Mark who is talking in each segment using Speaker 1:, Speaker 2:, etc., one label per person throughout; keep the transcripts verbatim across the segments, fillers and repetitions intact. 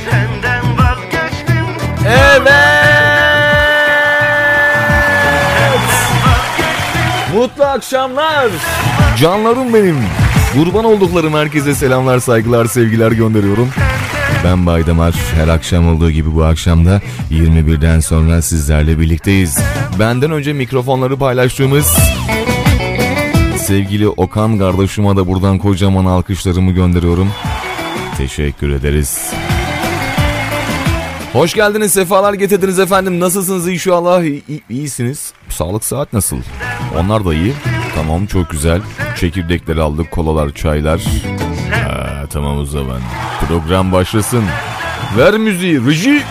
Speaker 1: Evet. Mutlu akşamlar. Canlarım benim. Kurban olduklarım herkese selamlar, saygılar, sevgiler gönderiyorum. Ben Baydamar. Her akşam olduğu gibi bu akşamda yirmi birden sonra sizlerle birlikteyiz. Benden önce mikrofonları paylaştığımız sevgili Okan kardeşime de buradan kocaman alkışlarımı gönderiyorum. Teşekkür ederiz. Hoş geldiniz, sefalar getirdiniz efendim. Nasılsınız inşallah? İyi, iyisiniz. Sağlık saat nasıl? Onlar da iyi. Tamam, çok güzel. Çekirdekleri aldık, kolalar, çaylar. Ha, tamam o zaman. Program başlasın. Ver müziği, reji.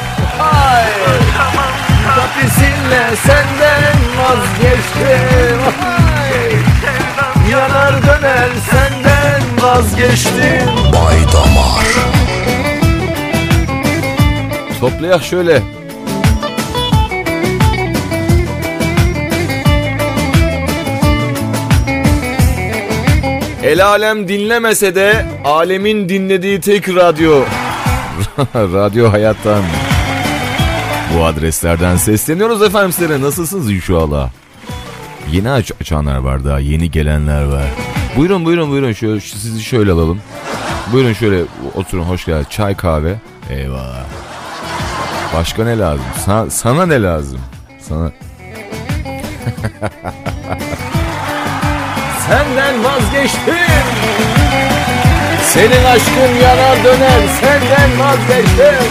Speaker 1: Tapisinle senden vazgeçtim. Ay. Yanar döner senden vazgeçtim.
Speaker 2: Baydamar.
Speaker 1: Toplayak şöyle. El alem dinlemese de alemin dinlediği tek radyo. Radyo Hayat'tan. Bu adreslerden sesleniyoruz efendim sizlere. Nasılsınız inşallah? Yeni aç açanlar var daha, yeni gelenler var. Buyurun buyurun buyurun, şöyle, sizi şöyle alalım. Buyurun şöyle oturun, hoş geldin. Çay, kahve. Eyvallah. Başka ne lazım? Sana, sana ne lazım? Sana... Senden vazgeçtim. Senin aşkın yanar döner. Senden vazgeçtim.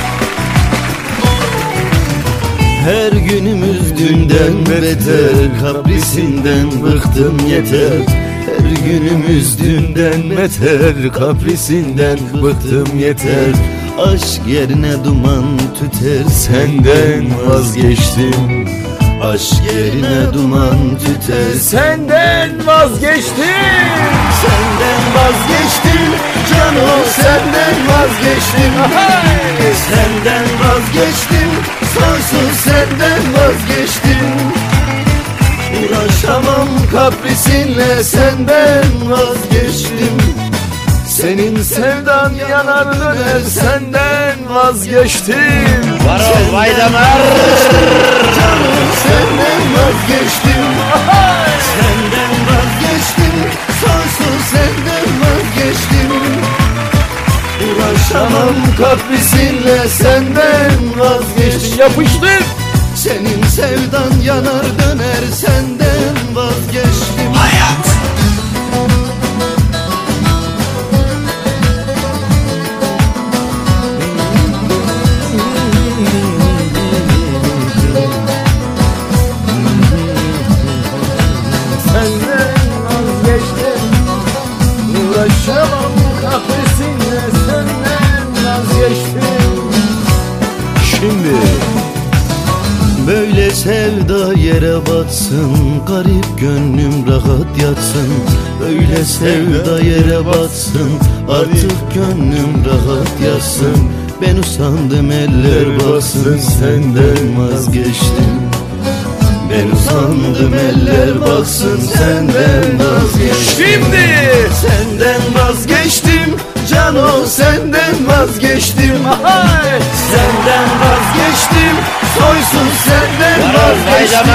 Speaker 2: Her günümüz dünden beter, kaprisinden bıktım yeter. Her günümüz dünden beter, kaprisinden bıktım yeter. Aşk yerine duman tüter, senden vazgeçtim. Aşk yerine duman tüter,
Speaker 1: senden vazgeçtim.
Speaker 2: Senden vazgeçtim, canım senden vazgeçtim. Hey! Senden vazgeçtim, sonsuz senden vazgeçtim. Uğraşamam kaprisinle, senden vazgeçtim.
Speaker 1: Senin sevdan yanar döner, senden vazgeçtim.
Speaker 3: Var ol Baydamar.
Speaker 2: Canım senden vazgeçtim. Senden vazgeçtim, sonsuz senden vazgeçtim. Uğraşamam kaprisinle, senden vazgeçtim.
Speaker 1: Yapıştır.
Speaker 2: Senin sevdan yanar döner, senden vazgeçtim. Hayat.
Speaker 1: Şimdi
Speaker 2: böyle sevda yere batsın, garip gönlüm rahat yatsın. Böyle sevda yere batsın, artık gönlüm rahat yatsın. Ben usandım eller bassın, senden vazgeçtim. Ben usandım eller baksın, senden vazgeçtim.
Speaker 1: Şimdi
Speaker 2: senden vazgeçtim, cano senden vazgeçtim. Ay! Senden vazgeçtim, soysuz senden vazgeçtim.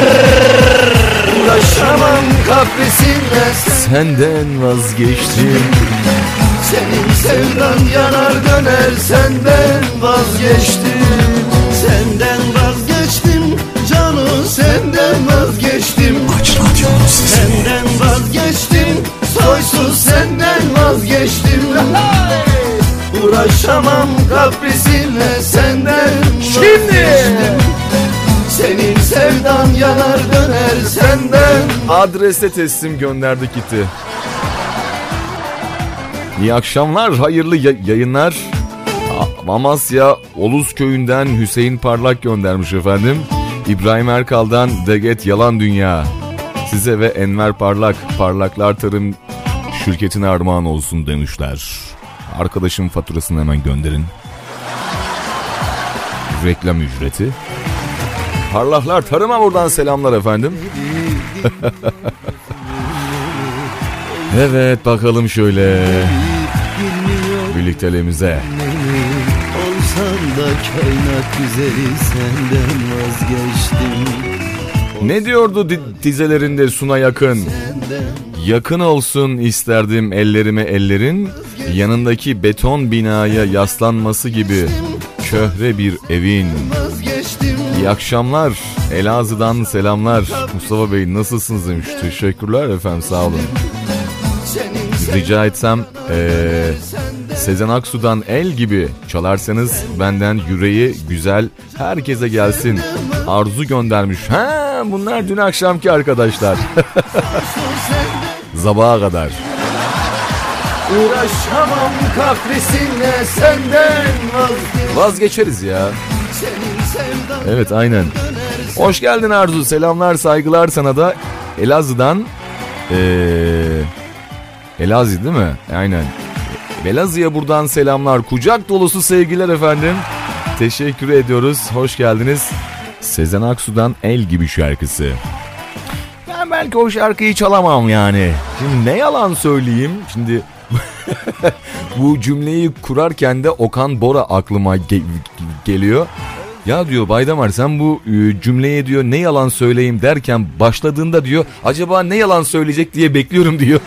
Speaker 2: Uğraşamam kaprisinle,
Speaker 1: senden vazgeçtim.
Speaker 2: Senin sevdan yanar döner, senden vazgeçtim. Senden vazgeçtim, canım senden vazgeçtim.
Speaker 4: Aç radyonu sesini.
Speaker 2: Senden vazgeçtim, soysuz senden vazgeçtim. Uğraşamam kaprisinle, senden vazgeçtim. Senin sevdan yanar döner, senden.
Speaker 1: Adrese teslim gönderdik iti. İyi akşamlar, hayırlı y- yayınlar. Amasya Oluz köyünden Hüseyin Parlak göndermiş efendim. İbrahim Erkal'dan Deget Yalan Dünya. Size ve Enver Parlak, Parlaklar Tarım şirketine armağan olsun demişler. Arkadaşım faturasını hemen gönderin. Reklam ücreti. Parlaklar Tarım'a buradan selamlar efendim. Evet, bakalım şöyle birlikteliğimize.
Speaker 2: Olsan da kainat güzeli senden vazgeçtim.
Speaker 1: Ne diyordu di- dizelerinde Suna Yakın? Yakın olsun isterdim ellerime ellerin, yanındaki beton binaya yaslanması gibi köhre bir evin. İyi akşamlar, Elazığ'dan selamlar. Mustafa Bey nasılsınız demiş. Teşekkürler efendim, sağ olun. Rica etsem ee, Sezen Aksu'dan El gibi çalarsanız benden yüreği güzel herkese gelsin. Arzu göndermiş. Ha, bunlar dün akşamki arkadaşlar. Sabaha kadar.
Speaker 2: Uğraşamam kaprisinle senden vazgeç.
Speaker 1: Vazgeçeriz ya. Evet, aynen. Hoş geldin Arzu. Selamlar, saygılar sana da. Elazığ'dan ee, Elazığ değil mi? Aynen. Elazığ'a buradan selamlar. Kucak dolusu sevgiler efendim. Teşekkür ediyoruz. Hoş geldiniz. Sezen Aksu'dan El gibi şarkısı. Ben belki o şarkıyı çalamam yani. Şimdi ne yalan söyleyeyim. Şimdi bu cümleyi kurarken de Okan Bora aklıma ge- geliyor. Ya diyor Baydamar, sen bu e, cümleye diyor ne yalan söyleyeyim derken başladığında diyor acaba ne yalan söyleyecek diye bekliyorum diyor.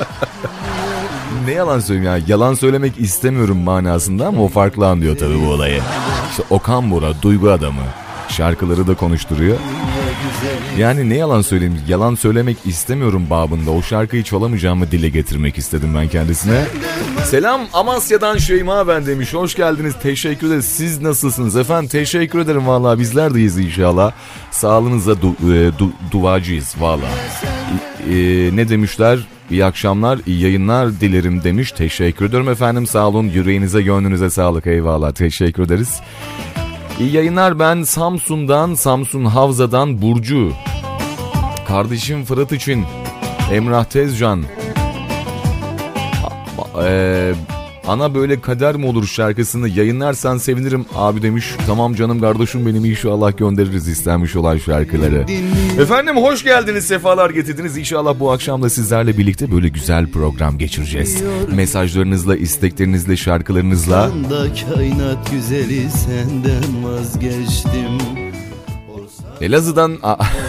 Speaker 1: Ne yalan söyleyeyim ya, yalan söylemek istemiyorum manasında ama o farklı anlıyor tabii bu olayı. İşte Okan Bora duygu adamı, şarkıları da konuşturuyor. Yani ne yalan söyleyeyim, yalan söylemek istemiyorum babında o şarkıyı çalamayacağımı dile getirmek istedim ben kendisine. Selam Amasya'dan Şeyma ben demiş. Hoş geldiniz, teşekkür ederiz. Siz nasılsınız efendim? Teşekkür ederim vallahi, bizler deyiz inşallah. Sağlığınıza du- e, du- duacıyız vallahi. E, e, ne demişler? İyi akşamlar, iyi yayınlar dilerim demiş. Teşekkür ederim efendim, sağ olun. Yüreğinize, gönlünüze sağlık, eyvallah, teşekkür ederiz. İyi yayınlar, ben Samsun'dan, Samsun Havza'dan Burcu. Kardeşim Fırat için Emrah Tezcan. Ee, ana böyle kader mi olur şarkısını yayınlarsan sevinirim abi demiş. Tamam canım kardeşim benim, inşallah göndeririz istenmiş olan şarkıları. Efendim hoş geldiniz, sefalar getirdiniz. İnşallah bu akşam da sizlerle birlikte böyle güzel program geçireceğiz. Mesajlarınızla, isteklerinizle, şarkılarınızla.
Speaker 2: Kainat güzeli senden vazgeçtim.
Speaker 1: Elazığ'dan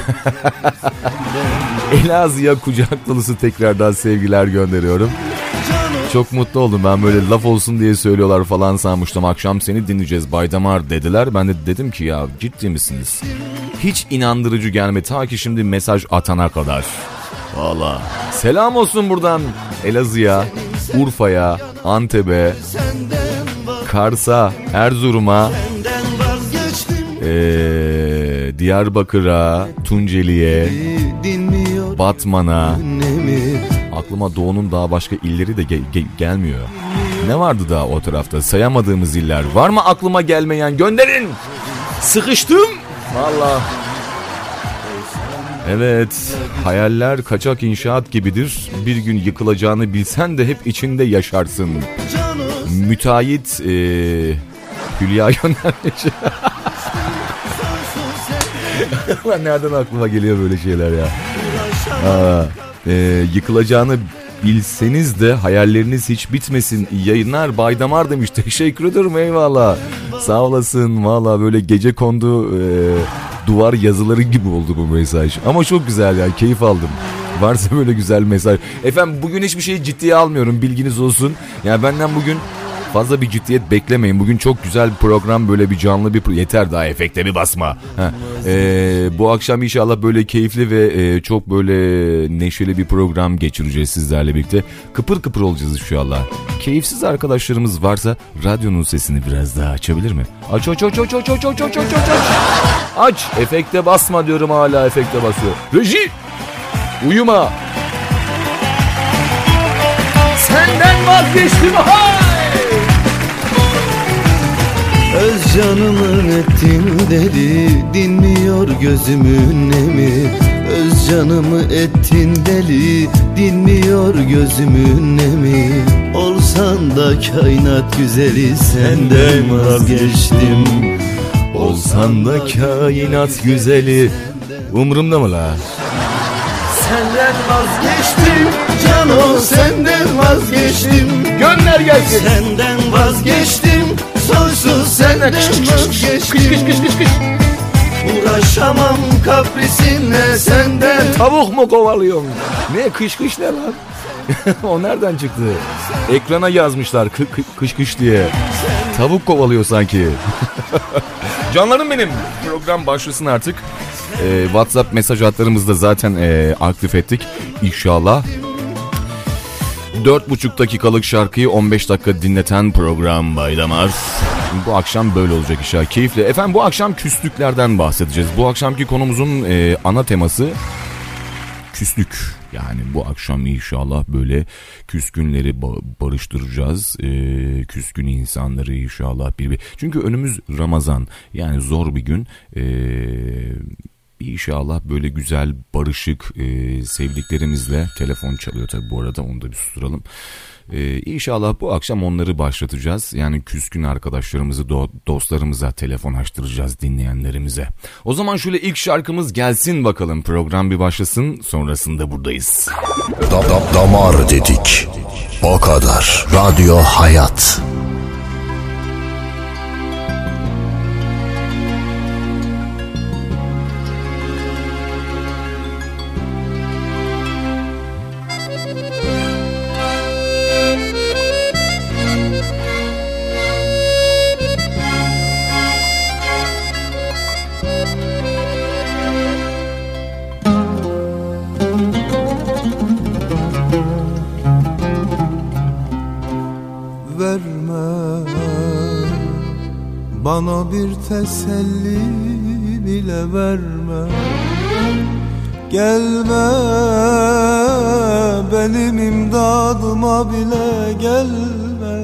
Speaker 1: Elazığ'a kucak dolusu tekrardan sevgiler gönderiyorum. Çok mutlu oldum, ben böyle laf olsun diye söylüyorlar falan sanmıştım. Akşam seni dinleyeceğiz Baydamar dediler. Ben de dedim ki ya ciddi misiniz? Hiç inandırıcı gelmedi ta ki şimdi mesaj atana kadar. Valla. Selam olsun buradan Elazığ'a, Urfa'ya, Antep'e, Kars'a, Erzurum'a, ee, Diyarbakır'a, Tunceli'ye, Batman'a. Aklıma Doğu'nun daha başka illeri de ge- ge- gelmiyor. Ne vardı daha o tarafta? Sayamadığımız iller. Var mı aklıma gelmeyen? Gönderin. Sıkıştım. Vallahi. Evet. Hayaller kaçak inşaat gibidir. Bir gün yıkılacağını bilsen de hep içinde yaşarsın. Müteahhit ee, Hülya göndermiş. Nereden aklıma geliyor böyle şeyler ya? Aa. Ee, yıkılacağını bilseniz de hayalleriniz hiç bitmesin. İyi yayınlar Baydamar demiş. Teşekkür ederim, eyvallah. Sağ olasın. Valla böyle gece kondu e, duvar yazıları gibi oldu bu mesaj. Ama çok güzel yani, keyif aldım. Varsa böyle güzel mesaj. Efendim bugün hiçbir şeyi ciddiye almıyorum, bilginiz olsun. Yani benden bugün fazla bir ciddiyet beklemeyin. Bugün çok güzel bir program, böyle bir canlı bir pro- yeter daha efekte bir basma. Ee, bu akşam inşallah böyle keyifli ve e, çok böyle neşeli bir program geçireceğiz sizlerle birlikte. Kıpır kıpır olacağız inşallah. Keyifsiz arkadaşlarımız varsa radyonun sesini biraz daha açabilir mi? Aç aç aç aç aç aç aç aç aç aç. Aç. Efekte basma diyorum, hala efekte basıyor. Reji. Uyuma. Senden vazgeçtim. Hay.
Speaker 2: Öz canımın ettim dedi, dinmiyor gözümün nemi. Öz canımı ettin deli, dinmiyor gözümün nemi. Olsan da kainat güzeli senden vazgeçtim.
Speaker 1: Olsan da kainat güzeli. Umrumda mı la?
Speaker 2: Senden vazgeçtim, cano senden vazgeçtim.
Speaker 1: Gönder gelsin.
Speaker 2: Senden vazgeçtim, sonsuz senden vazgeçtim. Uğraşamam kaprisinle senden.
Speaker 1: Tavuk mu kovalıyorsun? Ne kış kış ne lan? O nereden çıktı? Ekrana yazmışlar kı- kı- kış kış diye. Tavuk kovalıyor sanki. Canlarım benim. Program başlasın artık. Ee, WhatsApp mesaj hatlarımızı da zaten e, aktif ettik. İnşallah. Dört buçuk dakikalık şarkıyı on beş dakika dinleten program Baydamar. Bu akşam böyle olacak inşallah. Keyifli. Efendim bu akşam küslüklerden bahsedeceğiz. Bu akşamki konumuzun e, ana teması küslük. Yani bu akşam inşallah böyle küskünleri ba- barıştıracağız. E, küskün insanları inşallah bir bir. Çünkü önümüz Ramazan. Yani zor bir gün. Eee... İnşallah böyle güzel, barışık, e, sevdiklerimizle. Telefon çalıyor tabii bu arada, onu da bir susturalım. E, İnşallah bu akşam onları başlatacağız. Yani küskün arkadaşlarımızı, do- dostlarımıza telefon açtıracağız, dinleyenlerimize. O zaman şöyle ilk şarkımız gelsin bakalım. Program bir başlasın, sonrasında buradayız.
Speaker 3: Da, da, damar dedik. O kadar. Radyo Hayat.
Speaker 2: Bana bir teselli bile verme. Gelme benim imdadıma bile gelme.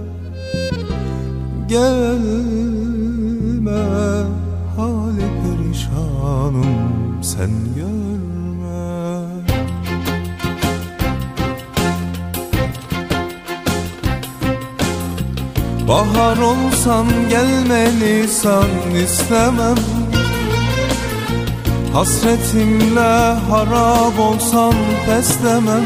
Speaker 2: Gelme hali perişanım sen görme. Bahar olsan gelmeni san istemem. Hasretimle harap olsam pes demem.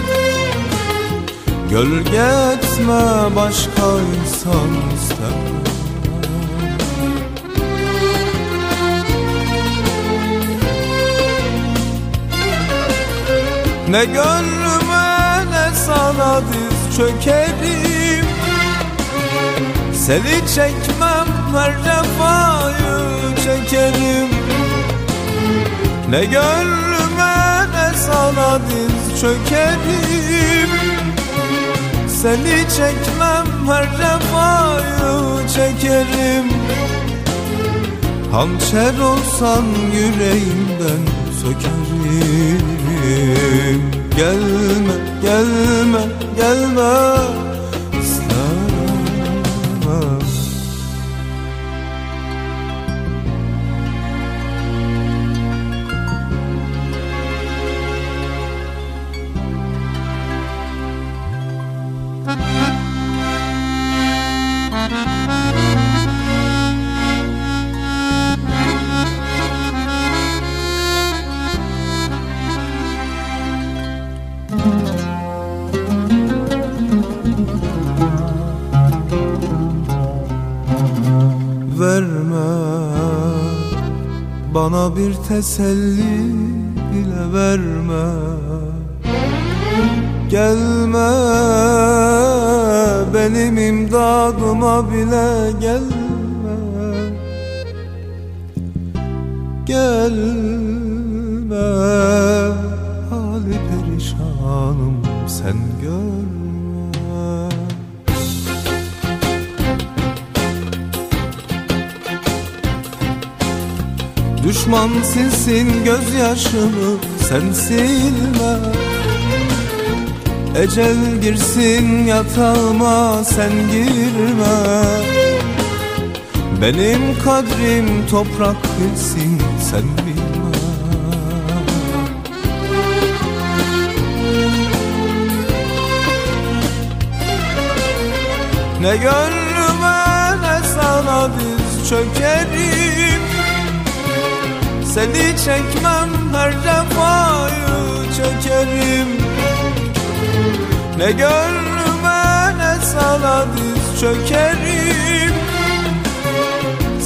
Speaker 2: Gölge etme başka insan istemem. Ne gönlüme ne sana diz çökerim. Seni çekmem her cefayı çekerim. Ne gönlüme ne sana diz çökerim. Seni çekmem her cefayı çekerim. Hançer olsan yüreğimden sökerim. Gelme, gelme, gelme. Bana bir teselli bile verme. Gelme benim imdadıma bile gelme. Gelme hali perişanım sen görme. Düşman silsin gözyaşımı sen silme. Ecel girsin yatağıma sen girme. Benim kadrim toprak bilsin sen bilme. Ne gönlüme ne sana diz çökerim. Seni çekmem her cefayı çekerim. Ne gönlüme ne sana diz çökerim.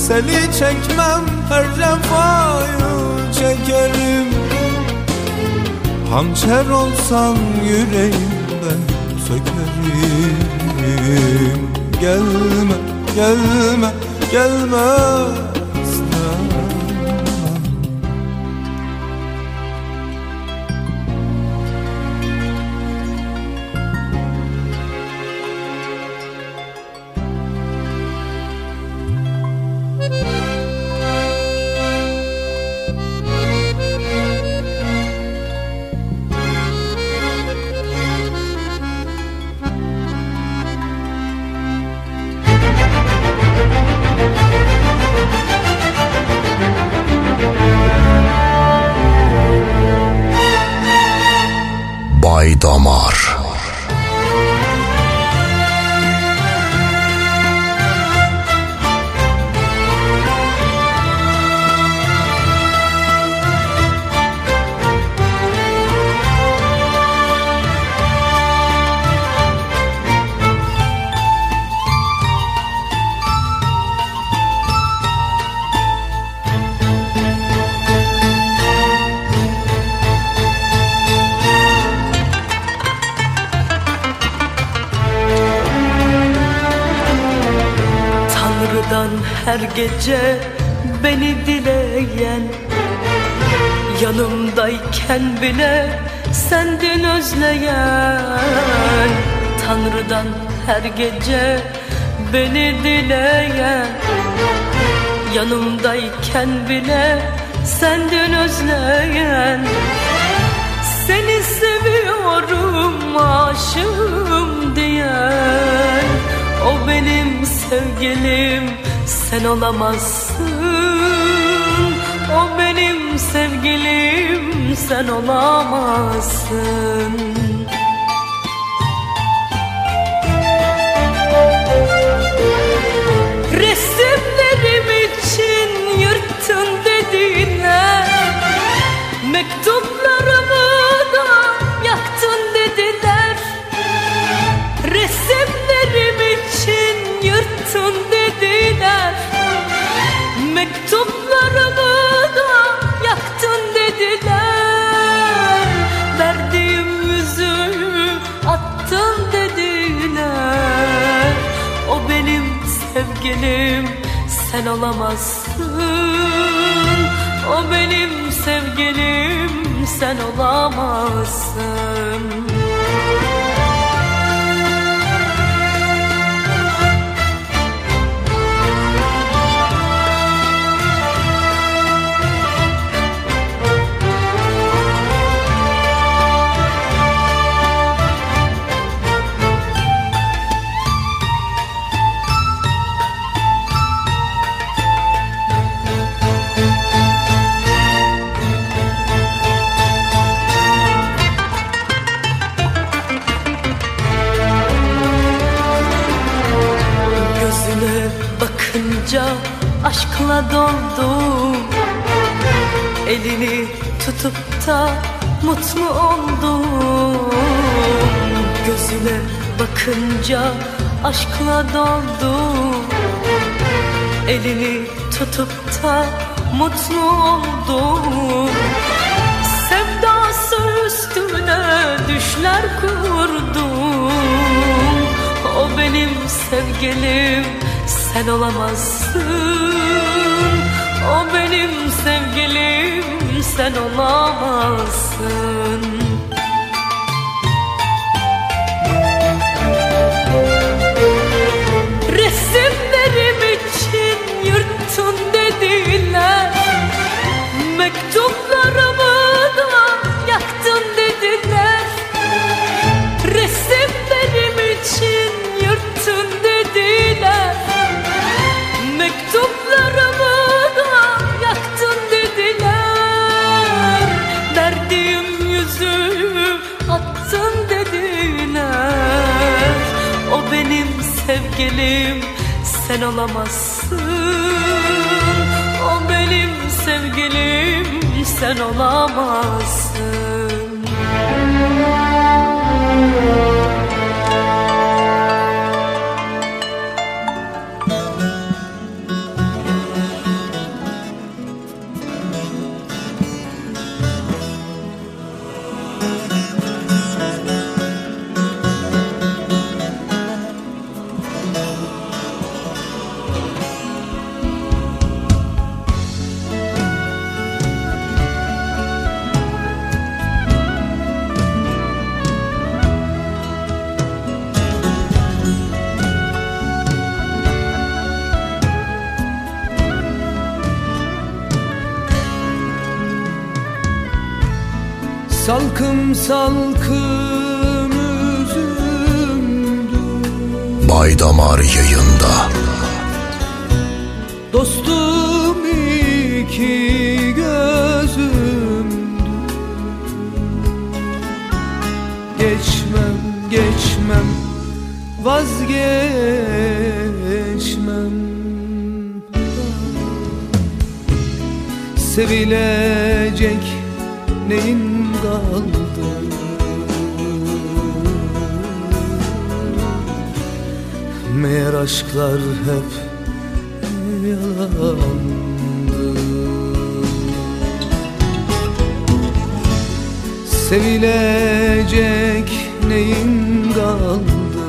Speaker 2: Seni çekmem her cefayı çekerim. Hançer olsan yüreğimden sökerim. Gelme, gelme, gelme.
Speaker 3: Bay Damar.
Speaker 4: Her gece beni dileyen, yanımdayken bile sendin özleyen. Tanrı'dan her gece beni dileyen, yanımdayken bile sendin özleyen. Seni seviyorum, aşığım diyen, o benim sevgilim, sen olamazsın. O benim sevgilim, sen olamazsın. Resimlerim için yırttın dediler, mektuplarımı da yaktın dediler. Resimlerim için yırttın dediler, mektuplarımı da yaktın dediler. Verdiğim yüzüğü attın dediler. O benim sevgilim, sen olamazsın. O benim sevgilim, sen olamazsın. Bakınca aşkla doldum, elini tutup da mutlu oldum. Gözüne bakınca aşkla doldum, elini tutup da mutlu oldum. Sevdası üstüne düşler kurdum. O benim sevgilim, sen olamazsın. O benim sevgilim, sen olamazsın. Resimlerim için yırttın dediler, mektuplarımı da yaktın dediler. Resimlerim için yırttın dediler, mektuplarımı da yaktın dediler. Verdiğim yüzüğü attın dediler. O benim sevgilim, sen olamazsın. O benim sevgilim, sen olamazsın.
Speaker 2: Salkım salkım üzümdü.
Speaker 3: Bay Damar yayında.
Speaker 2: Dostum iki gözümdü. Geçmem geçmem vazgeçmem. Sevilecek neyim kaldı? Meğer aşklar hep yalandı. Sevilecek neyim kaldı?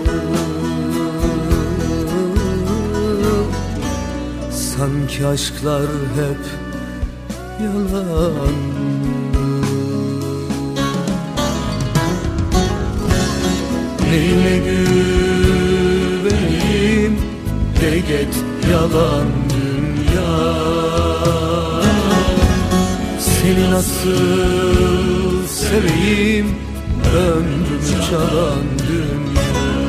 Speaker 2: Sanki aşklar hep yalan. Neyine güveneyim de get yalan dünya. Seni nasıl seveyim, ömrümü çalan dünya.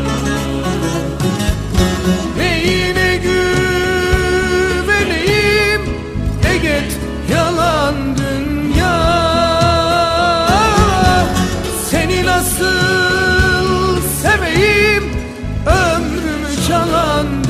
Speaker 2: Neyine güveneyim de get yalan dünya. Seni nasıl seveyim, ömrümü çalan dünya.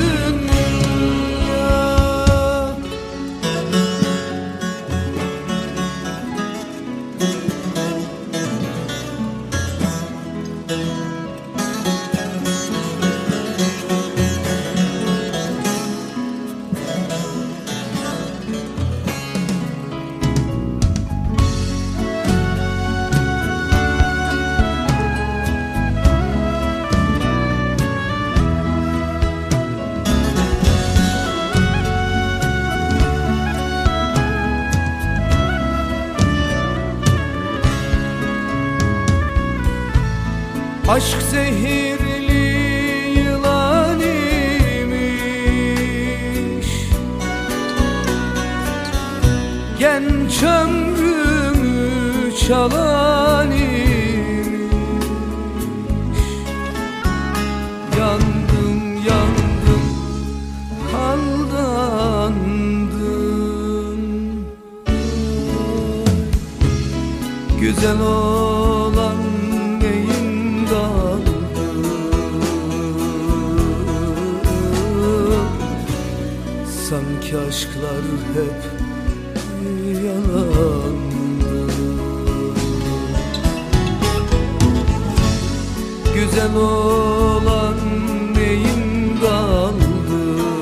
Speaker 2: Aşk zehirli yılan imiş, genç ömrümü çalan imiş. Yandım yandım aldandım. Güzel olan sanki aşklar hep yalandı. Güzel olan neyim kaldı?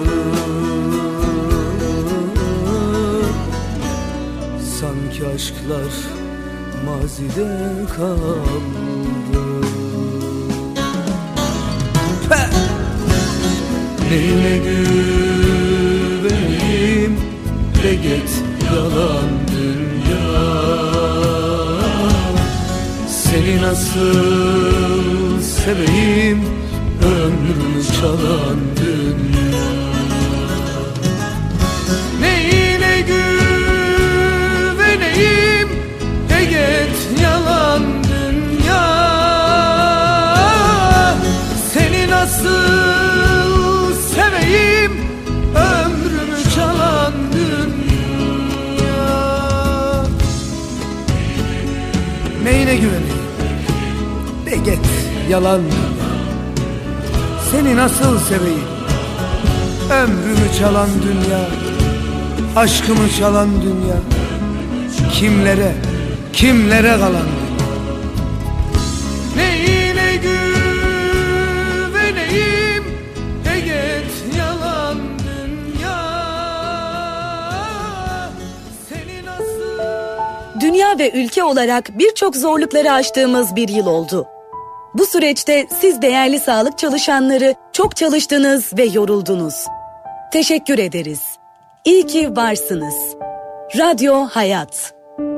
Speaker 2: Sanki aşklar mazide kaldı. Peh! Neyine güveneyim de get yalan dünya. Seni nasıl seveyim, ömrümü çalan dünya. Neyine güveneyim de get yalan dünya. Seni nasıl seveyim, ömrümü çalan dünya. Neyine güveneyim de get yalan dünya. Seni nasıl seveyim, ömrümü çalan dünya. Aşkımı çalan dünya. Kimlere, kimlere kalan dünya. Neyine güveneyim de get yalan dünya. Seni nasıl...
Speaker 5: Dünya ve ülke olarak birçok zorlukları aştığımız bir yıl oldu. Bu süreçte siz değerli sağlık çalışanları çok çalıştınız ve yoruldunuz. Teşekkür ederiz. İyi ki varsınız. Radyo Hayat.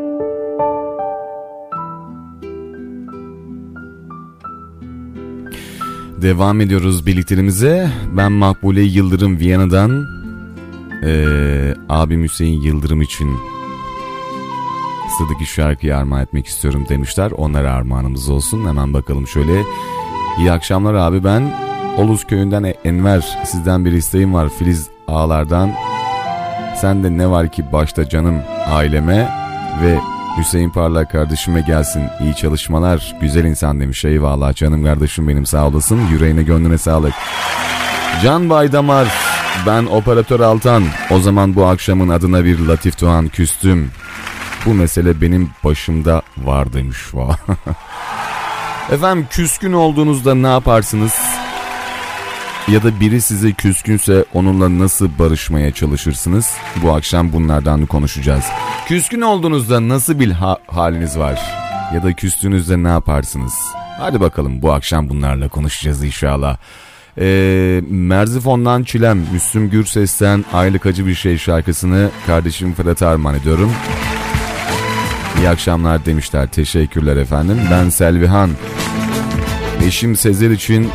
Speaker 1: Devam ediyoruz birliklerimize. Ben Makbule Yıldırım Viyana'dan, ee, abim Hüseyin Yıldırım için Sıdık'ı şarkıyı armağan etmek istiyorum demişler. Onlara armağanımız olsun. Hemen bakalım şöyle. İyi akşamlar abi, ben Oluz köyünden Enver. Sizden bir isteğim var Filiz ağalardan. Sen de ne var ki başta canım aileme ve Hüseyin Parlak kardeşime gelsin. İyi çalışmalar, güzel insan demiş. Eyvallah canım kardeşim benim, sağ olasın. Yüreğine gönlüne sağlık. Can Baydamar, ben operatör Altan. O zaman bu akşamın adına bir Latif Doğan küstüm. Bu mesele benim başımda var demiş. Efendim, küskün olduğunuzda ne yaparsınız? Ya da biri size küskünse onunla nasıl barışmaya çalışırsınız? Bu akşam bunlardan konuşacağız. Küskün olduğunuzda nasıl bir ha- haliniz var? Ya da küstüğünüzde ne yaparsınız? Hadi bakalım, bu akşam bunlarla konuşacağız inşallah. Ee, Merzifon'dan Çilem, Müslüm Gürses'ten Aylık Acı Bir Şey şarkısını kardeşim Fırat'a armağan ediyorum. İyi akşamlar demişler. Teşekkürler efendim. Ben Selvihan. Eşim Sezer için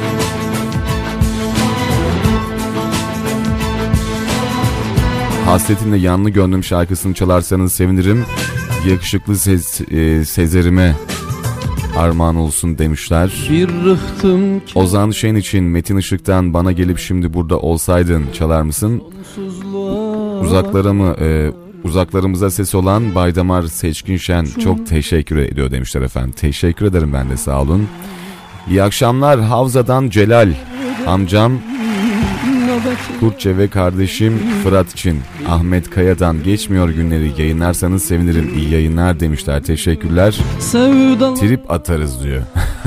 Speaker 1: Hasretinle Yanlı Gönlüm şarkısını çalarsanız sevinirim. Yakışıklı Sez- e, Sezer'ime armağan olsun demişler. Bir rıhtım ki... Ozan Şen için Metin Işık'tan Bana Gelip Şimdi Burada Olsaydın çalar mısın? Uzaklara mı... E, Uzaklarımıza ses olan Baydamar Seçkin Şen çok teşekkür ediyor demişler efendim. Teşekkür ederim ben de, sağ olun. İyi akşamlar Havza'dan Celal. Amcam Kurtçe ve kardeşim Fırat için Ahmet Kaya'dan Geçmiyor Günleri yayınlarsanız sevinirim. İyi yayınlar demişler. Teşekkürler. Trip atarız diyor.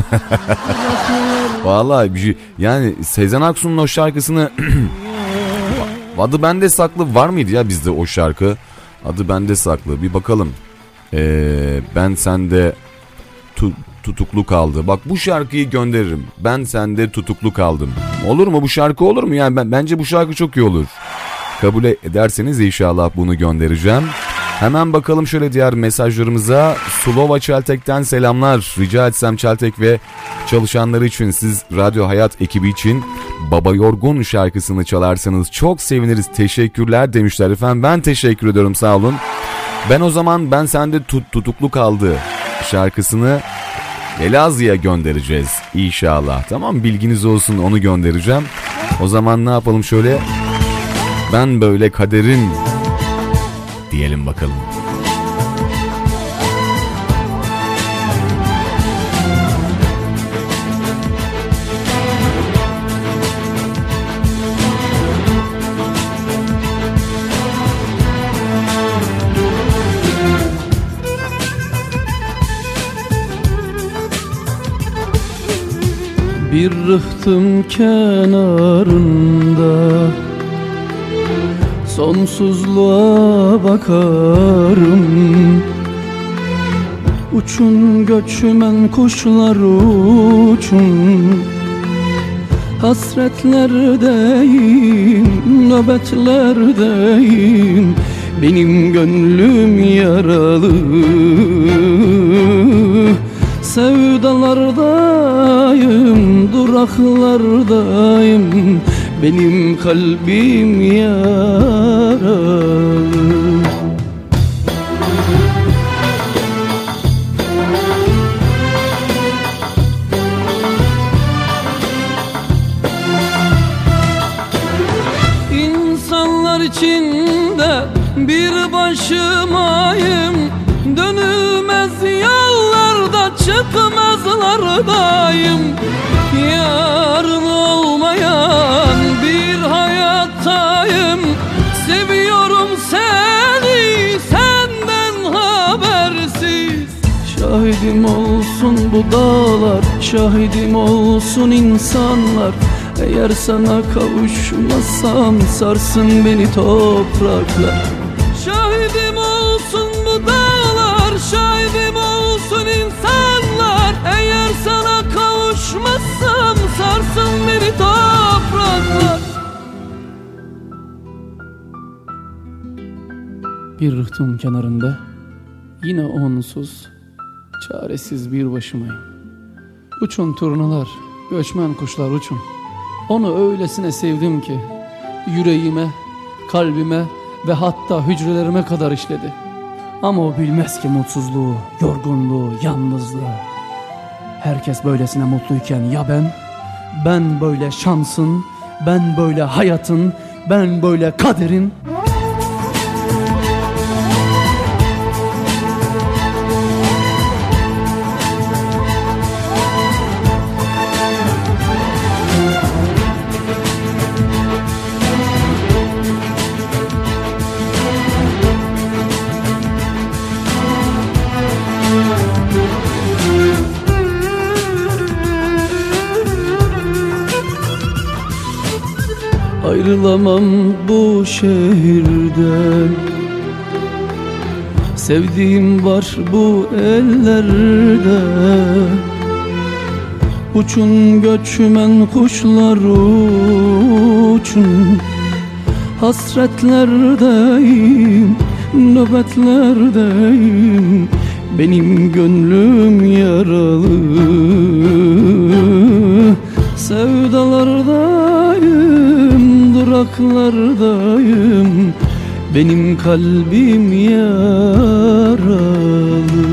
Speaker 1: Vallahi yani Sezen Aksu'nun o şarkısını Adı Bende Saklı var mıydı ya bizde o şarkı? Adı Bende Saklı. Bir bakalım. Ee, ben sende tu, tutuklu kaldı. Bak bu şarkıyı gönderirim. Ben sende tutuklu kaldım. Olur mu? Bu şarkı olur mu? Yani ben, bence bu şarkı çok iyi olur. Kabul ederseniz inşallah bunu göndereceğim. Hemen bakalım şöyle diğer mesajlarımıza. Sulova Çeltek'ten selamlar. Rica etsem Çeltek ve çalışanları için, siz Radyo Hayat ekibi için Baba Yorgun şarkısını çalarsanız çok seviniriz. Teşekkürler demişler efendim. Ben teşekkür ediyorum, sağ olun. Ben o zaman Ben Sende tut, Tutuklu Kaldı şarkısını Elazığ'a göndereceğiz inşallah. Tamam, bilginiz olsun, onu göndereceğim. O zaman ne yapalım şöyle. Ben böyle kaderin diyelim bakalım.
Speaker 6: Bir rıhtım kenarında sonsuzluğa bakarım. Uçun göçmen kuşlar uçun, hasretlerdeyim, nöbetlerdeyim. Benim gönlüm yaralı, sevdalardayım, duraklardayım. Benim kalbim yaralı. İnsanlar içinde bir başımayım, dönülmez yollarda çıkmazlardayım. Yarın olmayan bir hayattayım, seviyorum seni senden habersiz. Şahidim olsun bu dağlar, şahidim olsun insanlar. Eğer sana kavuşmasam sarsın beni topraklar. Şahidim olsun bu dağlar, şahidim olsun insanlar. Eğer sana kavuşmasam sarsın beni topraklar. Bir rıhtım kenarında yine onsuz, çaresiz bir başımayım. Uçun turnalar, göçmen kuşlar uçun. Onu öylesine sevdim ki yüreğime, kalbime ve hatta hücrelerime kadar işledi. Ama o bilmez ki mutsuzluğu, yorgunluğu, yalnızlığı. Herkes böylesine mutluyken ya ben? Ben böyle şansın, ben böyle hayatın, ben böyle kaderin. Ayrılamam bu şehirden, sevdiğim var bu ellerde. Uçun göçmen kuşlar uçun, hasretlerdeyim, nöbetlerdeyim. Benim gönlüm yaralı, sevdalardayım, duraklardayım. Benim kalbim yaralı.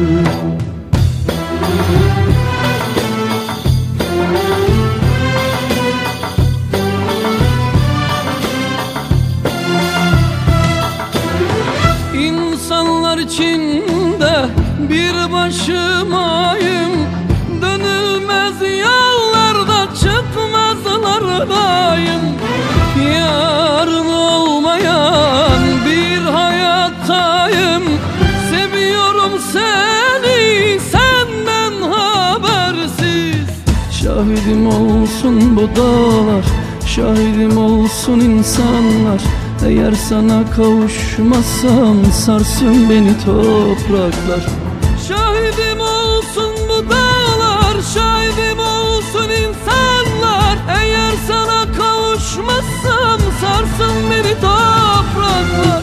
Speaker 6: İnsanlar içinde bir başımayım, dönülmez yollarda çıkmazlardayım. Yarın olmayan bir hayattayım, seviyorum seni senden habersiz. Şahidim olsun bu dağlar, şahidim olsun insanlar. Eğer sana kavuşmasam sarsın beni topraklar. Şahidim olsun bu dağlar, şahidim olsun insanlar. Eğer sana kavuşmasam sarsın beni topraklar.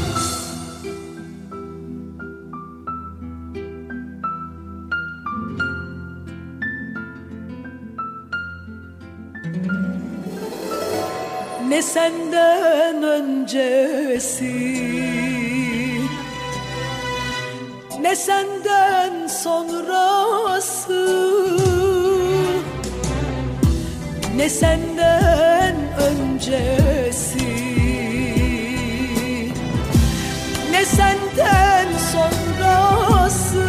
Speaker 4: Ne senden öncesi, ne senden sonrası, ne senden öncesi, ne senden sonrası.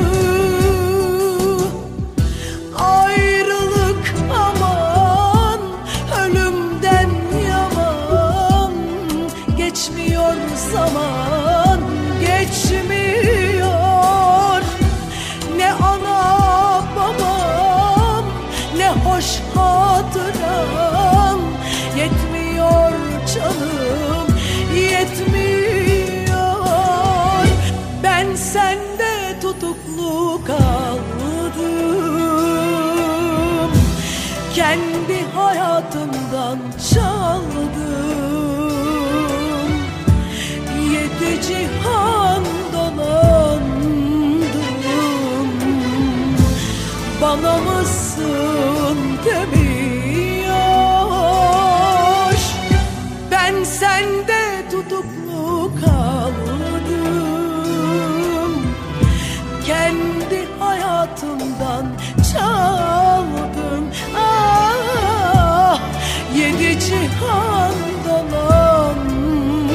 Speaker 4: Ayrılık aman, ölümden yaman. Geçmiyor zaman, geçmiyor. Ne ana babam, ne hoş hatıram. Yetmiyor canım, yetmiyor. Ben sende tutuklu kaldım, kendi hayatımdan çaldım. Yedi cihan dolandım, bana mısın demiyor. Ben sende tutuklu kaldım, kendi hayatımdan çaldım. Ah, yedi cihan dolandım,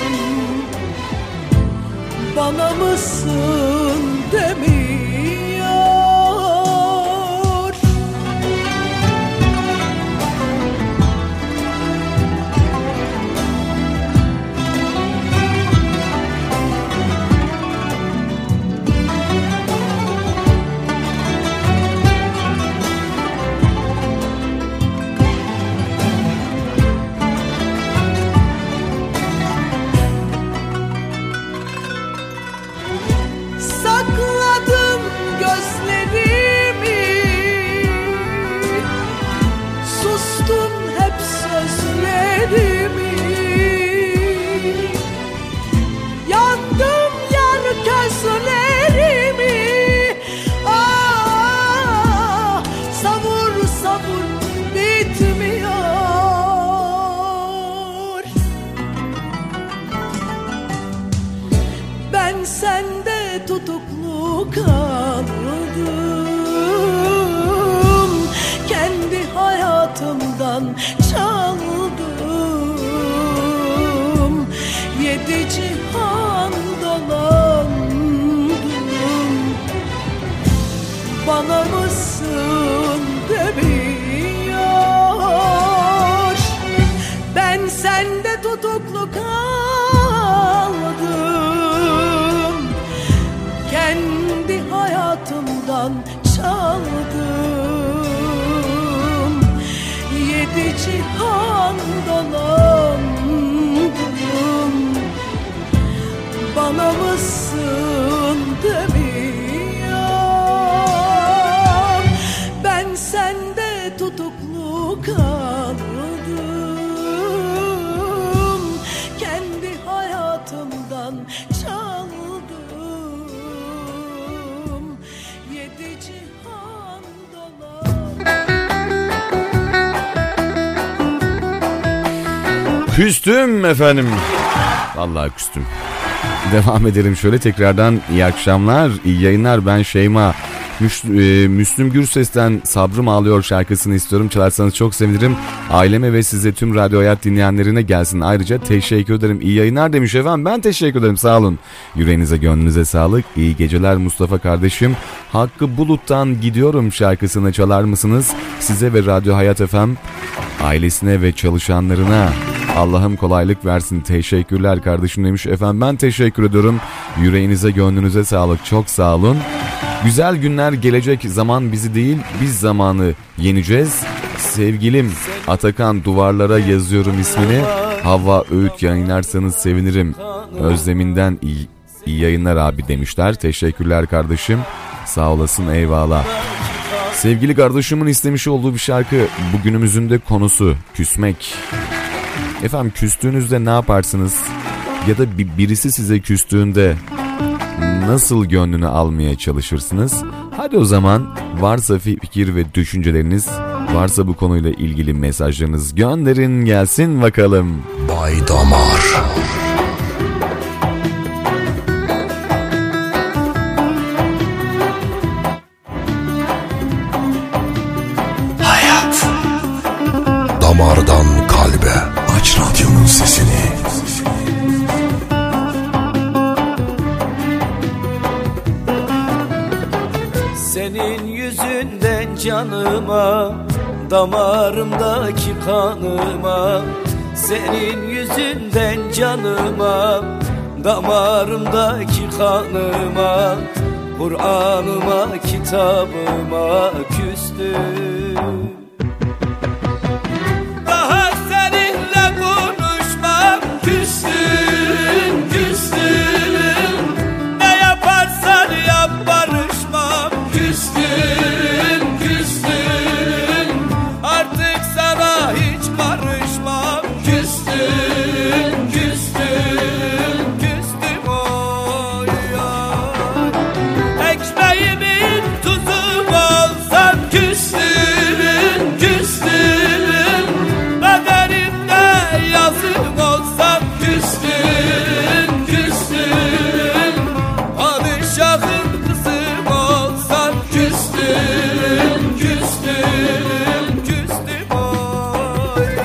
Speaker 4: bana mısın demiyor. Sakladım gözlerimi, sustum hep sözlerimi. Yandım yar gözlerimi. Ah, savur savur bitmiyor. Ben sende tutuklu kaldım. Kendi hayatımdan çaldım. Yedi cihan dolandım. Bana mısın demiyor. Ben sende tutuklu kaldım. Kendi hayatımdan çaldım. Yedi cihan dolandım. Bana mısın demiyor. Ben sende tutuklu kaldım. Kendi hayatımdan çaldım. Yedi cihan dolandım.
Speaker 1: Küstüm efendim. Vallahi küstüm. Devam edelim şöyle tekrardan. İyi akşamlar, iyi yayınlar. Ben Şeyma. Müs- e, Müslüm Gürses'ten Sabrım Ağlıyor şarkısını istiyorum. Çalarsanız çok sevinirim. Aileme ve size tüm Radyo Hayat dinleyenlerine gelsin. Ayrıca teşekkür ederim. İyi yayınlar demiş efendim. Ben teşekkür ederim. Sağ olun. Yüreğinize, gönlünüze sağlık. İyi geceler Mustafa kardeşim. Hakkı Bulut'tan Gidiyorum şarkısını çalar mısınız? Size ve Radyo Hayat F M ailesine ve çalışanlarına Allah'ım kolaylık versin. Teşekkürler kardeşim demiş. Efendim ben teşekkür ediyorum. Yüreğinize, gönlünüze sağlık. Çok sağ olun. Güzel günler gelecek, zaman bizi değil biz zamanı yeneceğiz. Sevgilim Atakan, duvarlara yazıyorum ismini. Havva Öğüt yayınlarsanız sevinirim. Özleminden iyi, iyi yayınlar abi demişler. Teşekkürler kardeşim. Sağ olasın, eyvallah. Sevgili kardeşimin istemiş olduğu bir şarkı, bugünümüzün de konusu küsmek. Efendim küstüğünüzde ne yaparsınız? Ya da birisi size küstüğünde nasıl gönlünü almaya çalışırsınız? Hadi o zaman varsa fikir ve düşünceleriniz, varsa bu konuyla ilgili mesajlarınız gönderin gelsin bakalım.
Speaker 3: Bay Damar. Hayat. Damardan kalbe. Aç radyonun sesini.
Speaker 7: Senin yüzünden canıma, damarımdaki kanıma. Senin yüzünden canıma, damarımdaki kanıma. Kur'an'ıma, kitabıma küstüm. Daha seninle konuşmam, küstüm, küstüm. Ne yaparsan yap barışmam, küstüm, küstüm. Artık sana hiç karışmam, küstüm, küstüm, küstüm oy oy. Ekmeğimin tuzu olsam küstüm, küstüm. Kaderimde yazık olsam küstüm, küstüm. Padişahın kızım olsam küstüm, küstüm, küstüm oy oy.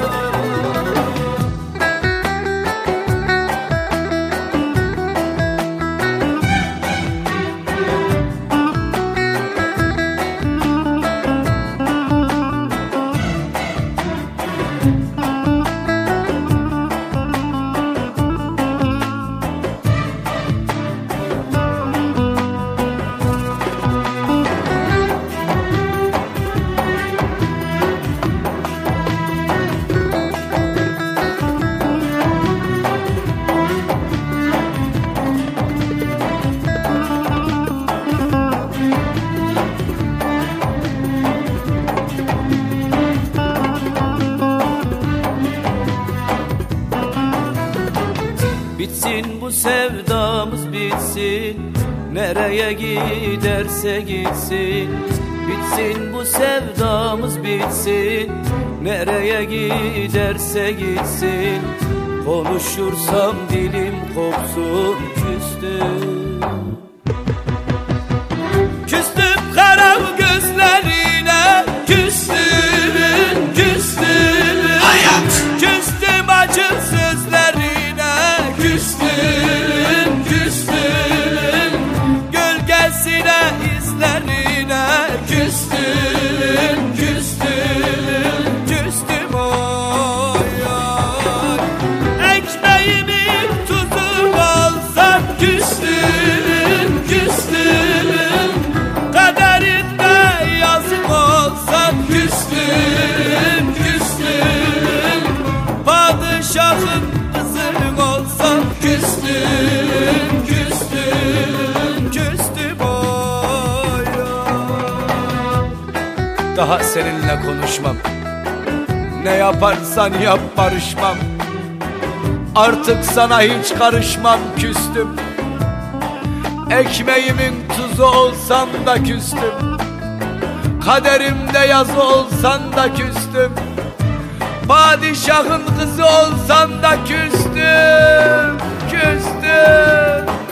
Speaker 7: Bitsin bu sevdamız bitsin, nereye giderse gitsin. Bitsin bu sevdamız bitsin, nereye giderse gitsin. Konuşursam dilim kopsun küstüm. Padişahın kızın olsam küstüm, küstüm, küstüm oy. Daha seninle konuşmam, ne yaparsan yap barışmam. Artık sana hiç karışmam, küstüm. Ekmeğimin tuzu olsan da küstüm. Kaderimde yazı olsan da küstüm. Padişahın kızı olsan da küstüm, küstüm, küstüm.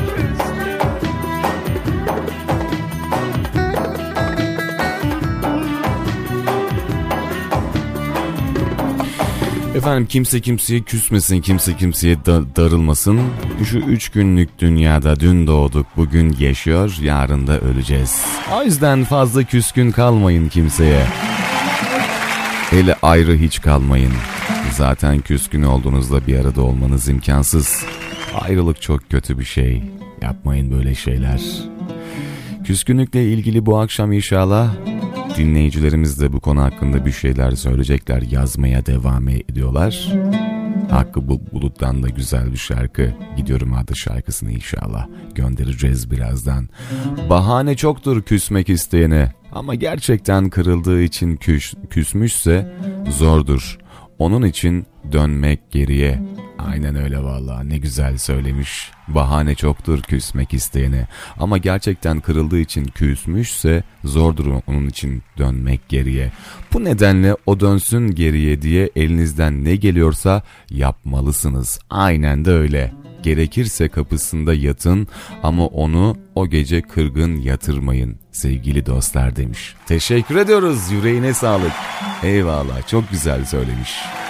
Speaker 1: Efendim kimse kimseye küsmesin, kimse kimseye da- darılmasın. Şu üç günlük dünyada dün doğduk, bugün yaşıyor, yarın da öleceğiz. O yüzden fazla küskün kalmayın kimseye. Hele ayrı hiç kalmayın. Zaten küskün olduğunuzda bir arada olmanız imkansız. Ayrılık çok kötü bir şey. Yapmayın böyle şeyler. Küskünlükle ilgili bu akşam inşallah dinleyicilerimiz de bu konu hakkında bir şeyler söyleyecekler. Yazmaya devam ediyorlar. Hakkı Bulut'tan da güzel bir şarkı, Gidiyorum adlı şarkısını inşallah göndereceğiz birazdan. Bahane çoktur küsmek isteyene, ama gerçekten kırıldığı için küs, küsmüşse zordur. Onun için dönmek geriye. Aynen öyle vallahi, ne güzel söylemiş. Bahane çoktur küsmek isteyene, ama gerçekten kırıldığı için küsmüşse zordur onun için dönmek geriye. Bu nedenle o dönsün geriye diye elinizden ne geliyorsa yapmalısınız. Aynen de öyle. Gerekirse kapısında yatın ama onu o gece kırgın yatırmayın sevgili dostlar demiş. Teşekkür ediyoruz, yüreğine sağlık. Eyvallah, çok güzel söylemiş.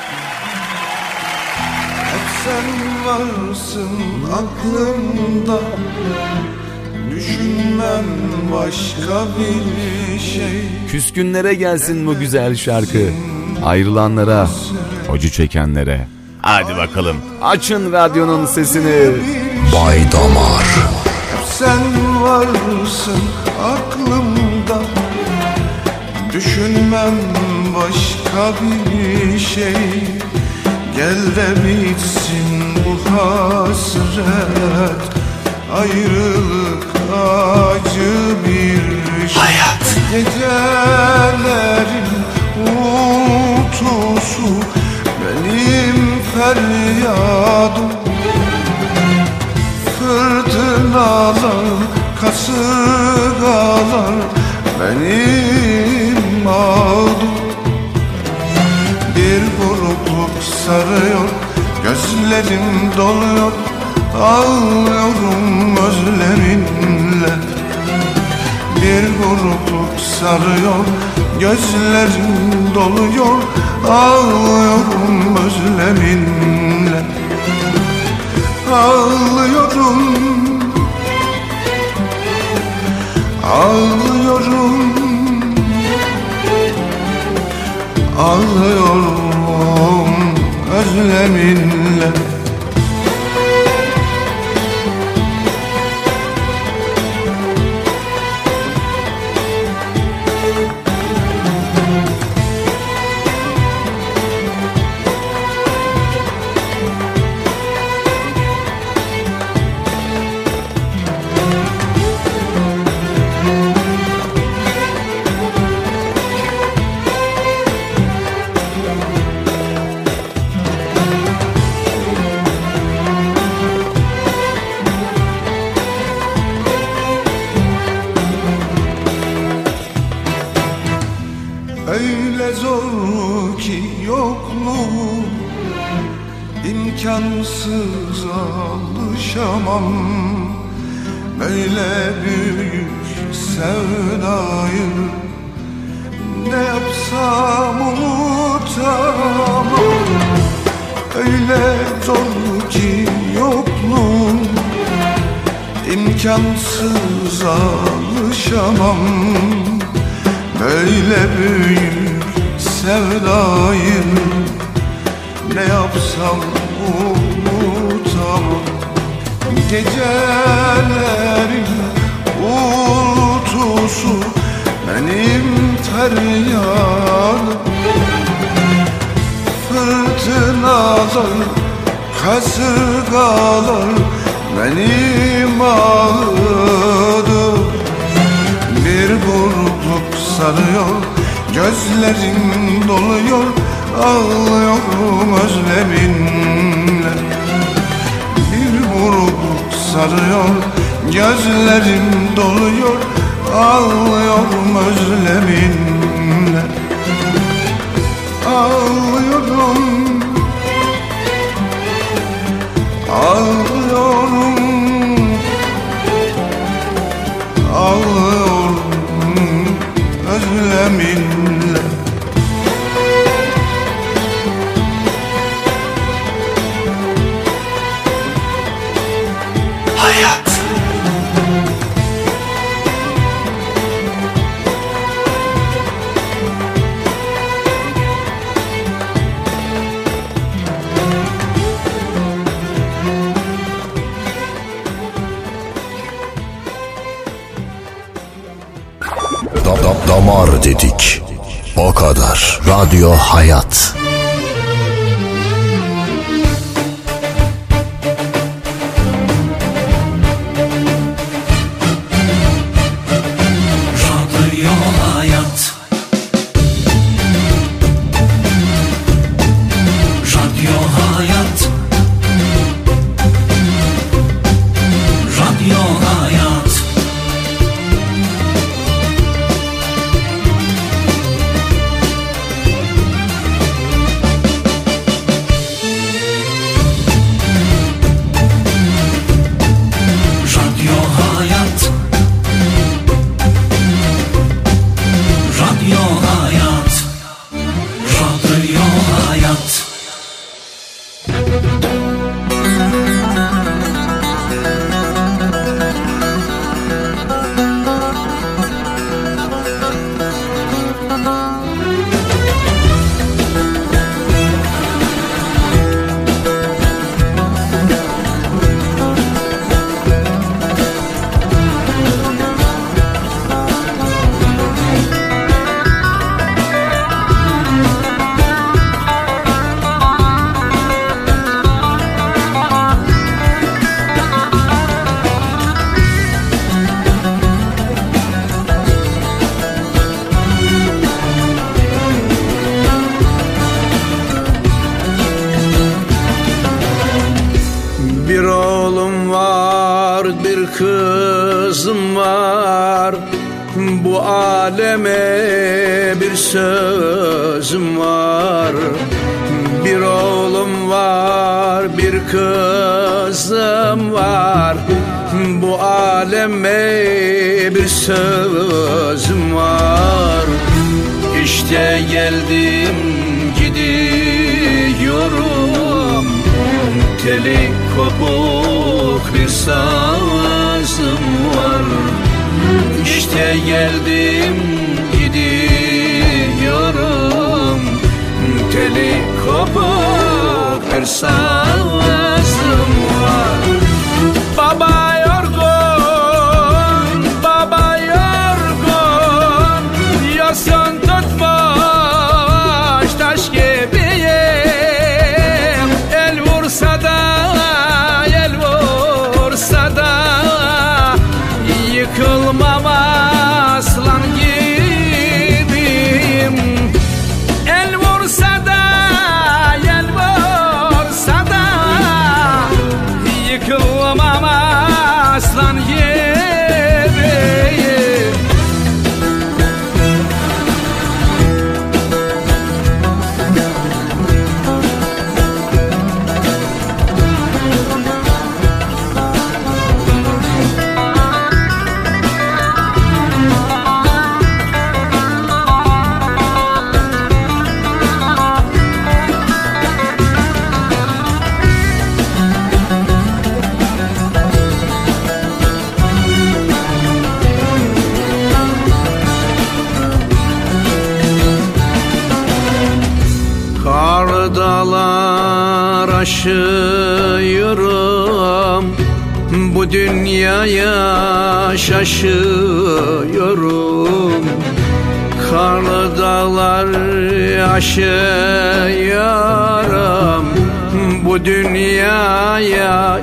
Speaker 2: Sen varsın aklımda, düşünmem başka bir şey.
Speaker 1: Küskünlere gelsin bu güzel şarkı, ayrılanlara, acı çekenlere. Hadi bakalım, açın radyonun sesini.
Speaker 3: Bay Damar.
Speaker 2: Sen varsın aklımda, düşünmem başka bir şey. Gel de bitsin bu hasret, ayrılık acı bir şey. Hayat. Gecelerin uğultusu benim feryadım. Fırtınalar, kasırgalar benim ağdım. Bir burukluk sarıyor, gözlerim doluyor, ağlıyorum özleminle. Bir burukluk sarıyor, gözlerim doluyor, ağlıyorum özleminle. Ağlıyorum, ağlıyorum, ağlıyorum özleminle. Öyle zor ki yokluğum, imkansız alışamam. Böyle büyük sevdayı ne yapsam unutamam. Öyle zor ki yokluğum, imkansız alışamam. Böyle büyük sevdayı ne yapsam unutamam. Gecelerin uğultusu benim feryadım. Fırtınalar, kasırgalar benim ağladım. Bir burukluk sarıyor, gözlerim doluyor, ağlıyorum özleminle. Bir burukluk sarıyor, gözlerim doluyor, ağlıyorum özleminle. Ağlıyorum, ağlıyorum, ağlıyorum özleminle. Hayat.
Speaker 3: Da- da- damar dedik. O kadar. Radyo Hayat.
Speaker 8: Radyo Hayat. Radyo Hayat. Radyo Hayat. Radyo Hayat. Radyo Hayat. Radyo Hayat.
Speaker 7: Bir oğlum var, bir kızım var. Bu aleme bir sözüm var. Bir oğlum var, bir kızım var. Bu aleme bir sözüm var. İşte geldim gidiyorum, teli kopuk bir sazım var. İşte geldim gidiyorum, teli kopuk bir sazım var. Baba yorgun, baba yorgun, yosun tutmuş taş gibiyim. El vursa da, el vursa da yıkılmam aslan gibiyim. El vursa da, el vursa da yıkılmam aslan gibiyim. Kar dağlar aşıyorum, bu dünyaya şaşıyorum. Karlı dağlar aşıyorum, Bu dünyaya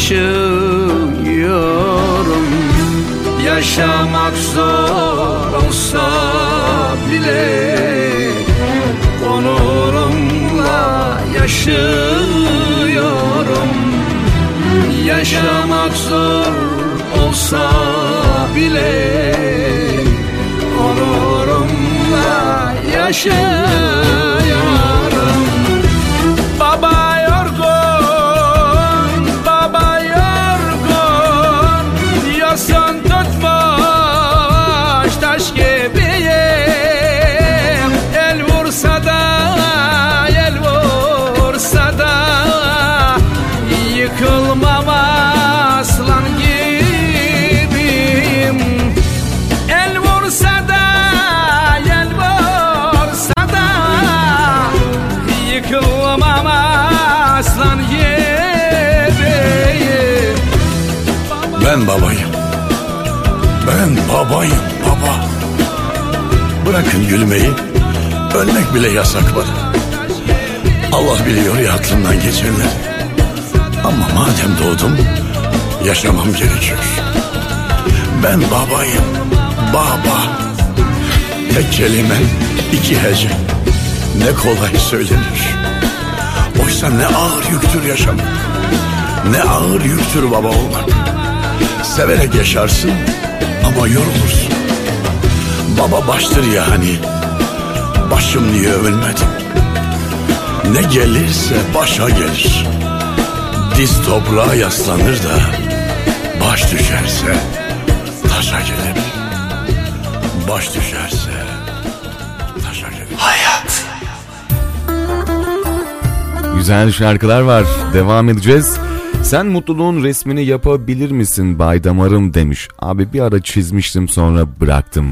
Speaker 7: şaşıyorum. Yaşamak zor olsa bile onurumla yaşıyorum. Yaşamak zor olsa bile onurumla yaşıyorum. Baba yorgun, baba yorgun, yosun tutmuş taş gibiyim. El vursa da, el vursa da yıkılmam aslan gibiyim. El vursa da, el vursa da yıkılmam aslan gibiyim.
Speaker 3: Ben babayım. Ben babayım baba. Bırakın gülmeyi. Ölmek bile yasak bana. Allah biliyor ya aklımdan geçenleri. Ama madem doğdum, yaşamam gerekiyor. Ben babayım. Baba. Tek kelime, iki hece. Ne kolay söylenir. Oysa ne ağır yüktür yaşamak. Ne ağır yüktür baba olmak. Severek yaşarsın ama yorulursun. Baba baştır ya hani. Başım niye övülmedim? Ne gelirse başa gelir. Diz toprağa yaslanır da baş düşerse taşa gelir. Baş düşerse taşa gelir. Hayat.
Speaker 1: Güzel şarkılar var. Devam edeceğiz. Sen mutluluğun resmini yapabilir misin Bay Damarım demiş. Abi bir ara çizmiştim sonra bıraktım.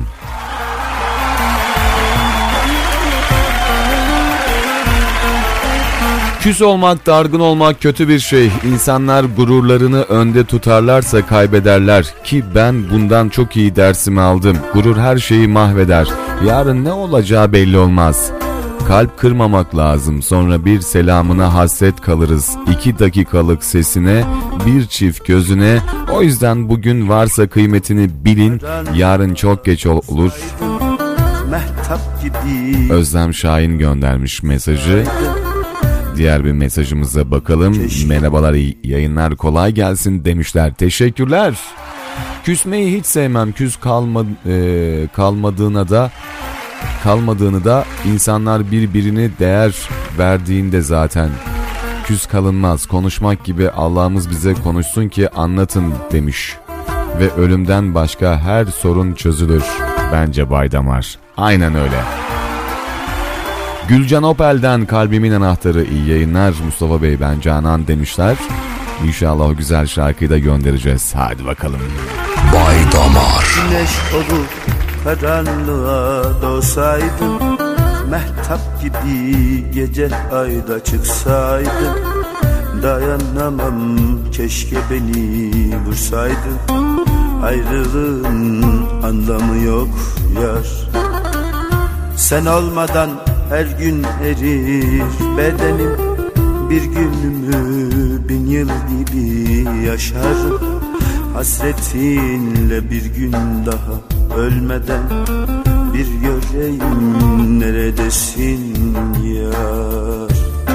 Speaker 1: Küs olmak, dargın olmak kötü bir şey. İnsanlar gururlarını önde tutarlarsa kaybederler. Ki ben bundan çok iyi dersimi aldım. Gurur her şeyi mahveder. Yarın ne olacağı belli olmaz. Kalp kırmamak lazım. Sonra bir selamına hasret kalırız. İki dakikalık sesine, bir çift gözüne. O yüzden bugün varsa kıymetini bilin. Yarın çok geç olur. Özlem Şahin göndermiş mesajı. Diğer bir mesajımıza bakalım. Merhabalar, iyi yayınlar, kolay gelsin demişler. Teşekkürler. Küsmeyi hiç sevmem. Küs kalma, e, kalmadığına da kalmadığını da insanlar birbirine değer verdiğinde zaten küs kalınmaz. Konuşmak gibi Allah'ımız bize konuşsun ki anlatın demiş. Ve ölümden başka her sorun çözülür. Bence Bay Damar. Aynen öyle. Gülcan Opel'den kalbimin anahtarı, iyi yayınlar Mustafa Bey, ben Canan demişler. İnşallah o güzel şarkıyı da göndereceğiz. Hadi bakalım.
Speaker 3: Bay Damar.
Speaker 9: Güneş olup karanlığa doğsaydım, mehtap gibi gece ayda çıksaydım, dayanamam keşke beni vursaydın. Ayrılığın anlamı yok yar. Sen olmadan her gün erir bedenim. Bir günümü bin yıl gibi yaşarım. Hasretinle bir gün daha ölmeden bir göreyim neredesin yar.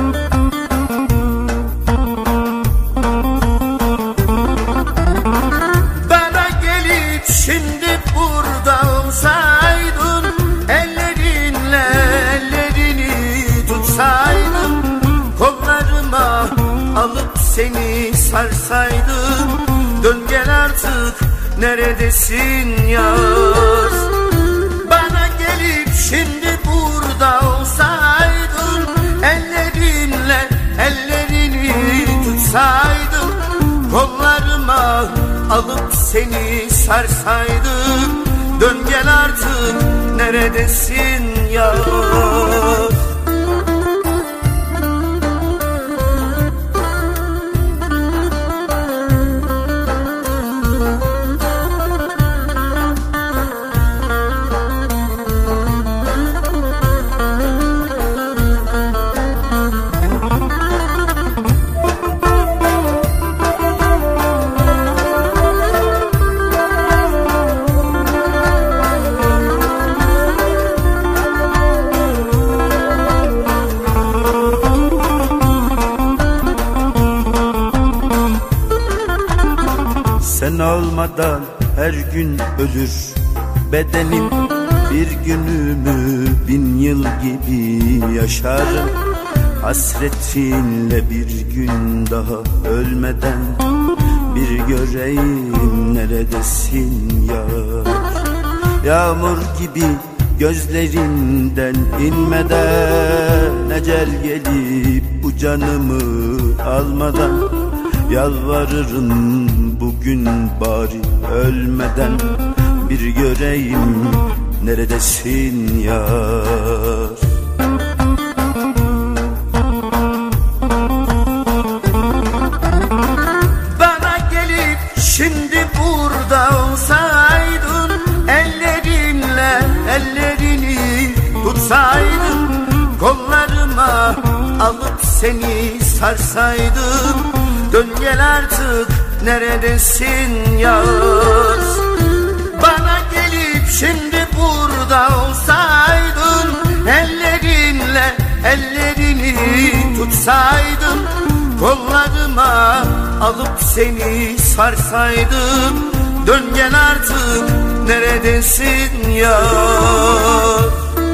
Speaker 9: Bana gelip şimdi burada olsaydın, ellerinle ellerini tutsaydın, kollarıma alıp seni sarsaydım. Dön gel artık, neredesin yar? Bana gelip şimdi burada olsaydın, ellerinle ellerini tutsaydın, kollarıma alıp seni sarsaydım. Dön gel artık, neredesin yar? Sen olmadan her gün ölür bedenim. Bir günümü bin yıl gibi yaşarım. Hasretinle bir gün daha ölmeden bir göreyim neredesin yar. Yağmur gibi gözlerinden inmeden, ecel gelip bu canımı almadan, yalvarırım bugün bari ölmeden bir göreyim neredesin yar. Bana gelip şimdi burada olsaydın, ellerinle ellerini tutsaydın, kollarıma alıp seni sarsaydım. Dön gel artık neredesin yar. Bana gelip şimdi burada olsaydın, ellerinle ellerini tutsaydın, kollarıma alıp seni sarsaydım. Dön gel artık neredesin yar.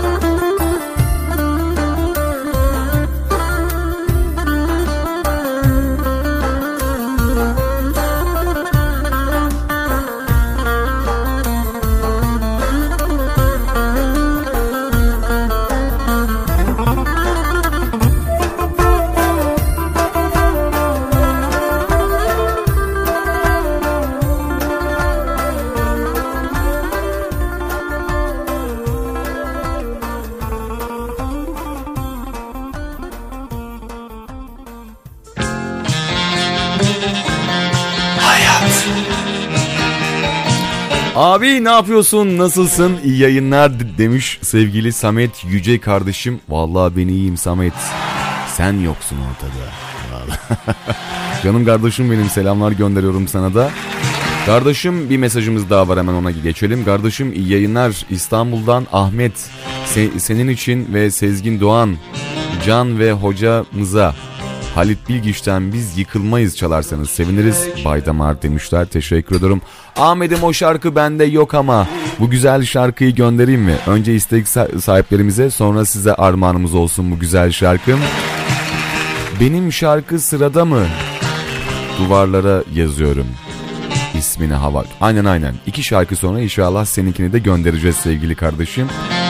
Speaker 1: Abi ne yapıyorsun, nasılsın, iyi yayınlar demiş sevgili Samet Yüce kardeşim. Vallahi ben iyiyim Samet, sen yoksun ortada. Canım kardeşim benim, selamlar gönderiyorum sana da. Kardeşim bir mesajımız daha var, hemen ona geçelim. Kardeşim iyi yayınlar, İstanbul'dan Ahmet. Se- senin için ve Sezgin Doğan, Can ve hocamıza Halit Bilgiç'ten Biz Yıkılmayız çalarsanız seviniriz. Baydamar demişler, teşekkür ederim. Ahmet'im o şarkı bende yok ama bu güzel şarkıyı göndereyim mi? Önce istek sahiplerimize, sonra size armağanımız olsun bu güzel şarkım. Benim şarkı sırada mı? Duvarlara yazıyorum ismini hava. Aynen aynen. İki şarkı sonra inşallah seninkini de göndereceğiz sevgili kardeşim.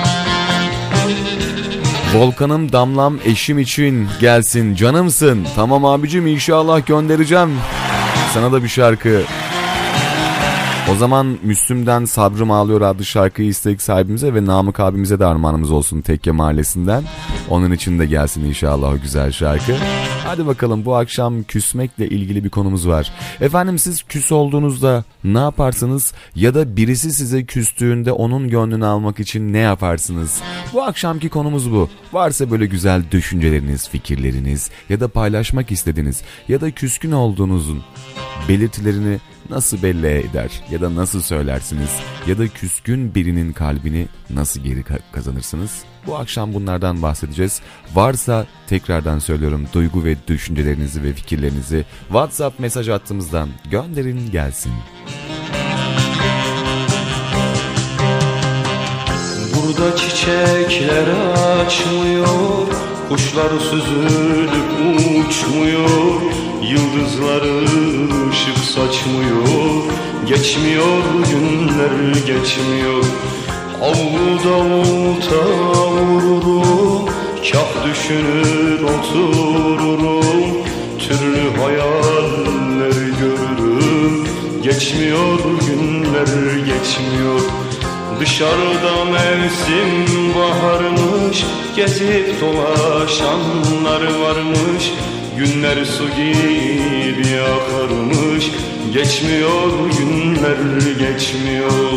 Speaker 1: Volkanım damlam eşim için gelsin canımsın. Tamam abicim, inşallah göndereceğim sana da bir şarkı. O zaman Müslüm'den Sabrım Ağlıyor adlı şarkıyı istek sahibimize ve Namık abimize de armağanımız olsun Tekke Mahallesi'nden. Onun için de gelsin inşallah o güzel şarkı. Hadi bakalım, bu akşam küsmekle ilgili bir konumuz var. Efendim, siz küs olduğunuzda ne yaparsınız? Ya da birisi size küstüğünde onun gönlünü almak için ne yaparsınız? Bu akşamki konumuz bu. Varsa böyle güzel düşünceleriniz, fikirleriniz ya da paylaşmak istediğiniz ya da küskün olduğunuzun belirtilerini nasıl belli eder ya da nasıl söylersiniz ya da küskün birinin kalbini nasıl geri kazanırsınız? Bu akşam bunlardan bahsedeceğiz. Varsa tekrardan söylüyorum, duygu ve düşüncelerinizi ve fikirlerinizi WhatsApp mesaj hattımızdan gönderin gelsin.
Speaker 10: Burada çiçekler açmıyor, kuşlar süzülüp uçmuyor, yıldızları ışık saçmıyor, geçmiyor günler geçmiyor. Avluda olta vururum, kah düşünür otururum, türlü hayaller görürüm, geçmiyor günler geçmiyor. Dışarıda mevsim baharmış, gezip dolaşanlar varmış, günler su gibi akarmış, geçmiyor günler geçmiyor.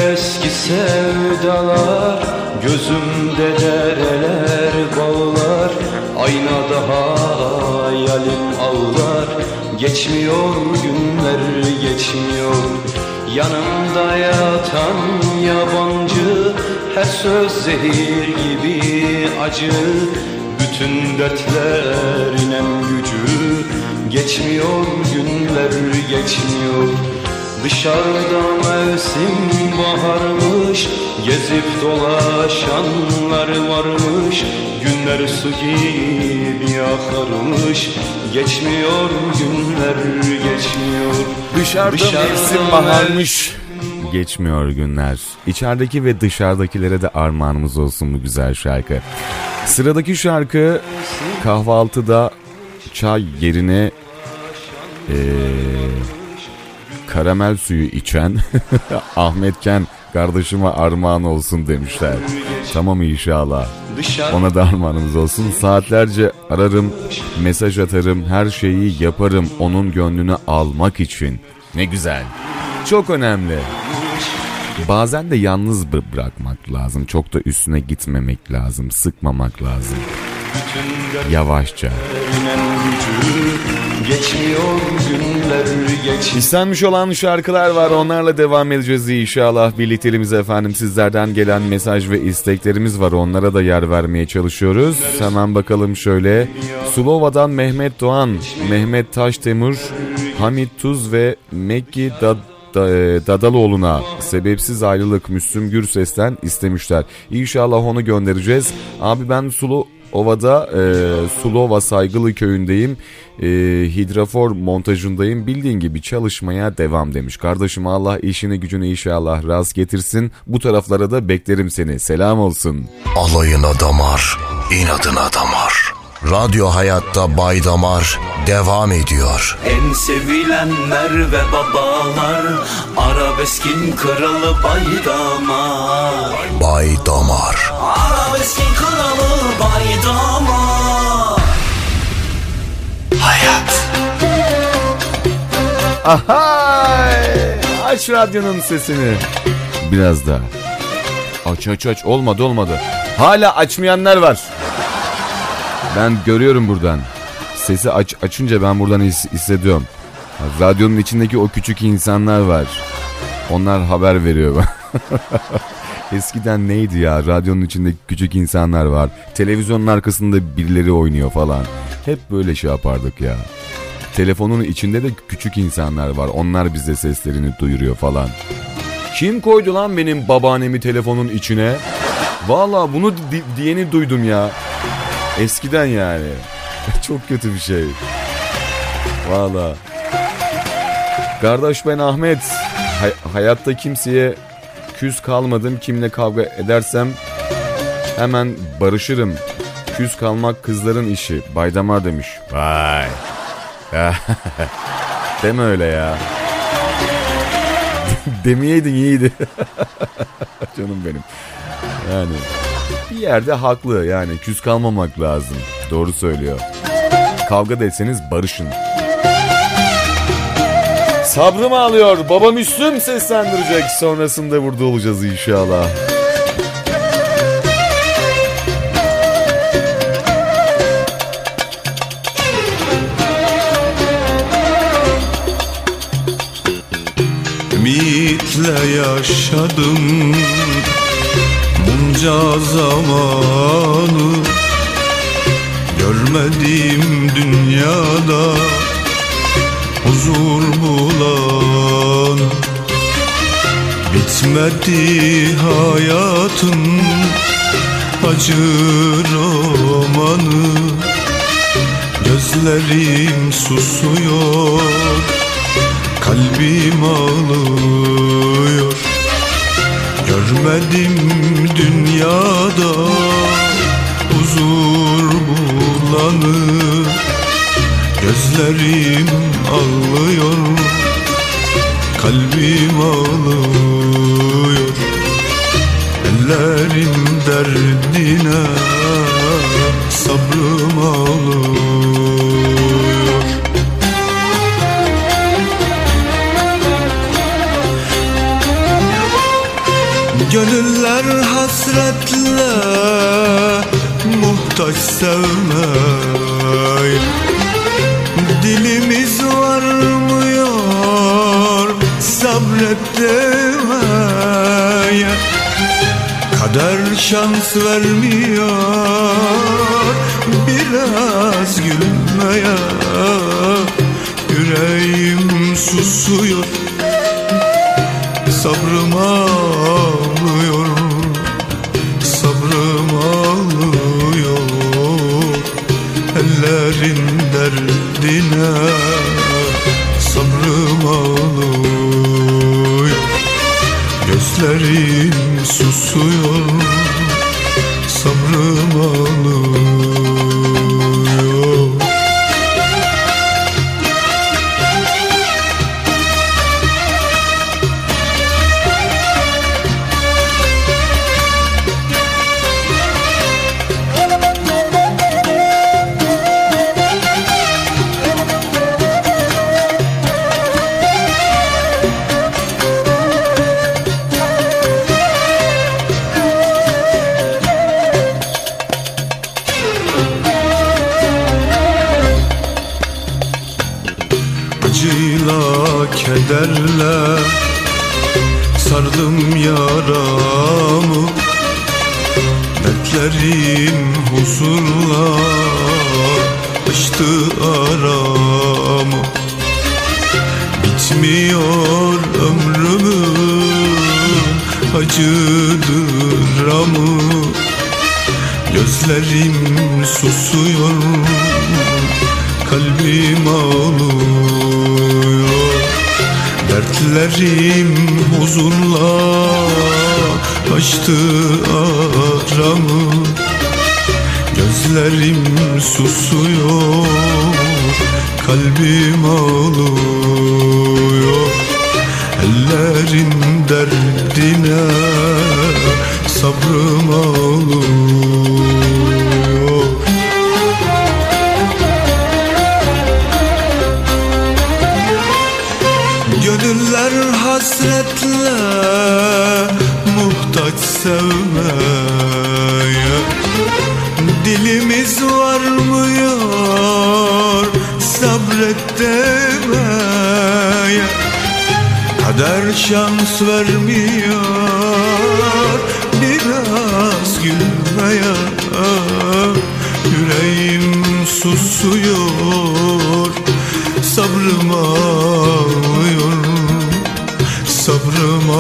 Speaker 10: eski sevdalar, gözümde dereler bağlar, aynada hayalim ağlar. Geçmiyor günler geçmiyor, yanımda yatan yabancı, her söz zehir gibi acı, bütün dertlerin en gücü. Geçmiyor günler geçmiyor, dışarıda mevsim baharmış, gezip dolaşanlar varmış, günler su gibi akarmış. Geçmiyor günler geçmiyor,
Speaker 1: Dışarıda, dışarıda mevsim baharmış, geçmiyor günler. İçerideki ve dışarıdakilere de armağanımız olsun bu güzel şarkı. Sıradaki şarkı kahvaltıda çay yerine ee, karamel suyu içen Ahmet Ken kardeşime armağan olsun demişler. Tamam inşallah. Ona da armağanımız olsun. Saatlerce ararım, mesaj atarım, her şeyi yaparım onun gönlünü almak için. Ne güzel. Çok önemli. Bazen de yalnız bırakmak lazım. Çok da üstüne gitmemek lazım. Sıkmamak lazım. Yavaşça.
Speaker 10: Geçmiyor günler geç.
Speaker 1: İstenmiş olan şarkılar var, onlarla devam edeceğiz inşallah. Birlikteliğimiz efendim, sizlerden gelen mesaj ve isteklerimiz var, onlara da yer vermeye çalışıyoruz. Hemen bakalım şöyle. Sulova'dan Mehmet Doğan, Mehmet Taştemur, Hamit Tuz ve Mekki Dad Dadaloğlu'na sebepsiz ayrılık Müslüm Gürses'ten istemişler. İnşallah onu göndereceğiz. Abi ben Sulu Ova'da e, Sulova Saygılı Köyü'ndeyim, e, hidrofor montajındayım, bildiğin gibi çalışmaya devam demiş. Kardeşim Allah işini gücünü inşallah rast getirsin, bu taraflara da beklerim seni, selam olsun.
Speaker 3: Alayına damar, inadına damar. Radyo Hayat'ta Bay Damar devam ediyor.
Speaker 8: En sevilenler ve babalar, arabeskin kralı Bay Damar.
Speaker 3: Bay Damar.
Speaker 8: Arabeskin kralı Bay Damar. Hayat.
Speaker 1: Ahay! Aç radyonun sesini. Biraz daha. Aç aç aç, olmadı olmadı. Hala açmayanlar var. Ben görüyorum buradan. Sesi aç, açınca ben buradan his, hissediyorum. Radyonun içindeki o küçük insanlar var. Onlar haber veriyor. Eskiden neydi ya? Radyonun içindeki küçük insanlar var. Televizyonun arkasında birileri oynuyor falan. Hep böyle şey yapardık ya. Telefonun içinde de küçük insanlar var. Onlar bize seslerini duyuruyor falan. Kim koydu lan benim babaannemi telefonun içine? Vallahi bunu di- diyeni duydum ya. Eskiden yani. Çok kötü bir şey. Vallahi. Kardeş ben Ahmet. Hay- hayatta kimseye küs kalmadım. Kimle kavga edersem hemen barışırım. Küs kalmak kızların işi. Bay Damar demiş. Vay. Deme öyle ya. Demeyeydin iyiydi. Canım benim. Yani bir yerde haklı, yani küs kalmamak lazım. Doğru söylüyor. Kavga da etseniz barışın. Sabrım ağlıyor. Baba Müslüm seslendirecek. Sonrasında burada olacağız inşallah.
Speaker 2: Ümitle yaşadım bunca zamanı, görmedim dünyada huzur bulan. Bitmedi hayatın acı romanı, gözlerim susuyor, kalbim ağlıyor. Görmedim dünyada huzur bulanı, gözlerim ağlıyor, kalbim ağlıyor. Ellerim derdine, sabrım ağlıyor. Gönüller hasretle muhtaç sevmeye. Dilimiz varmıyor sabret demeye. Kader şans vermiyor biraz gülmeye. Yüreğim susuyor, sabrım ağlıyor, sabrım ağlıyor. Ellerin derdine sabrım ağlıyor. Gözlerim susuyor, sabrım ağlıyor. Kederle sardım yaramı, dertlerim huzurla açtı aramı. Bitmiyor ömrümün acı dramı. Gözlerim susuyor, kalbim ağlıyor. Dertlerim huzurla açtı aramı. Gözlerim susuyor, kalbim ağlıyor. Ellerin derdine sabrım ağlıyor. Gönüller hasretle muhtaç sevmeye. Dilimiz varmıyor sabret demeye. Kader şans vermiyor biraz gülmeye. Yüreğim susuyor, sabrım ağlıyor, sabrım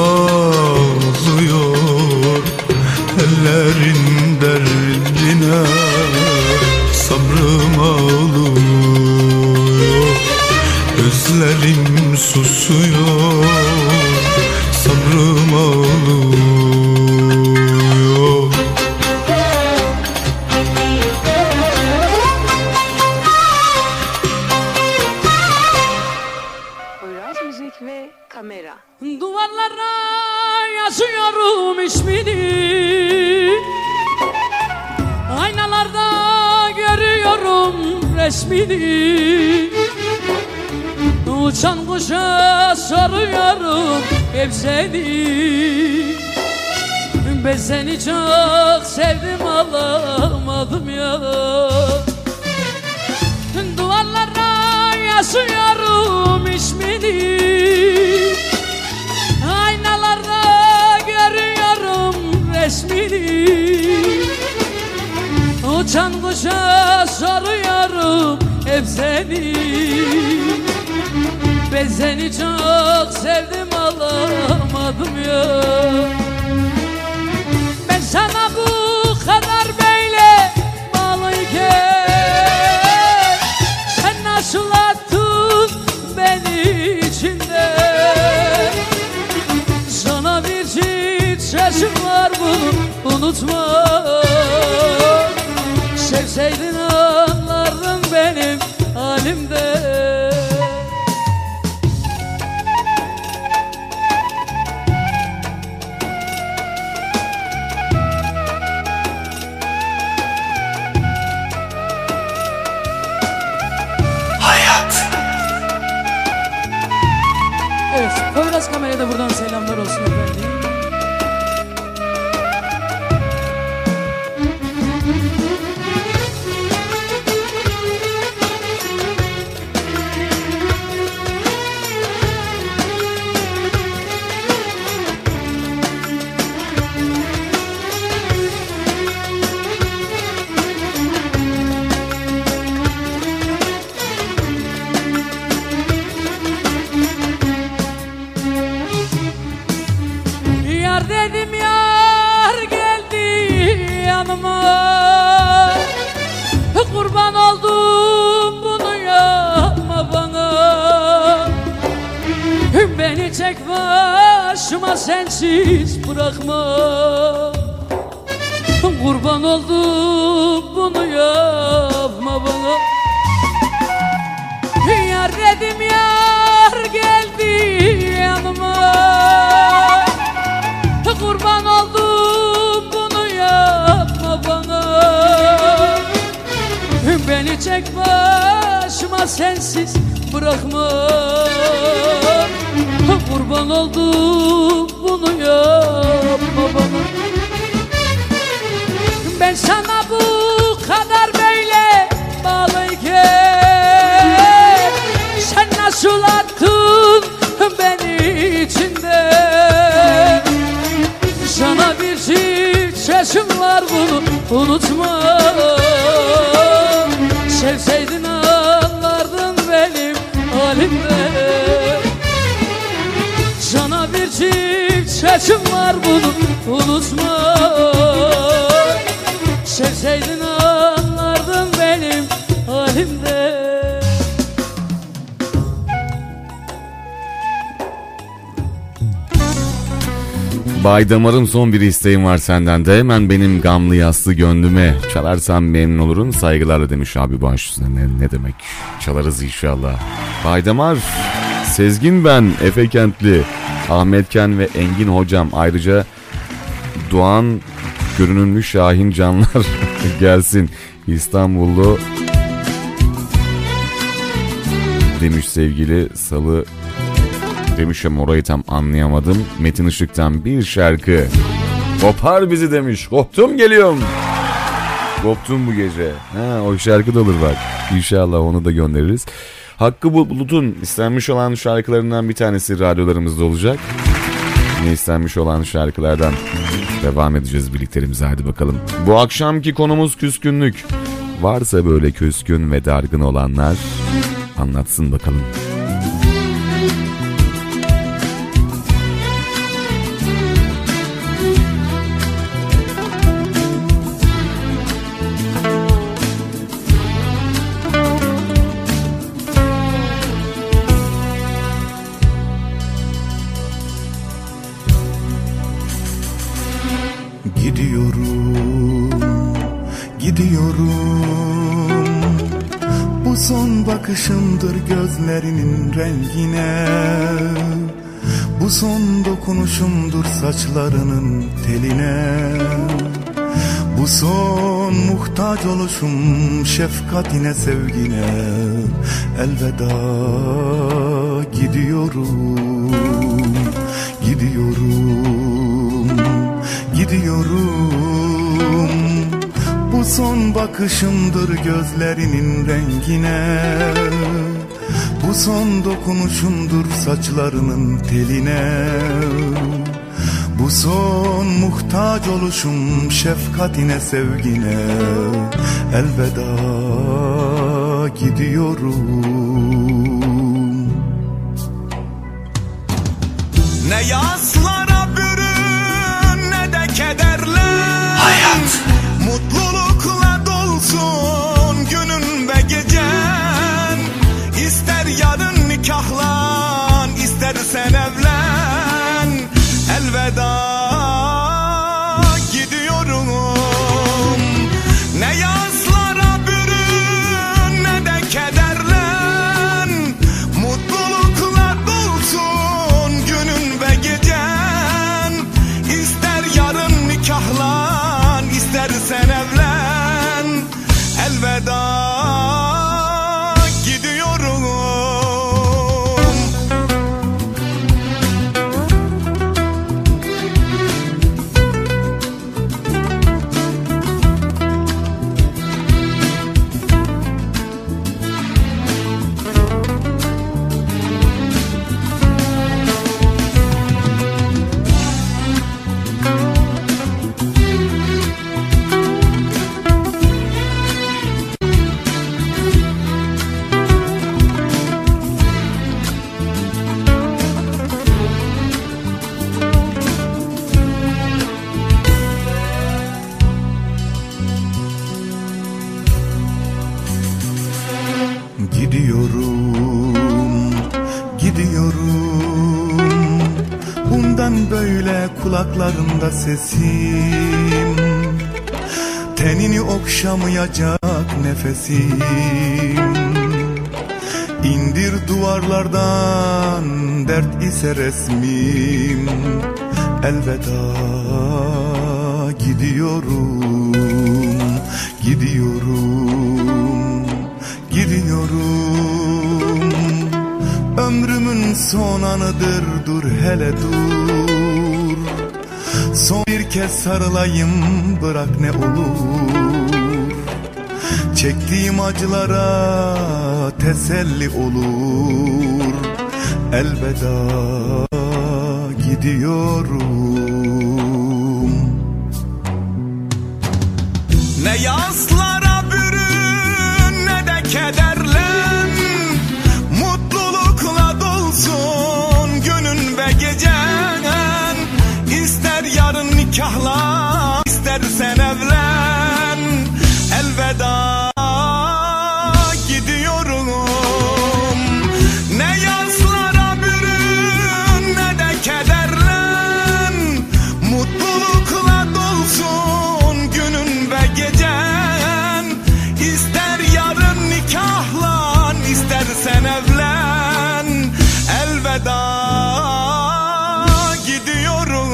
Speaker 2: ağlıyor. Ellerin derdine sabrım ağlıyor. Gözlerim susuyor, sabrım ağlıyor.
Speaker 11: Ve kamera.
Speaker 4: Duvarlara yazıyorum ismini, aynalarda görüyorum resmini. Uçan kuşa soruyorum hep seni. Ben seni çok sevdim alamadım ya. Duvarlara yazıyorum ismini, aynalarda görüyorum resmini. Uçan kuşa soruyorum hep seni. Ben seni çok sevdim alamadım ya. Ben sana bu kadar böyle bağlıyken sen nasıl attın beni içinde? Sana bir çift sözüm var bunu unutma. Sevseydin anlardın benim halimde.
Speaker 6: Evet, Poyraz Kamera'da buradan selamlar olsun efendim.
Speaker 4: yanıma. Kurban oldum bunu yapma bana. Beni tek başıma sensiz bırakma. Kurban oldum bunu yapma bana. Yar dedim yar geldi yanıma. Kurban oldum bunu yapma bana. Beni tek başıma sensiz bırakma. Kurban oldum bunu yapma bana. Ben sana bu kadar böyle bağlıyken sen nasıl attın beni içinden? Sana bir çift sözüm var bunu unutma. Sevseydin anlardın benim halimden. Sana bir çift sözüm var bunu unutma. Sevseydin anlardın benim halimden.
Speaker 1: Bay Damar'ım, son bir isteğim var senden de. Hemen benim gamlı yaslı gönlüme çalarsan memnun olurum. Saygılarla demiş abi baş üstüne. Ne, ne demek? Çalarız inşallah. Bay Damar, Sezgin ben, Efe Kentli, Ahmet Ken ve Engin hocam. Ayrıca Doğan görünümlü Şahin canlar gelsin. İstanbullu demiş sevgili Salı. Demiş ama orayı tam anlayamadım. Metin Işık'tan bir şarkı. Kopar bizi demiş. Koptum geliyorum. Koptum bu gece. Ha, o şarkı da olur bak. İnşallah onu da göndeririz. Hakkı Bulut'un istenmiş olan şarkılarından bir tanesi radyolarımızda olacak. Yine istenmiş olan şarkılardan devam edeceğiz birliklerimize. Hadi bakalım. Bu akşamki konumuz küskünlük. Varsa böyle küskün ve dargın olanlar anlatsın bakalım.
Speaker 2: Bakışımdır gözlerinin rengine, bu son dokunuşumdur saçlarının teline, bu son muhtaç oluşum şefkatine sevgine. Elveda gidiyorum, gidiyorum, gidiyorum. Bu son bakışımdır gözlerinin rengine, bu son dokunuşumdur saçlarının teline, bu son muhtaç oluşum şefkatine sevgine. Elveda gidiyorum. Ne yaslara bürün ne de kederler. Hayat mutlulukla dolsun günün ve gecen. İster yarın nikahlan, istersen evlen. Elveda gidiyorum. Ne yazlara bürün ne de kederlen. Mutlulukla dolsun günün ve gecen. İster yarın nikahlan, İstersen evlen. Elveda gidiyorum. gidiyorum, gidiyorum. Bundan böyle kulaklarında sesim, tenini okşamayacak nefesim. İndir duvarlardan dert ise resmim. Elveda gidiyorum, gidiyorum, gidiyorum. Ömrümün son anıdır, dur hele dur. Son bir kez sarılayım, bırak ne olur. Çektiğim acılara teselli olur. Elveda gidiyorum. Ne yaslara bürün ne de kederlen, mutlulukla dolsun günün ve gecen. İster yarın nikahlan, istersen evlen. Elveda gidiyorum. Ne yazlara bürün ne de kederlen, mutlulukla dolsun günün ve gecen. İster yarın nikahlan, istersen evlen. Elveda gidiyorum.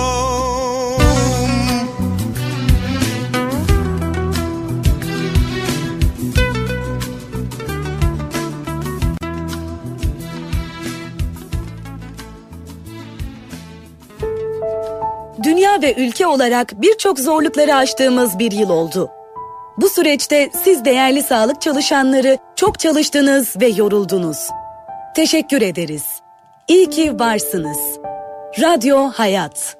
Speaker 5: Dünya ve ülke olarak birçok zorlukları aştığımız bir yıl oldu. Bu süreçte siz değerli sağlık çalışanları çok çalıştınız ve yoruldunuz. Teşekkür ederiz. İyi ki varsınız. Radyo Hayat.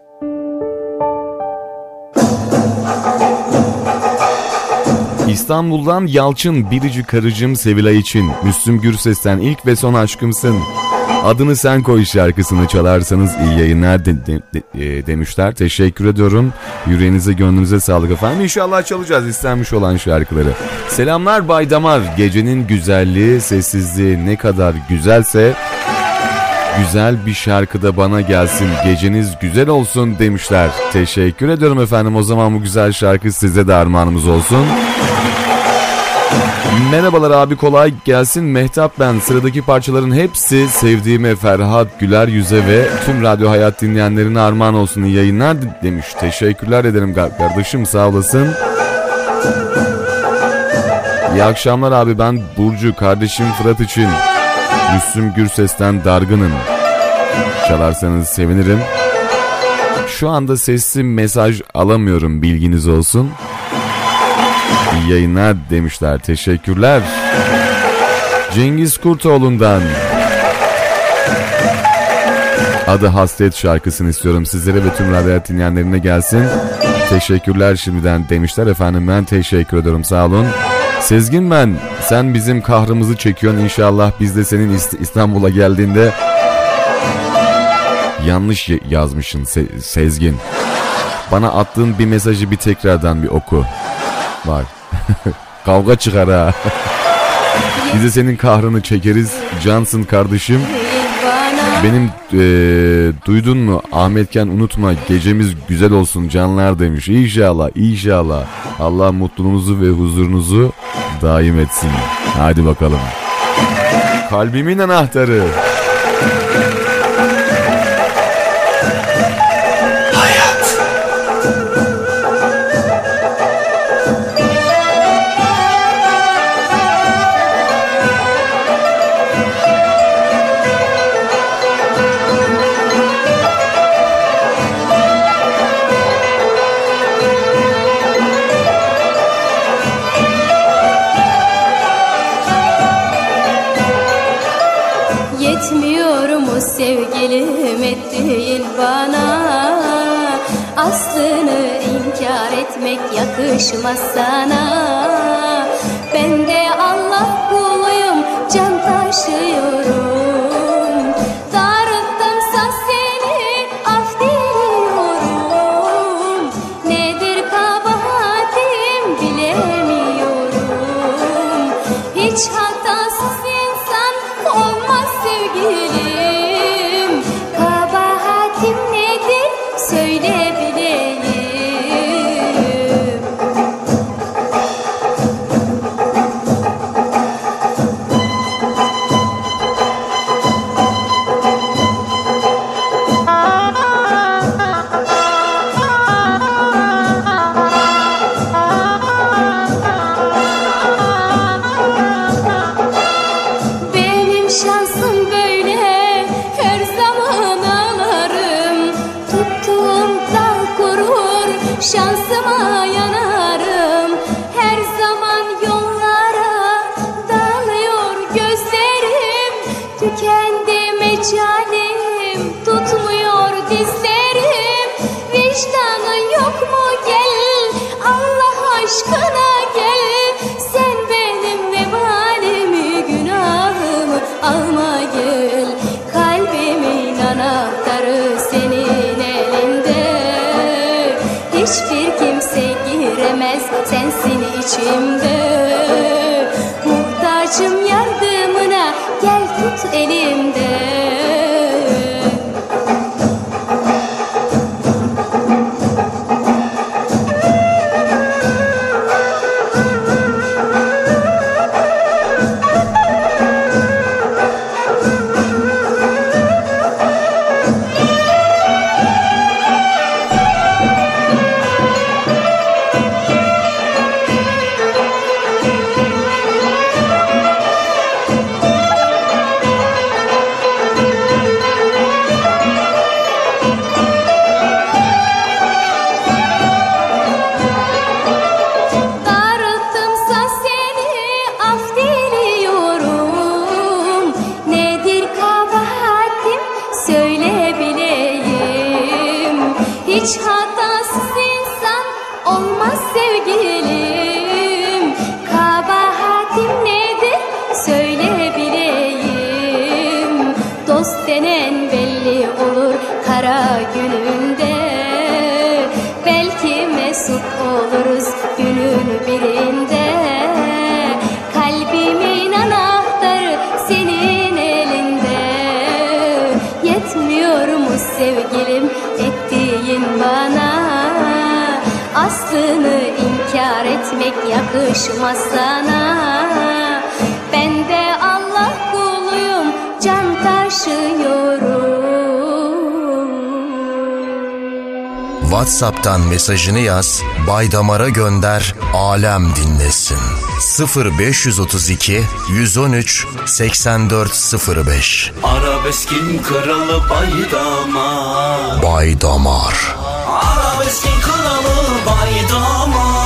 Speaker 1: İstanbul'dan Yalçın Birici karıcığım Sevilay için Müslüm Gürses'ten ilk ve son aşkımsın. Adını sen koy şarkısını çalarsanız iyi yayınlar de, de, de, e, demişler. Teşekkür ediyorum. Yüreğinize gönlünüze sağlık efendim. İnşallah çalacağız istenmiş olan şarkıları. Selamlar Bay Damar. Gecenin güzelliği, sessizliği ne kadar güzelse güzel bir şarkıda bana gelsin. Geceniz güzel olsun demişler. Teşekkür ediyorum efendim. O zaman bu güzel şarkı size de armağanımız olsun. Merhabalar abi, kolay gelsin. Mehtap ben. Sıradaki parçaların hepsi sevdiğime Ferhat Güler Yüze ve tüm Radyo Hayat dinleyenlerine armağan olsun. İyi yayınlar demiş. Teşekkürler ederim kardeşim, sağ olasın. İyi akşamlar abi, ben Burcu, kardeşim Fırat için Müslüm Gürses'ten Dargınım çalarsanız sevinirim. Şu anda sesli mesaj alamıyorum, bilginiz olsun. İyi yayınlar demişler. Teşekkürler. Cengiz Kurtoğlu'ndan Adı Hasret şarkısını istiyorum sizlere ve tüm radyo dinleyenlerine gelsin. Teşekkürler şimdiden demişler efendim, ben teşekkür ederim, sağ olun. Sezgin ben, sen bizim kahrımızı çekiyorsun, inşallah biz de senin İstanbul'a geldiğinde. Yanlış yazmışsın Se- Sezgin. Bana attığın bir mesajı bir tekrardan bir oku. Bak kavga çıkar ha. Biz de senin kahrını çekeriz, cansın kardeşim. Benim e, duydun mu Ahmetken, unutma gecemiz güzel olsun canlar demiş. İnşallah inşallah Allah mutluluğunuzu ve huzurunuzu daim etsin. Hadi bakalım. Kalbimin anahtarı.
Speaker 12: Sevgilim ettiğin bana, aslını inkar etmek yakışmaz sana. Ben de Allah kuluyum, can taşıyorum. Darılttımsa seni af diliyorum. Nedir kabahatim bilemiyorum. Hiç hatasız insan tükendi mecalim, tutmuyor dizlerim. Vicdanın yok mu gel, Allah aşkına gel. Sen benim vebalimi, günahımı alma gel. Kalbimin anahtarı senin elinde. Hiçbir kimse giremez, sensin içimde. Muhtacım yardımına, gel tut elimde. Hiç hatasız insan olmaz sevgilim. Kabahatim nedir söyle bileyim. Dost denen belli olur kara gününde. Belki mesut oluruz günün birinde. Kalbimin anahtarı senin elinde. Yetmiyor mu sevgilim ettiğin bana? Aslını inkar etmek yakışmaz sana. Ben de Allah kuluyum, can taşıyorum.
Speaker 3: WhatsApp'tan mesajını yaz, Baydamar'a gönder, alem dinlesin. sıfır beş otuz iki yüz on üç seksen dört sıfır beş.
Speaker 8: Arabeskin kralı Baydamar.
Speaker 3: Baydamar.
Speaker 8: Arabeskin kralı Baydamar.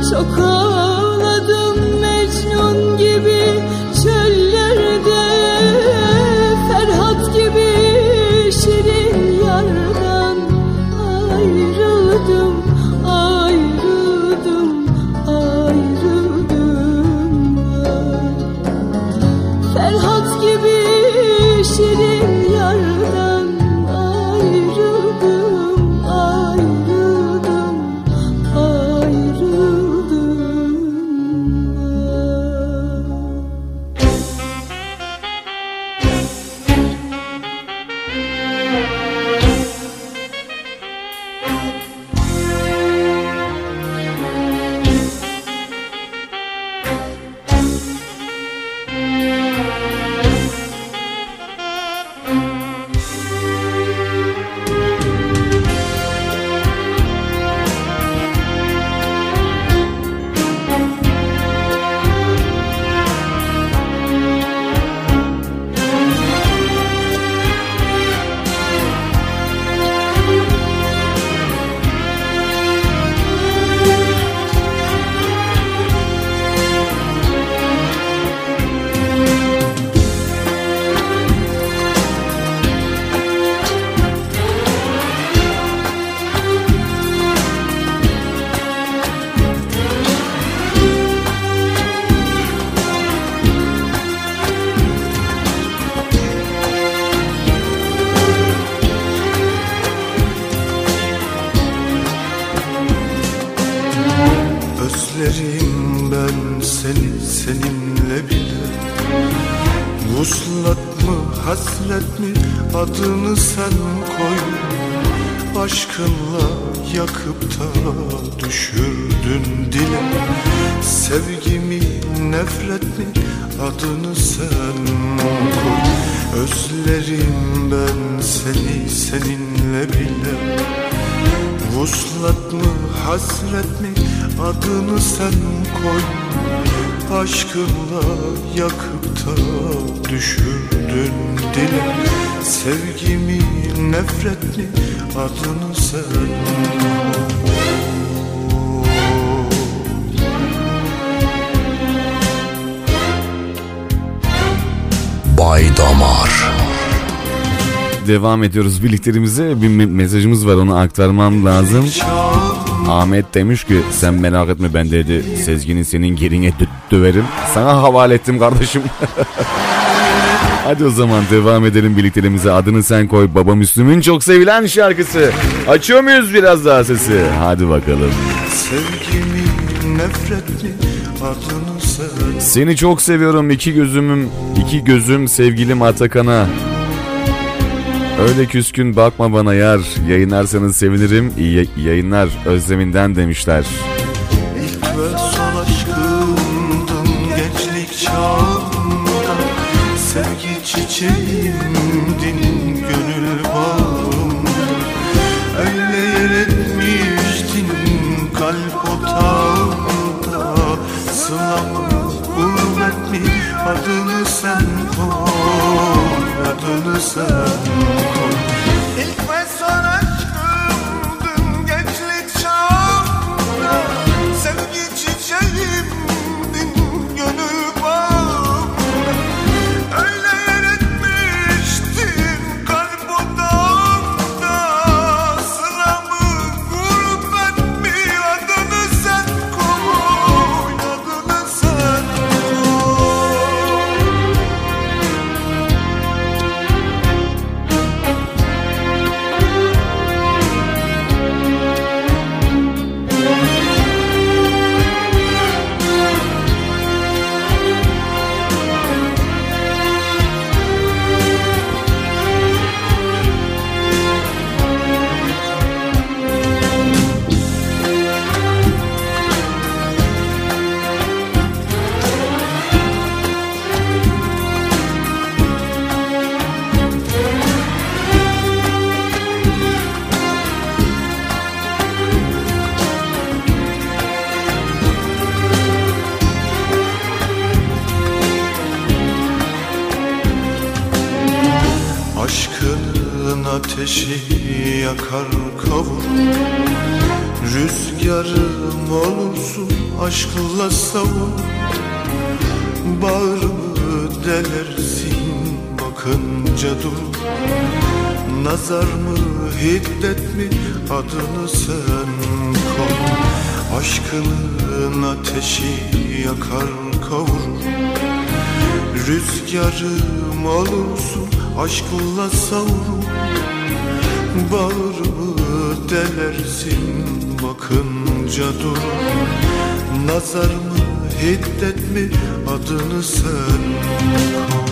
Speaker 13: Çok ağladım Mecnun gibi çöllerde, Ferhat gibi şirin yardan ayrıldım, ayrıldım, ayrıldım ben. Ferhat gibi şirin yardan ayrıldım, ayrıldım, ayrıldım
Speaker 2: Özlerim ben seni seninle bile. Vuslat mı hasret mi adını sen koy. Aşkınla yakıp da düşürdün dile. Sevgimi nefret mi adını sen koy. Özlerim ben seni seninle bile. Vuslat mı hasret mi adını sen koy. Aşkınla yakıp da düşürdün dile. Sevgimi nefret mi adını sen koy.
Speaker 3: Baydamar.
Speaker 1: Devam ediyoruz birliklerimize. Bir me- mesajımız var, onu aktarmam lazım. Ahmet demiş ki sen merak etme, ben dedi Sezgin'in senin gerine dö- döverim. Sana havale ettim kardeşim. Hadi o zaman devam edelim birliklerimize. Adını sen koy, Baba Müslüm'ün çok sevilen şarkısı. Açıyor muyuz biraz daha sesi? Hadi bakalım.
Speaker 2: Sevgimi nefret mi adını sen.
Speaker 1: Seni çok seviyorum iki gözümüm, iki gözüm sevgilim Atakan'a. Öyle küskün bakma bana yar, yayınlarsanız sevinirim, iyi yayınlar Özleminden demişler.
Speaker 2: İlk ve son aşkımdın gençlik çağımda. Sevgi çiçeğimdin gönül bağımda. Öyle yer etmiştin kalp otağımda. Sılamı gurbet mi adını sen koy, adını sen koy. İlk ve son aşkımdın gençlik çağımda. Sevgi çiçeğimdin gönül bağımda. Öyle yer etmiştin kalp odağımda. Sıramı gurbet mi adını sen koy, adını sen koy. Aşkın ateşi yakar kavur. Rüzgarım olursun aşkla savur, bağrımı delersin bakınca dur. Nazar mı hiddet mi adını sen koy, aşkının ateşi yakar kavurur. Rüzgarım olursun aşkla savur, bağrımı delersin bakınca dur. Nazar mı hiddet mi adını sen koy.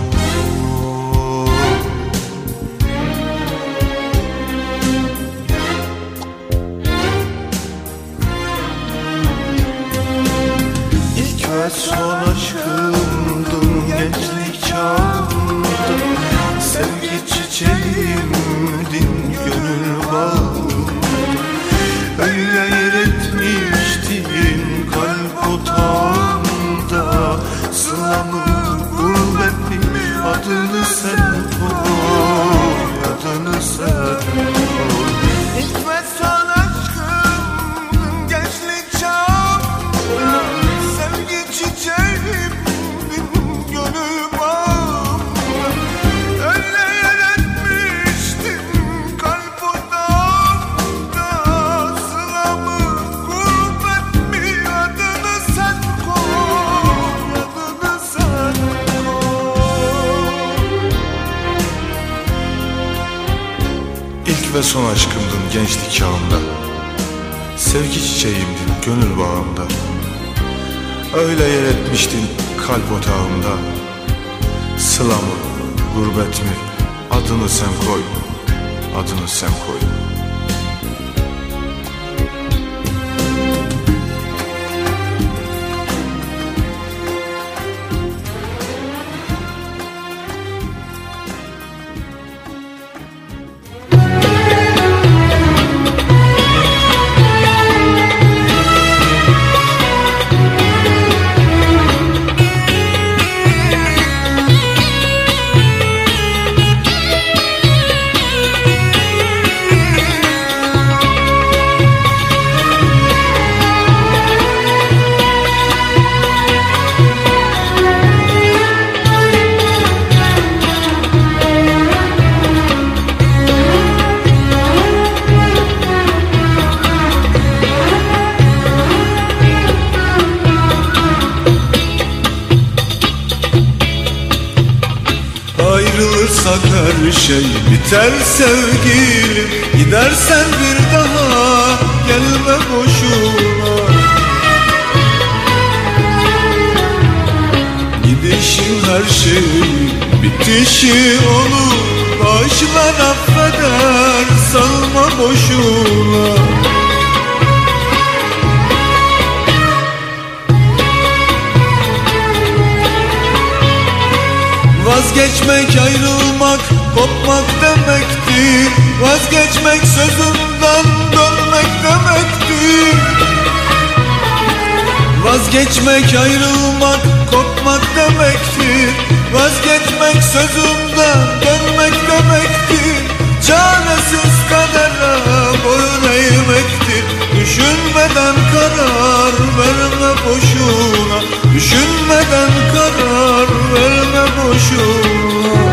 Speaker 2: İlk ve son aşkımdın gençlik çağımda, sevgi çiçeğimdin gönül bağımda. Öyle yer etmiştin kalp otağımda, sılamı gurbetli adını sen koy, adını sen koy. İlk ve son aşkımdın gençlik çağımda, sevgi çiçeğimdin gönül bağımda. Öyle yer etmiştin kalp odamda, sılamı gurbet mi adını sen koy, adını sen koy. İlk ve son aşkımdın gençlik çağımda, sevgi çiçeğimdin gönül bağımda. Öyle yer etmiştin kalp otağımda, sıla mı gurbet mi adını sen koy, adını sen koy. Ayrılırsak her şey biter sevgilim, gidersen bir daha gelme boşuna. Gidişin her şey bitişi olur, bağışlar affeder salma boşuna. Vazgeçmek ayrılmak, kopmak demektir. Vazgeçmek sözünden dönmek demektir. Vazgeçmek ayrılmak, kopmak demektir. Vazgeçmek sözünden dönmek demektir. Çaresiz kadere boyun eğmektir. Düşünmeden karar verme boşuna. Düşünmeden karar verme boşuna.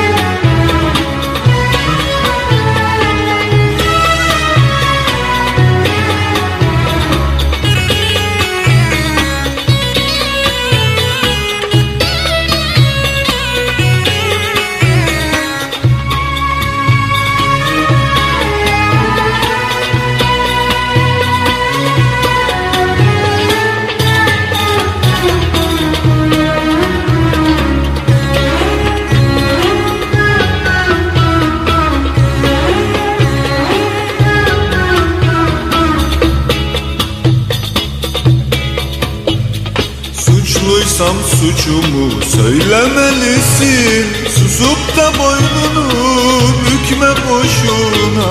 Speaker 2: Suçluysam suçumu söylemelisin. Susup da boynunu bükme boşuna.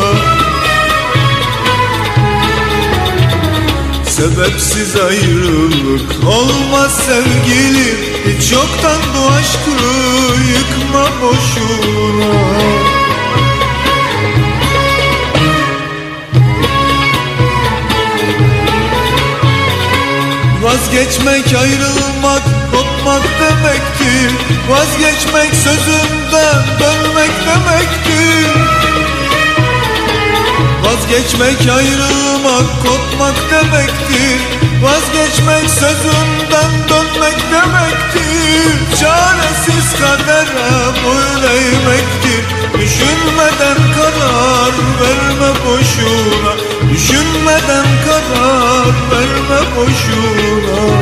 Speaker 2: Sebepsiz ayrılık olmaz sevgilim. Hiç yoktan bu aşkı yıkma boşuna. Vazgeçmek ayrılmak, kopmak demektir. Vazgeçmek sözümden dönmek demektir. Vazgeçmek ayrılmak, kopmak demektir. Vazgeçmek sözümden dönmek demektir. Çaresiz kadere boyun eğmektir. Düşünmeden karar verme boşuna. Düşünmeden karar verme boşuna.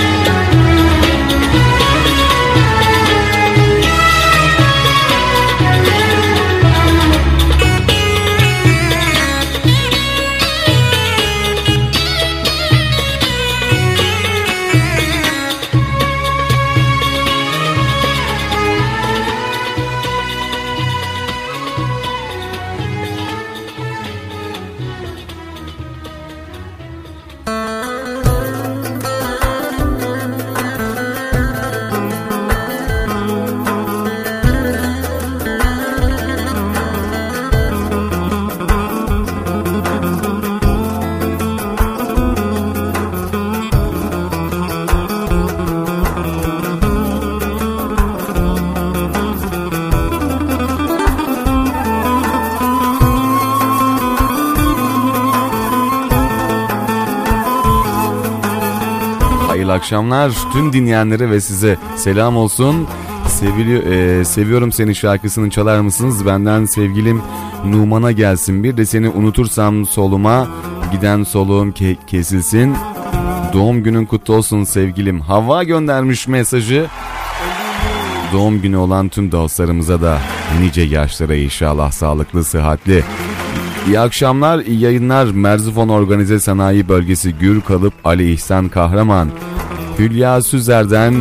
Speaker 1: Akşamlar tüm dinleyenlere ve size selam olsun. Sevili, e, seviyorum seni şarkısını çalar mısınız? Benden sevgilim Numan'a gelsin. Bir de seni unutursam soluma giden soluğum ke- kesilsin. Doğum günün kutlu olsun sevgilim. Havva göndermiş mesajı. Doğum günü olan tüm dostlarımıza da nice yaşlara inşallah sağlıklı, sıhhatli. İyi akşamlar, iyi yayınlar. Merzifon Organize Sanayi Bölgesi Gür Kalıp Ali İhsan Kahraman. Hülya Süzer'den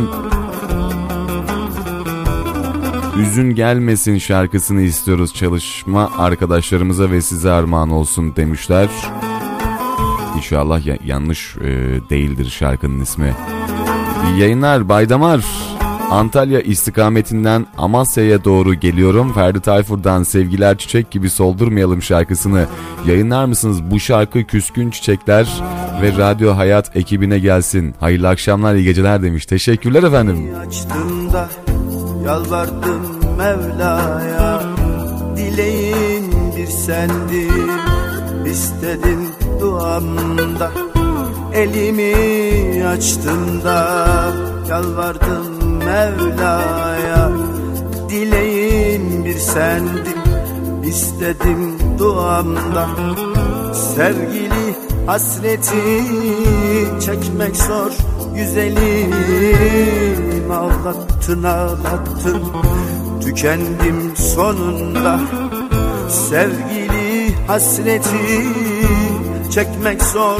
Speaker 1: Üzün Gelmesin şarkısını istiyoruz, çalışma arkadaşlarımıza ve size armağan olsun demişler. İnşallah ya- yanlış e, değildir şarkının ismi. İyi yayınlar Baydamar. Antalya istikametinden Amasya'ya doğru geliyorum. Ferdi Tayfur'dan Sevgiler Çiçek Gibi Soldurmayalım şarkısını yayınlar mısınız? Bu şarkı Küskün Çiçekler ve Radyo Hayat ekibine gelsin. Hayırlı akşamlar, iyi geceler demiş. Teşekkürler efendim.
Speaker 2: Açtığımda yalvardım Mevla'ya, dileğin bir sendin, istedin duamda. Elimi açtığımda yalvardım Mevla'ya, dileğin bir sendin, istedim duamda. Sevgili hasreti çekmek zor güzelim, ağlattın ağlattın tükendim sonunda. Sevgili hasreti çekmek zor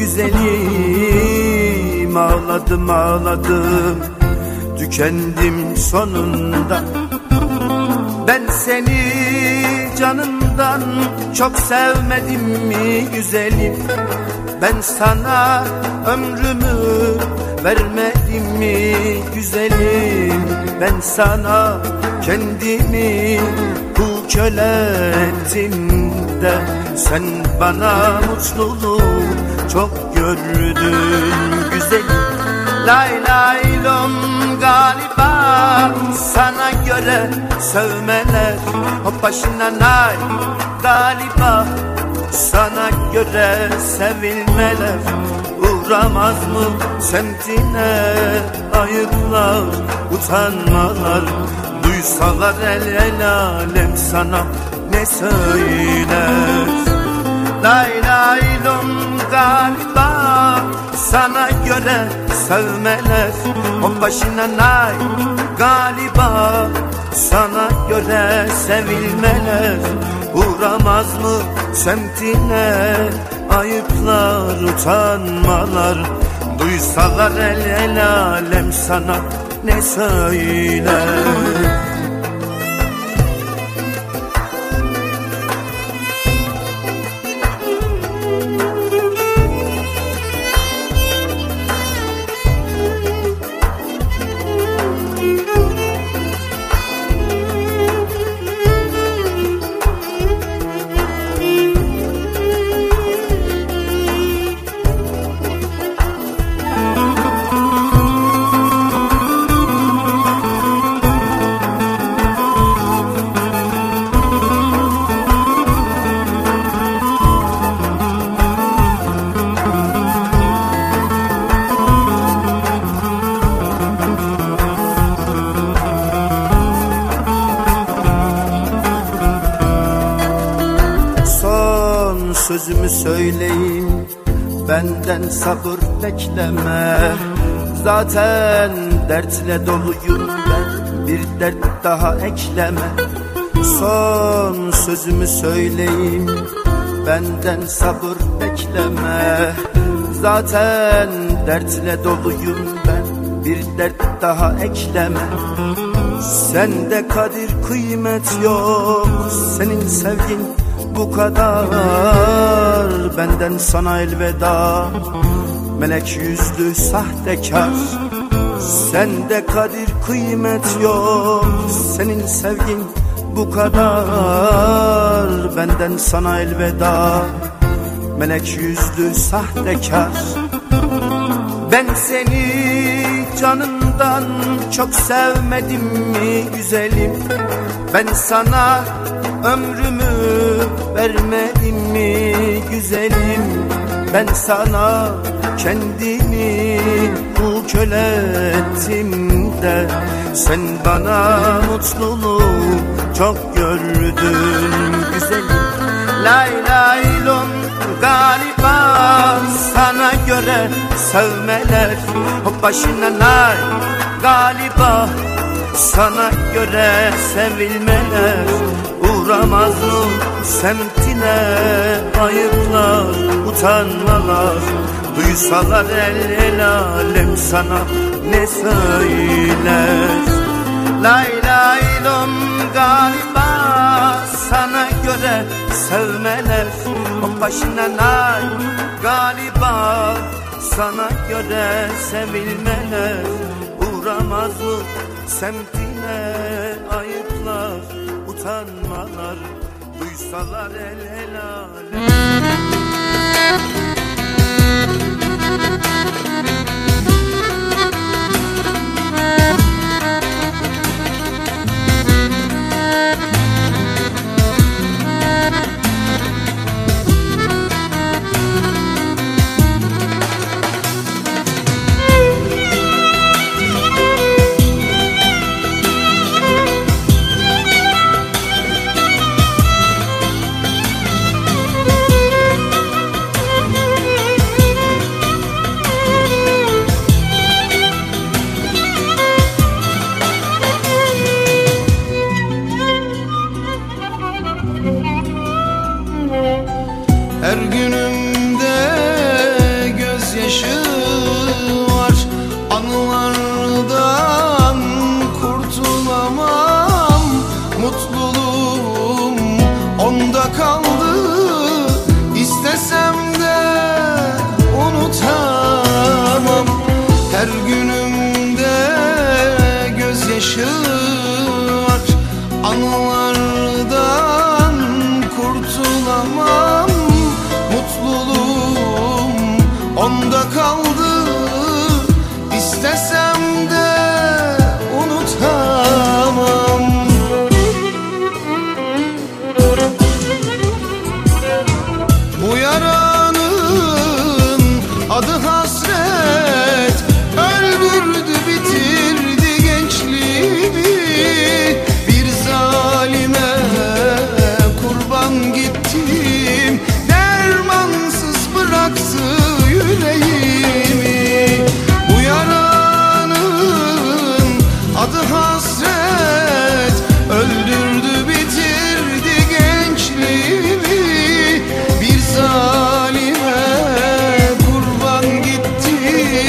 Speaker 2: güzelim, ağladım ağladım tükendim sonunda. Ben seni canımdan çok sevmedim mi güzelim? Ben sana ömrümü vermedim mi güzelim? Ben sana kendimi bu köle ettim de sen bana mutluluğu çok gördün güzelim. Lay lay lom galiba sana göre sevmeler, o başına nay galiba sana göre sevilmeler. Uğramaz mı semtine ayıplar, utanmalar? Duysalar el el alem sana ne söyler? Lay lay lom galiba sana göre sevmeler, o başına nay galiba sana göre sevilmeler. Uğramaz mı semtine ayıplar, utanmalar? Duysalar el el alem sana ne söyler?
Speaker 9: söyleyeyim, benden sabır bekleme. Zaten dertle doluyum ben, bir dert daha ekleme. Son sözümü söyleyeyim, benden sabır bekleme. Zaten dertle doluyum ben, bir dert daha ekleme. Sende kadir kıymet yok, senin sevgin bu kadar. Benden sana elveda, melek yüzlü sahtekar. Sende kadir kıymet yok, senin sevgin bu kadar. Benden sana elveda, melek yüzlü sahtekar. Ben seni canımdan çok sevmedim mi güzelim? Ben sana ömrümü vermedim mi güzelim? Ben sana kendimi kul köle ettim de sen bana mutluluğu çok gördün güzelim. Lay lay lom, galiba sana göre sevmeler hop başına lay. Galiba sana göre sevilmeler uğramaz mı semtine? Ayıplar, utanmalar, duysalar el el alem sana ne söyler? Lay lay lom, galiba sana göre sevmeler o başına lay. Galiba sana göre sevilmeler uğramaz mı semtine? Ayıplar, utanmalar, duysalar el el alem.
Speaker 10: Her günümde gözyaşı var, anılardan kurtulamam. Mutluluğum onda kaldı, istesem de unutamam. Her günümde gözyaşı var, anılardan kurtulamam. Mutluluğum onda kaldı, istesem de unutamam. Bu yaranın adı hasret, öldürdü bitirdi gençliğimi. Bir zalime kurban gittim, bıraktı yüreğimi. Bu yaranın adı hasret, öldürdü bitirdi gençliğimi. Bir zalime kurban gittim,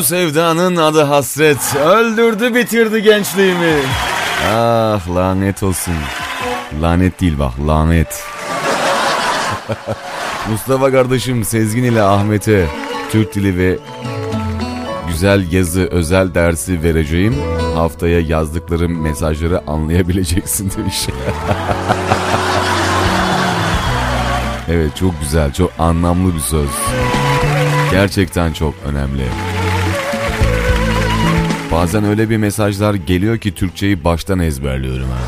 Speaker 1: sevdanın adı hasret. Öldürdü bitirdi gençliğimi. Ah lanet olsun. Lanet değil bak, lanet. Mustafa kardeşim Sezgin ile Ahmet'e Türk dili ve güzel yazı özel dersi vereceğim. Haftaya yazdıklarım mesajları anlayabileceksin demiş. Evet, çok güzel, çok anlamlı bir söz. Gerçekten çok önemli. Bazen öyle bir mesajlar geliyor ki Türkçeyi baştan ezberliyorum ha.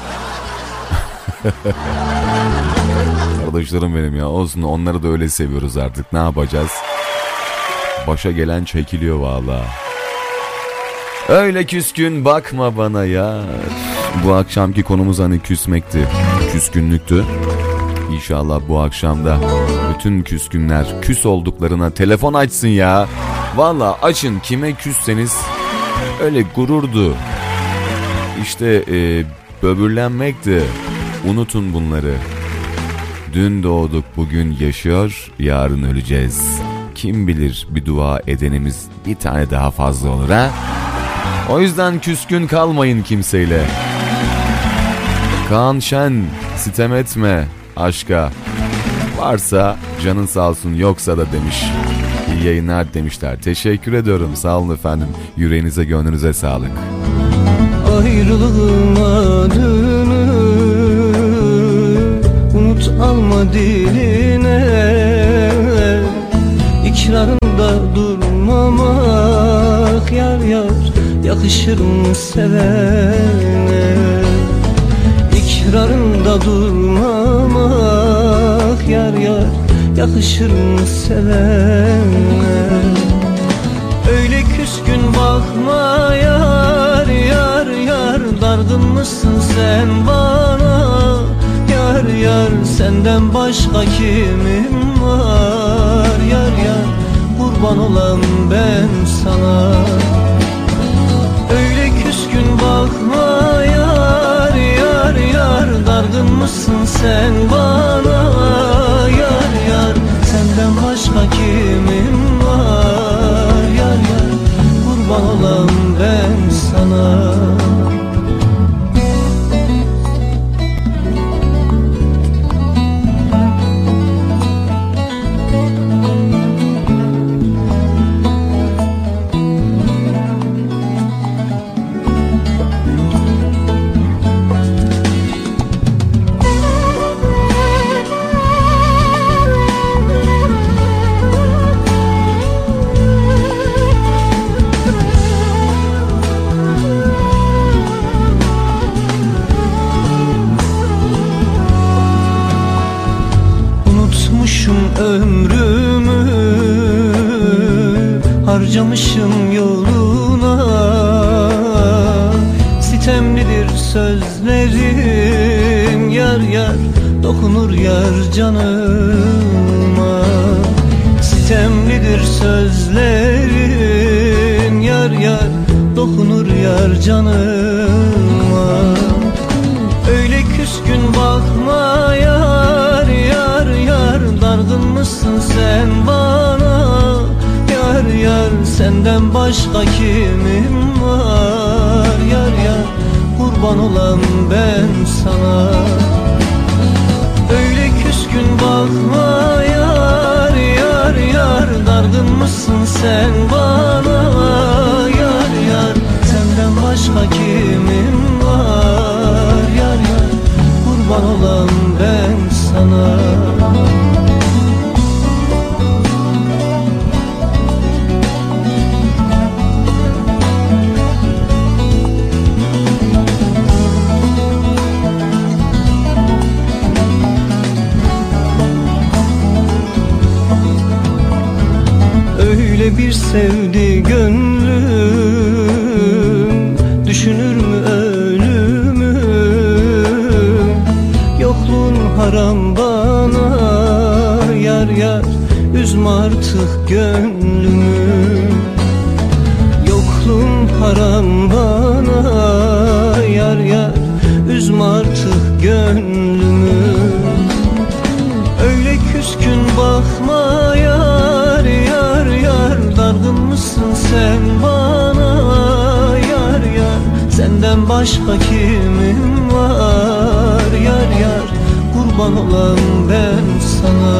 Speaker 1: Kardeşlerim benim ya, olsun, onları da öyle seviyoruz artık, ne yapacağız? Başa gelen çekiliyor valla. Öyle küskün bakma bana ya. Bu akşamki konumuz hani küsmekti, küskünlüktü. İnşallah bu akşam da bütün küskünler küs olduklarına telefon açsın ya. Valla açın, kime küsseniz. Öyle gururdu, İşte e, böbürlenmekti. Unutun bunları. Dün doğduk, bugün yaşıyor, yarın öleceğiz. Kim bilir, bir dua edenimiz bir tane daha fazla olur ha. O yüzden küskün kalmayın kimseyle. Kaan Şen, sitem etme aşka. Varsa canın sağ olsun, yoksa da demiş. İyi yayınlar demişler. Teşekkür ediyorum, sağ olun efendim. Yüreğinize, gönlünüze sağlık.
Speaker 10: Ayrılığın adını unut, alma diline. İkrarında durmamak yar yar yakışır mı sevene? İkrarında durmamak yar yar yakışır mı sevene? Öyle küskün bakma yar yar yar, dargın mısın sen bana? Yar yar, senden başka kimim var? Yar yar, kurban olan ben sana. Öyle küskün bakma yar yar yar, dargın mısın sen bana? Yar yar, senden başka kimim var? Yar yar, kurban olan ben sana. Ömrümü harcamışım yoluna. Sitemlidir sözlerin yar yar, dokunur yar canıma. Sitemlidir sözlerin yar yar, dokunur yar canıma. Öyle küskün bakma yar yar yar, dargın mısın sen bana? Yar yar, senden başka kimim var? Yar yar, kurban olan ben sana. Öyle küskün bakma yar yar yar, dargın mısın sen bana? Yar yar, senden başka kimim var? Yar yar, kurban olan ben sana. Öyle bir sevdi gönlüm, düşünür mü ölümü? Yokluğun haram bana yar yar, üzme artık gönlümü. Yokluğun haram bana yar yar, üzme artık gönlümü. Öyle küskün bakma yar yar yar, dargın mısın sen bana? Senden başka kimim var yar yar, kurban olan ben sana.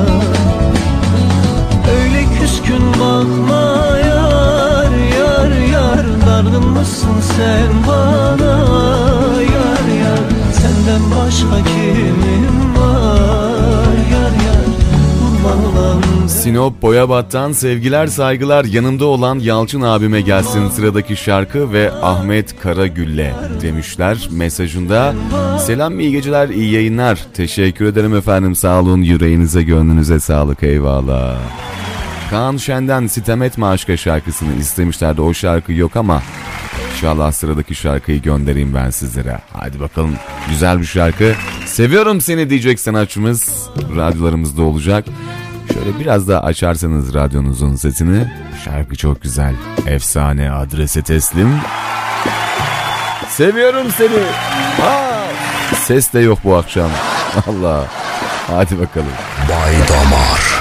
Speaker 10: Öyle küskün bakma yar yar yar, dargın mısın sen bana yar yar. Senden başka kimim var yar yar, kurban olan ben.
Speaker 1: Sinop Boyabat'tan sevgiler saygılar, yanımda olan Yalçın abime gelsin sıradaki şarkı ve Ahmet Karagül'le demişler mesajında. Selam, iyi geceler, iyi yayınlar. Teşekkür ederim efendim, sağ olun, yüreğinize gönlünüze sağlık, eyvallah. Kaan Şen'den Sitem Etme Aşka şarkısını istemişlerdi, o şarkı yok ama İnşallah sıradaki şarkıyı göndereyim ben sizlere. Hadi bakalım, güzel bir şarkı. Seviyorum seni diyecek sanatçımız radyolarımızda olacak. Şöyle biraz daha açarsanız radyonuzun sesini. Şarkı çok güzel. Efsane, adrese teslim. Seviyorum seni. Ha, ses de yok bu akşam. Allah. Hadi bakalım.
Speaker 3: Bay Damar.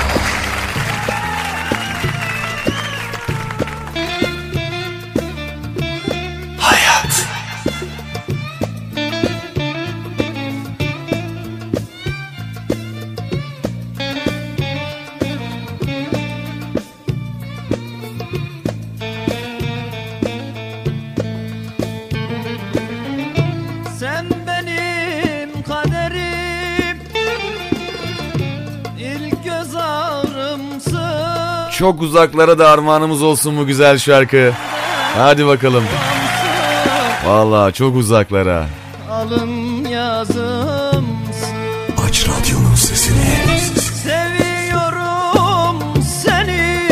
Speaker 1: Çok uzaklara da armağanımız olsun bu güzel şarkı. Hadi bakalım. Vallahi çok uzaklara.
Speaker 10: Alın yazımsın.
Speaker 3: Aç radyonun sesini.
Speaker 10: Seviyorum seni,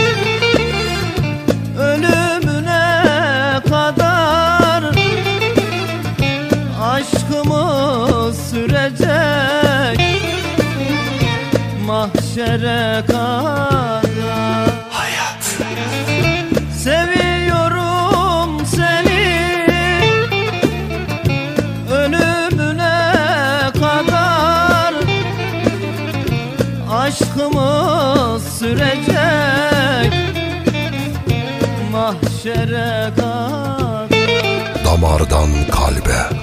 Speaker 10: ölümüne kadar aşkımız sürecek mahşere kadar. Seviyorum seni, ölümüne kadar aşkımız sürecek mahşere kadar.
Speaker 3: Damardan kalbe.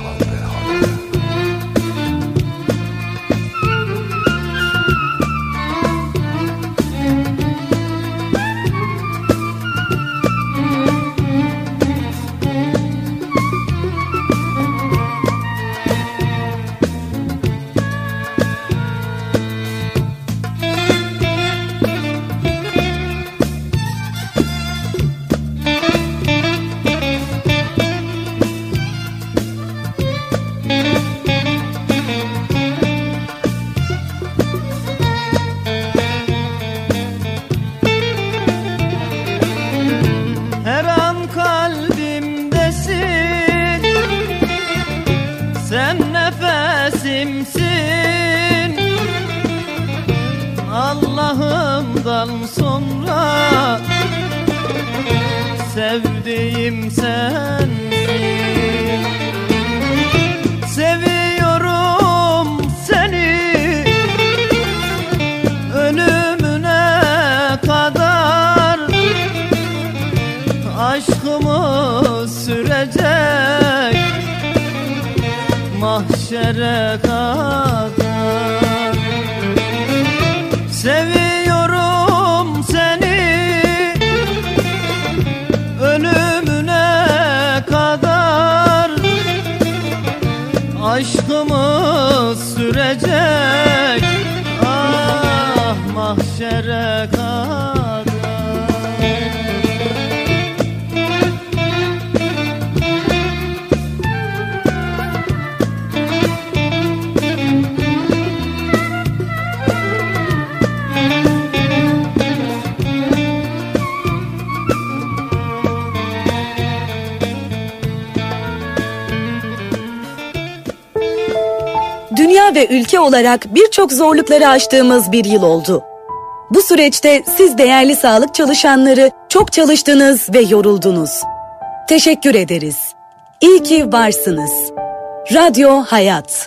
Speaker 10: Sonra sevdiğim sensin. Seviyorum seni, ölümüne kadar aşkımız sürecek mahşere kadar. Seviyorum seni, ölümüne kadar aşkımız sürecek ah mahşere kadar.
Speaker 5: Dünya ve ülke olarak birçok zorlukları aştığımız bir yıl oldu. Bu süreçte siz değerli sağlık çalışanları çok çalıştınız ve yoruldunuz. Teşekkür ederiz. İyi ki varsınız. Radyo Hayat.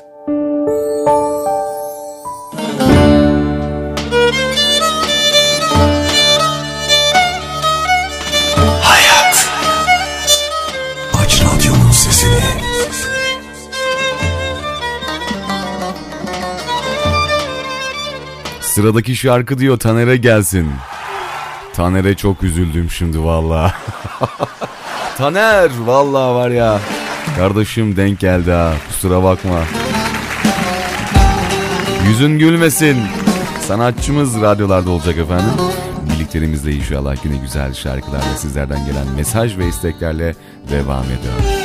Speaker 3: Hayat. Aç radyonun sesini.
Speaker 1: Sıradaki şarkı diyor Taner'e gelsin. Taner'e çok üzüldüm şimdi vallahi. Taner vallahi var ya. Kardeşim denk geldi ha, kusura bakma. Yüzün gülmesin. Sanatçımız radyolarda olacak efendim. Birliklerimizle inşallah yine güzel şarkılarla sizlerden gelen mesaj ve isteklerle devam ediyor.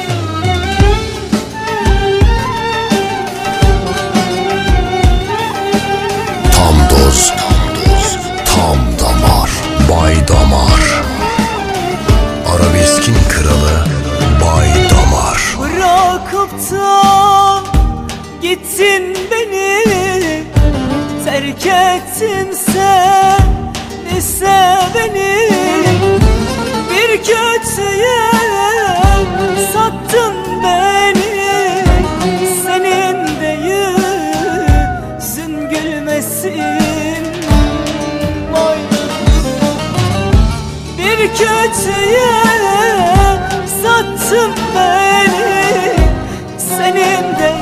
Speaker 3: Tam doz, tam damar, Bay Damar. Arabeskin kralı Bay Damar.
Speaker 13: Bırakıp da gittin beni, terk ettin sen ise beni. Bir kötüye sattın beni, senin de yüzün gülmesin. Vay. Bir kötüye sattın beni, senin de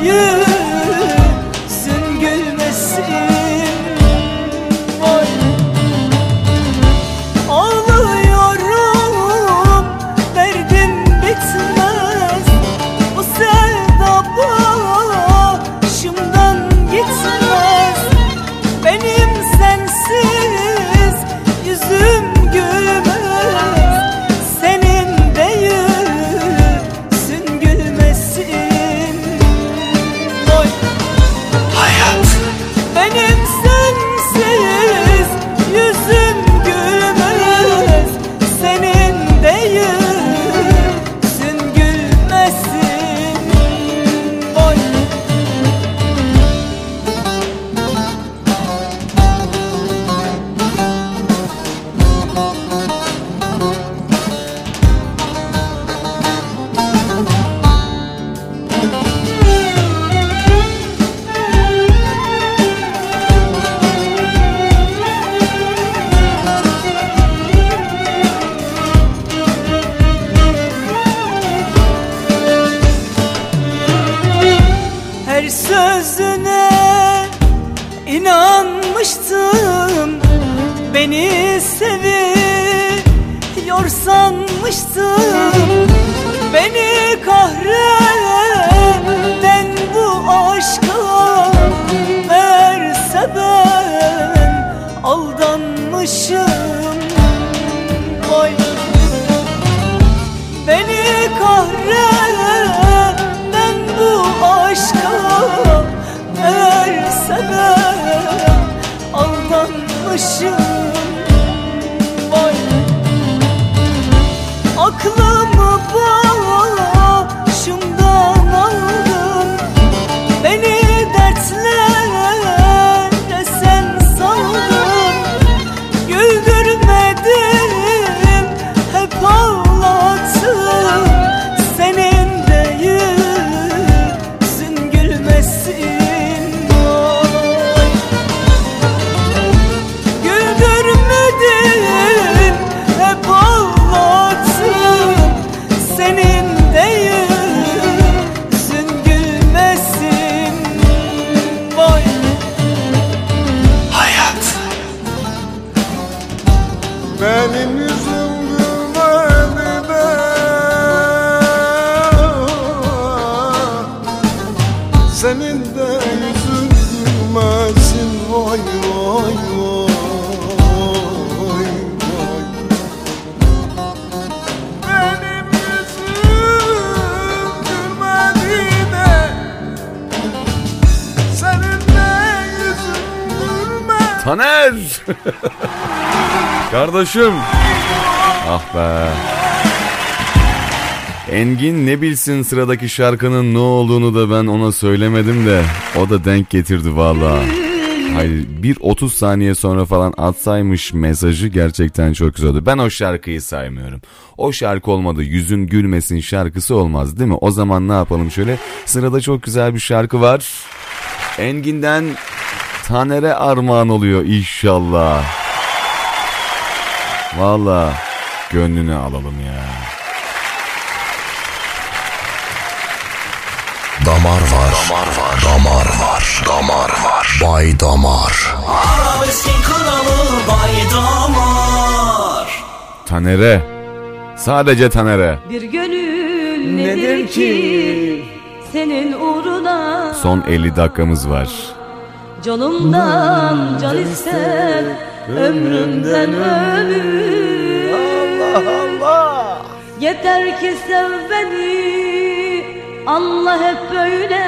Speaker 13: yüzün gülmesin. Vay. Ağlıyorum, derdim bitmez, bu sevda başımdan gitmez. Benim sensiz yüzüm gülmez, senin de yüzün gülmesin. Oy. Hayat. Benim sensiz yüzüm gülmez, senin de yüzün gülmesin. Oy. Her sözüne inanmıştım, beni seviyor sanmıştım. Beni kahreden bu aşka meğerse ben aldanmışım. Vay. Beni kahreden bu aşka meğerse ben aldanmışım. Vay. Aklımı başımdan aldın, beni dertlere sen saldın. Güldürmedin, hep ağlattın, senin de yüzün gülmesin. Vay. Güldürmedin, hep ağlattın, senin de yüzün gülmesin. Vay. Hayat.
Speaker 2: Benim yüzüm gülmedi de, senin de yüzün gülmesin. Vay vay vay vay. Benim yüzüm gülmedi de, senin de yüzün gülmez.
Speaker 1: Taner! Kardeşim. Ah be. Engin ne bilsin sıradaki şarkının ne olduğunu da ben ona söylemedim de o da denk getirdi vallahi. Hayır, bir otuz saniye sonra falan atsaymış mesajı gerçekten çok güzel oldu. Ben o şarkıyı saymıyorum. O şarkı olmadı, yüzün gülmesin şarkısı olmaz değil mi? O zaman ne yapalım şöyle, sırada çok güzel bir şarkı var. Engin'den Taner'e armağan oluyor inşallah. Vallahi gönlünü alalım ya.
Speaker 3: Damar var, damar var, damar var, damar var. Bay Damar.
Speaker 8: Arabeskin kralı Bay Damar.
Speaker 1: Taner'e, sadece Taner'e.
Speaker 4: Bir gönül nedir ki senin uğruna,
Speaker 1: Son elli dakikamız var.
Speaker 4: canımdan can ister, ömrümden ömür.
Speaker 7: Allah Allah.
Speaker 4: Yeter ki sev beni, anla hep böyle.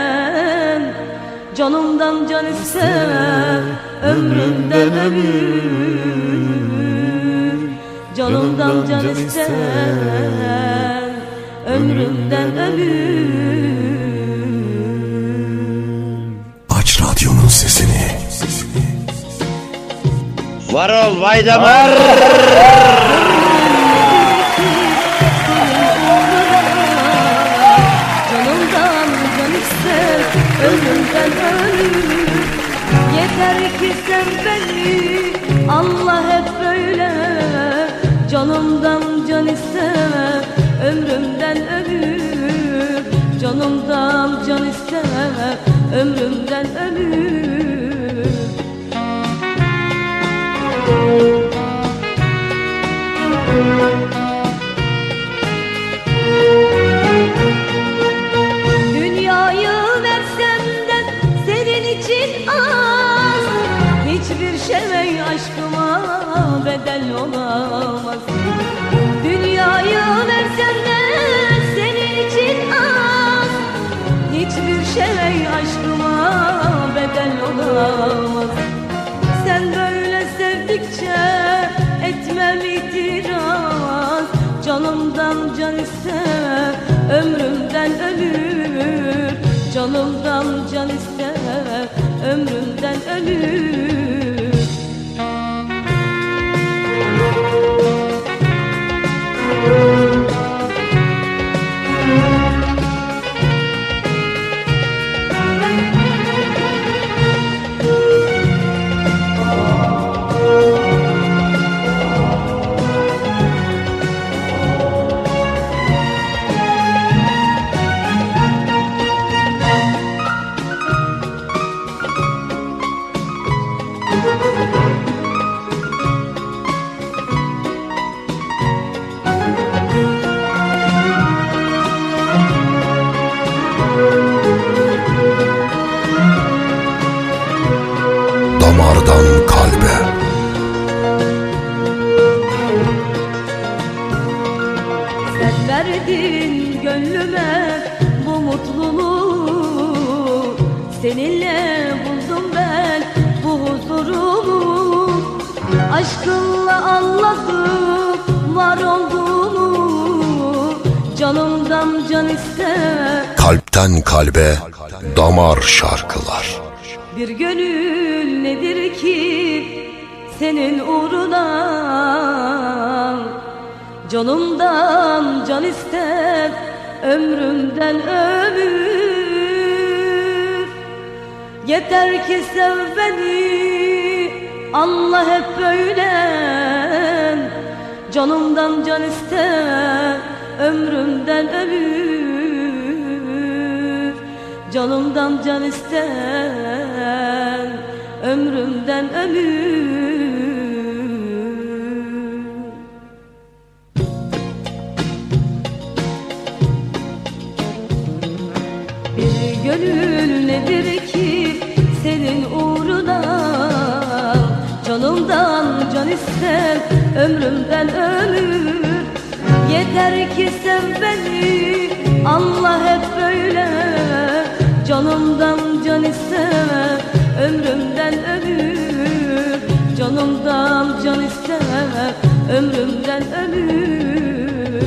Speaker 4: Canımdan can ister, ömrümden ömür. Canımdan can ister, ömrümden ömür.
Speaker 3: Aç radyonun sesini.
Speaker 14: Var ol Bay Damar.
Speaker 4: Canımdan can ister, ömrümden ömür. Yeter ki sen beni, anla hep böyle. Canımdan can ister, ömrümden ömür. Canımdan can ister, ömrümden ömür. Dünyayı versem de senin için az, hiçbir şey aşkıma bedel olamaz. Dünyayı versem de senin için az, hiçbir şey aşkıma bedel olamaz. Sen böyle sevdikçe etmem itiraz. Canımdan can ister, ömrümden ömür. Canımdan can ister, ömrümden ömür.
Speaker 3: Damardan kalbe.
Speaker 4: Sen verdin gönlüme bu mutluluğu, seninle buldum ben bu huzurumu. Aşkınla anladım var olduğumu. Canımdan can ister,
Speaker 3: Kalpten kalbe damar şarkılar.
Speaker 4: bir gönül nedir ki senin uğruna. Canımdan can ister, ömrümden ömür. Yeter ki sev beni, anla hep böyle. Canımdan can ister, ömrümden ömür. Canımdan can ister, ömrümden ömür. Bir gönül nedir ki senin uğruna. Canımdan can ister, ömrümden ömür. Yeter ki sev beni, anla hep böyle. Canımdan can ister, ömrümden ömür. Canımdan can ister, ömrümden ömür.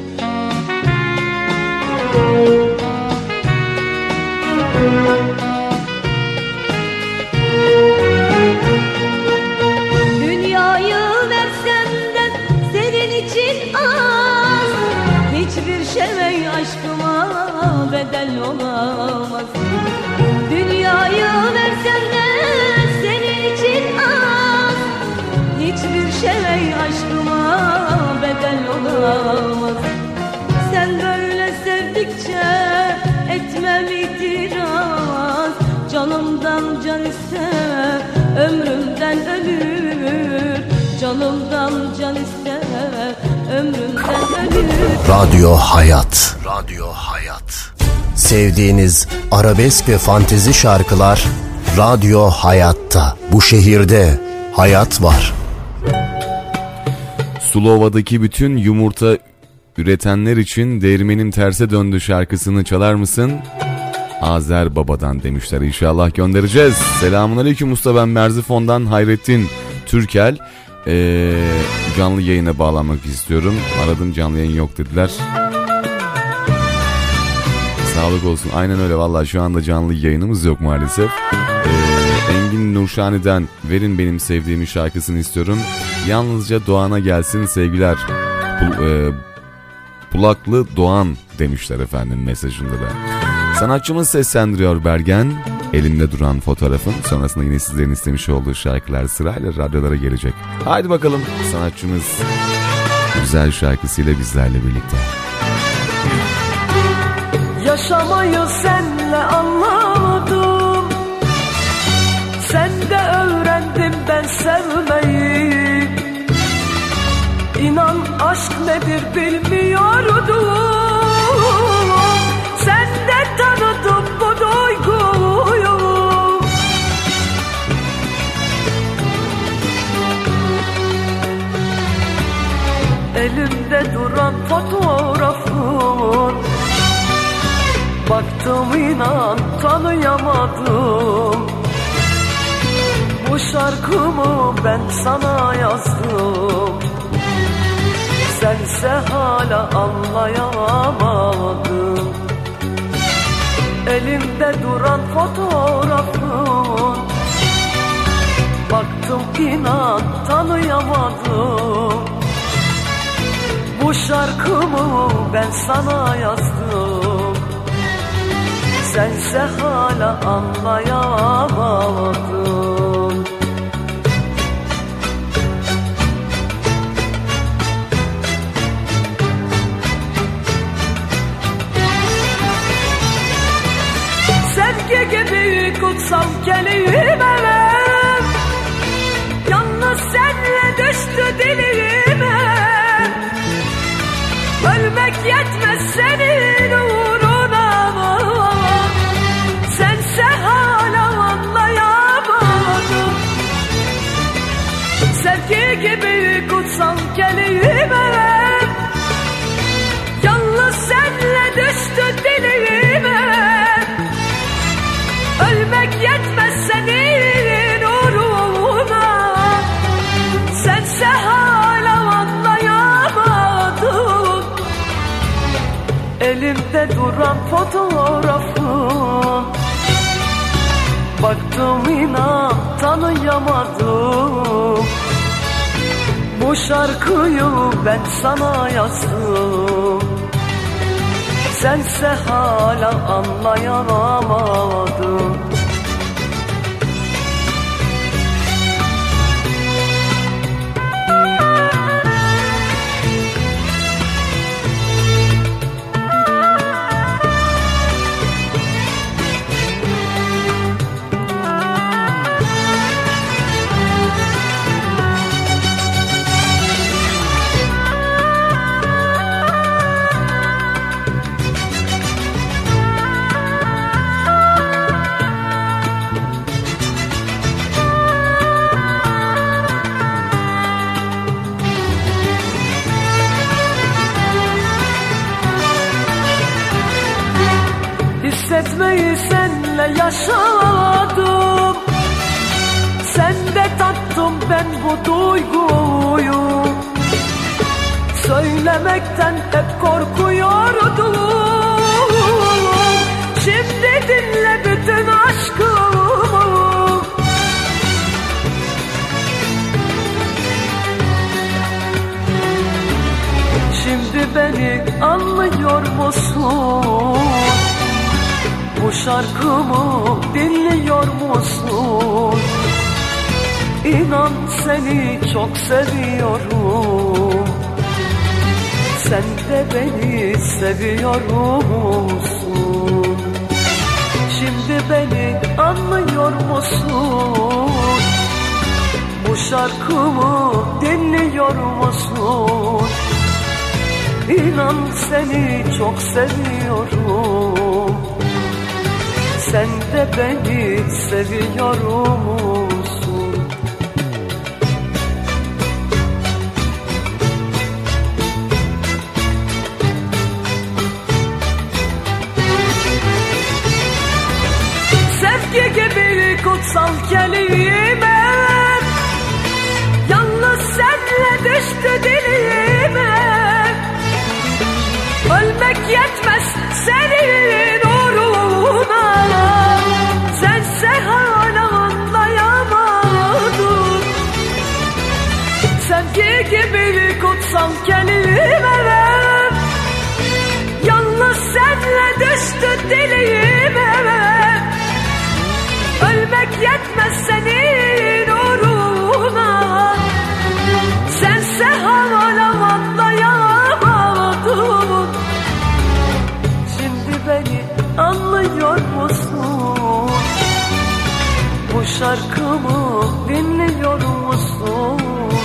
Speaker 4: Dünyayı versem de senin için az, hiçbir şey aşkıma bedel olamaz. Dünyayı versem de senin için az, hiçbir şey aşkıma bedel olamaz. Sen böyle sevdikçe etme
Speaker 15: itiraz. Canımdan can iste, ömrümden ölür. Canımdan can iste, ömrümden ölür.
Speaker 3: Radyo Hayat. Radyo Hayat. Sevdiğiniz arabesk ve fantezi şarkılar Radyo Hayat'ta. Bu şehirde hayat var.
Speaker 1: Sulova'daki bütün yumurta üretenler için Değirmenim Terse Döndü şarkısını çalar mısın? Azer Baba'dan demişler. İnşallah göndereceğiz. Selamünaleyküm usta, ben Merzifon'dan Hayrettin Türkel. Ee, canlı yayına bağlanmak istiyorum. Aradım, canlı yayın yok dediler. Sağlık olsun. Aynen öyle vallahi, şu anda canlı yayınımız yok maalesef. Ee, Engin Nurşani'den Verin Benim Sevdiğimi şarkısını istiyorum. Yalnızca Doğan'a gelsin sevgiler. Pul, e, Pulaklı Doğan demişler efendim mesajında da. Sanatçımız seslendiriyor Bergen. Elimde duran fotoğrafın, sonrasında yine sizlerin istemiş olduğu şarkılar sırayla radyolara gelecek. Haydi bakalım, sanatçımız güzel şarkısıyla bizlerle birlikte.
Speaker 13: Yaşamayı senle anladım, sende öğrendim ben sevmeyi. İnan aşk nedir bilmiyordum, sende tanıdım bu duyguyu. Elimde duran fotoğrafın, baktım inan tanıyamadım. Bu şarkımı ben sana yazdım, sense hala anlayamadın. Elimde duran fotoğrafın, baktım inan tanıyamadım. Bu şarkımı ben sana yazdım, sense hala anlayamadın. Sevgi gibi kutsal kelimem, yalnız senle düştü dilime. Ölmek yetmez senin uğruna, sense hala anlayamadım. Sevgi gibi kutsal kelime, yalnız senle düştü dilime. Ölmek yetmez senin uğruna, sense hala anlayamadım. Elimde duran fotoğrafın, baktım inan tanıyamadım. Bu şarkıyı ben sana yazdım, sense hala anlayamadım. Hissetmeyi senle yaşadım, sende tattım ben bu duyguyu. Söylemekten hep korkuyordum, şimdi dinle bütün aşkımı. Şimdi beni anlıyor musun? Bu şarkımı dinliyor musun? İnan seni çok seviyorum, sen de beni seviyor musun? musun? Bu şarkımı dinliyor musun? İnan seni çok seviyorum. Sen de beni seviyor musun? Sevgi gibi kutsal kelime yalnız senle düştü dilime. Ölmek yetmez senin uğruna, sense hala anlayamadın. Sevgi gibi kutsal kelime yalnız senle düştü dilime. Ölmek yetmez senin uğruna, sense hala anlayamadın. Şimdi beni anlıyor musun? Bu şarkımı dinliyor musun?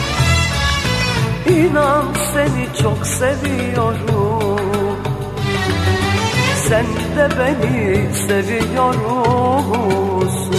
Speaker 13: İnan seni çok seviyorum. Sen de beni seviyor musun?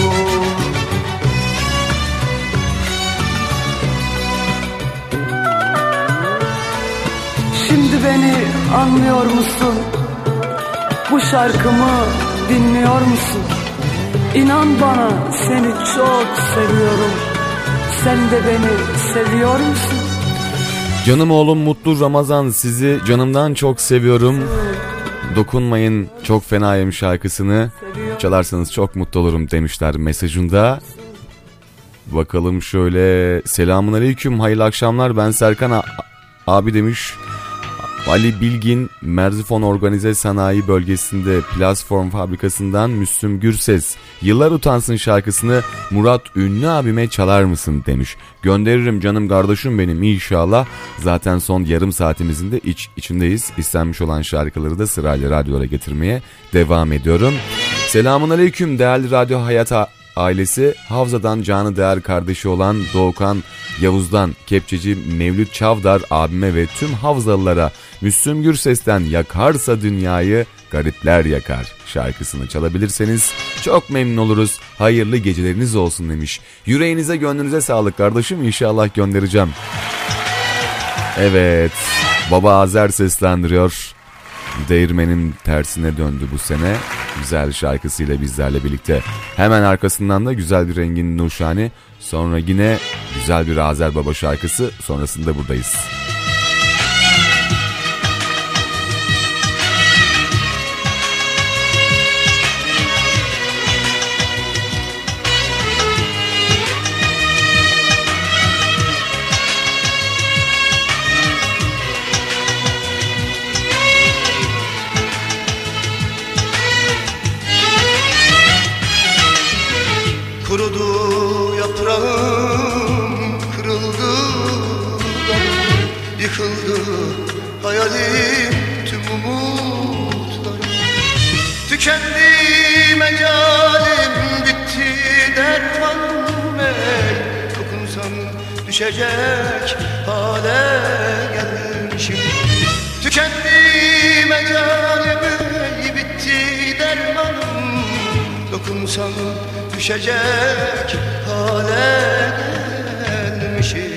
Speaker 13: Şimdi beni anlıyor musun? Bu şarkımı dinliyor musun? İnan bana seni çok seviyorum. Sen de beni seviyor musun?
Speaker 1: Canım oğlum Mutlu Ramazan, sizi canımdan çok seviyorum. Dokunmayın çok fenayım şarkısını çalarsanız çok mutlu olurum demişler mesajında. Bakalım şöyle, selamun aleyküm, hayırlı akşamlar, ben Serkan a- abi demiş. Ali Bilgin, Merzifon Organize Sanayi Bölgesi'nde Platform Fabrikası'ndan Müslüm Gürses, Yıllar Utansın şarkısını Murat Ünlü abime çalar mısın demiş. Gönderirim canım kardeşim benim inşallah. Zaten son yarım saatimizin de iç, içindeyiz. İstenmiş olan şarkıları da sırayla radyolara getirmeye devam ediyorum. Selamun aleyküm değerli Radyo Hayat ailesi. Havza'dan canı değer kardeşi olan Doğukan Yavuz'dan Kepçeci Mevlüt Çavdar abime ve tüm Havzalılara Müslüm Gürses'ten Yakarsa Dünyayı Garipler Yakar şarkısını çalabilirseniz çok memnun oluruz. Hayırlı geceleriniz olsun demiş. Yüreğinize gönlünüze sağlık kardeşim, inşallah göndereceğim. Evet, Baba Azer seslendiriyor. Değirmenin tersine döndü bu sene. Güzel şarkısıyla bizlerle birlikte. Hemen arkasından da güzel bir Engin Nurşani. Sonra yine güzel bir Azer Baba şarkısı. Sonrasında buradayız.
Speaker 16: Kurudu yaprağım, kırıldı dalım, yıkıldı hayalim, tüm umutlarım. Tükendi mecalim, bitti dermanım ey. Dokunsam düşecek hale gelmişim. Tükendi mecalim ey, bitti dermanım. Dokunsam düşecek hale gelmişim.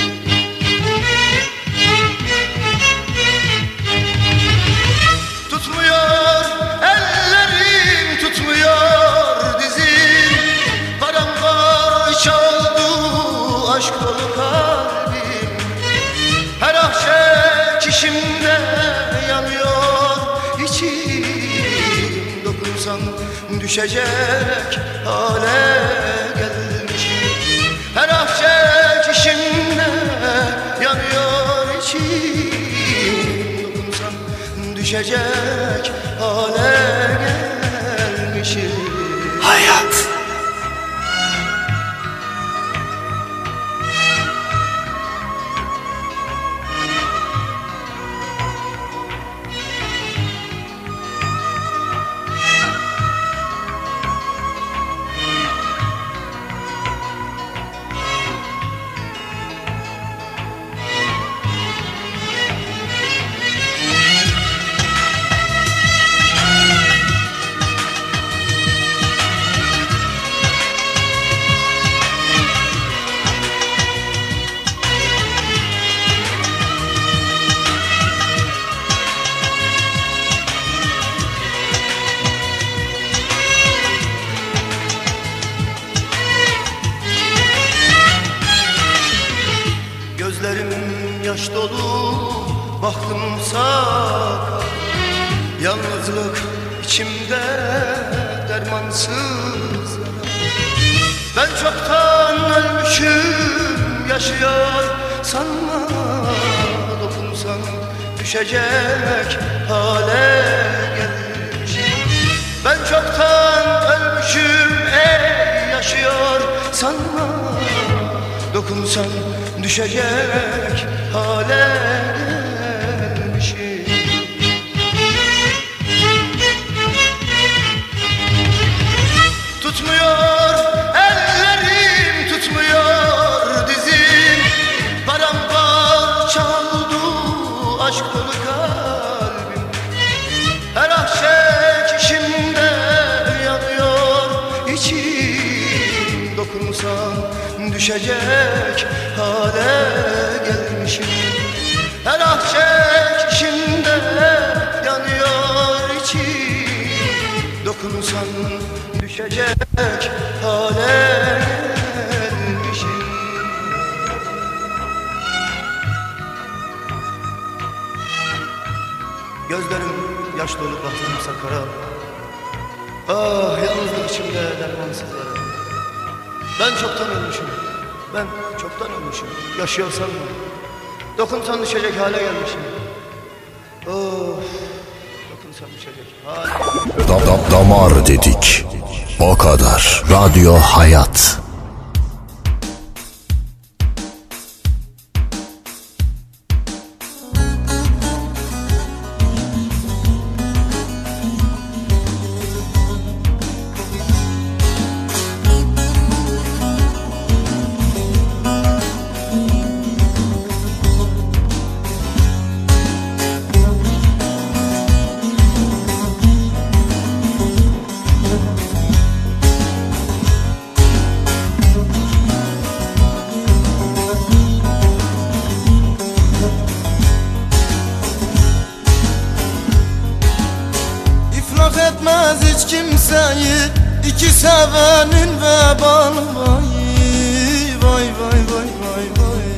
Speaker 16: Tutmuyor ellerim, tutmuyor dizim. Paramparça oldu aşk dolu kalbim. Her ah çekişimde yanıyor içim. Dokunsam düşecek hale gelmişim. Her ah çekişimle yanıyor içim. Dokunsam düşecek hale gelmişim. Hayat. yaş dolu bahtımsa yalnızlık içimde dermansız. Ben çoktan ölmüşüm yaşıyor sanma, dokunsan düşecek hale gelmişim. Ben çoktan ölmüşüm ey yaşıyor sanma, dokunsan düşecek hale gelmişim. Tutmuyor ellerim, tutmuyor dizim, paramparça oldu aşk dolu kalbim. Her ah çekişimde yanıyor içim, dokunsan düşecek hale gelmişim. Her ah çekişimde yanıyor içim, dokunsan düşecek hale gelmişim. Gözlerim yaş dolu bahtımsa kara, ah yalnızlık içimde dermansız yara. Ben çoktan ölmüşüm, ben çoktan ölmüşüm, yaşıyorsam mı? Dokunsan düşecek hale gelmişim. Of, dokunsan düşecek hale.
Speaker 3: Da, da, damar dedik, o kadar. Radyo Hayat.
Speaker 16: Etmez hiç kimseyi iki sevenin vebalı. Vay vay vay vay vay vay.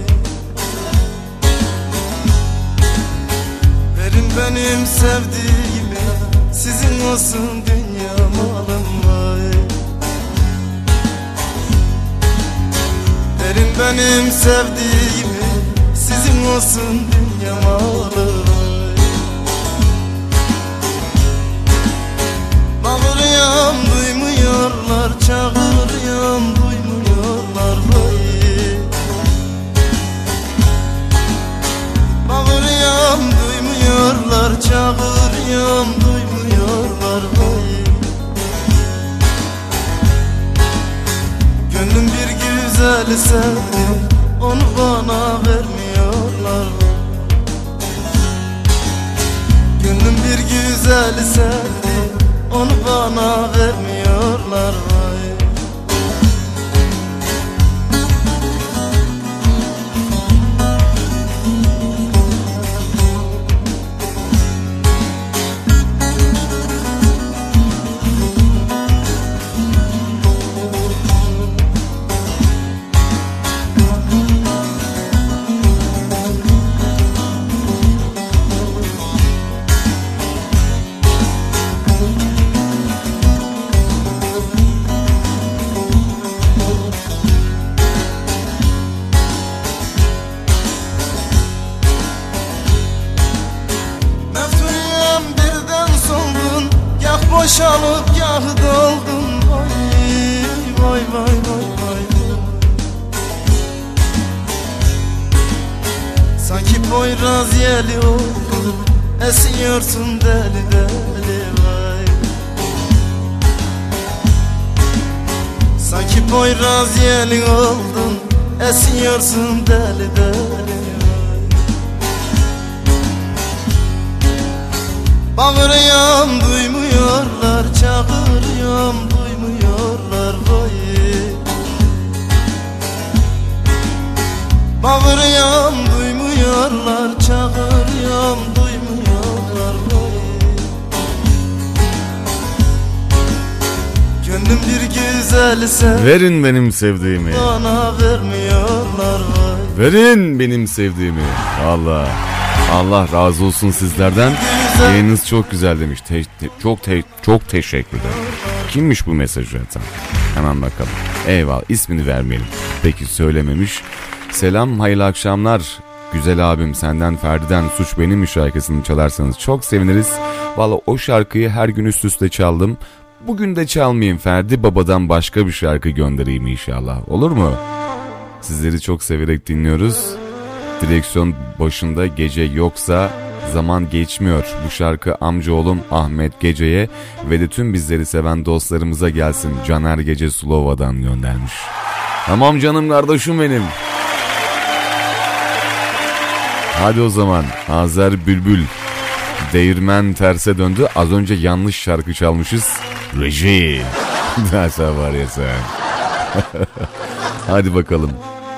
Speaker 16: Verin benim sevdiğimi, sizin olsun dünya malım. Vay. Verin benim sevdiğimi, sizin olsun dünya malım. Bağırıyorum duymuyorlar, çağırıyorum duymuyorlar vay. Bağırıyorum duymuyorlar, çağırıyorum duymuyorlar vay. Gönlüm bir güzeli sevdi, onu bana vermiyorlar vay. Gönlüm bir güzeli sevdi, onu bana vermiyorlar vay. Boşalıp yah doldum vay vay vay vay vay. Sanki Poyraz yeli oldum, esiyorsun deli deli vay. Sanki Poyraz yeli oldum, esiyorsun deli deli. Bağırıyorum duymuyorlar, çağırıyorum duymuyorlar vay. Bağırıyorum duymuyorlar, çağırıyorum duymuyorlar vay. Gönlüm bir güzeli sev,
Speaker 1: verin benim sevdiğimi,
Speaker 16: bana vermiyorlar vay.
Speaker 1: Verin benim sevdiğimi. Allah. Allah razı olsun sizlerden. Yayınınız çok güzel demiş. Te- te- çok te- çok teşekkür ederim. Kimmiş bu mesajı atan? Hemen bakalım. Eyvallah, ismini vermeyelim. Peki söylememiş. Selam, hayırlı akşamlar. Güzel abim, senden Ferdi'den Suç Benim mi şarkısını çalarsanız çok seviniriz. Valla o şarkıyı her gün üst üste çaldım. Bugün de çalmayayım Ferdi, babadan başka bir şarkı göndereyim inşallah. Olur mu? Sizleri çok severek dinliyoruz. Direksiyon başında Gece Yoksa Zaman Geçmiyor. Bu şarkı amcaoğlum Ahmet Gece'ye ve de tüm bizleri seven dostlarımıza gelsin. Caner Gece Slova'dan göndermiş. Tamam canım kardeşim benim. Hadi o zaman Azer Bülbül. Değirmen terse döndü. Az önce yanlış şarkı çalmışız. Reji. Nasıl var ya sen. Hadi bakalım.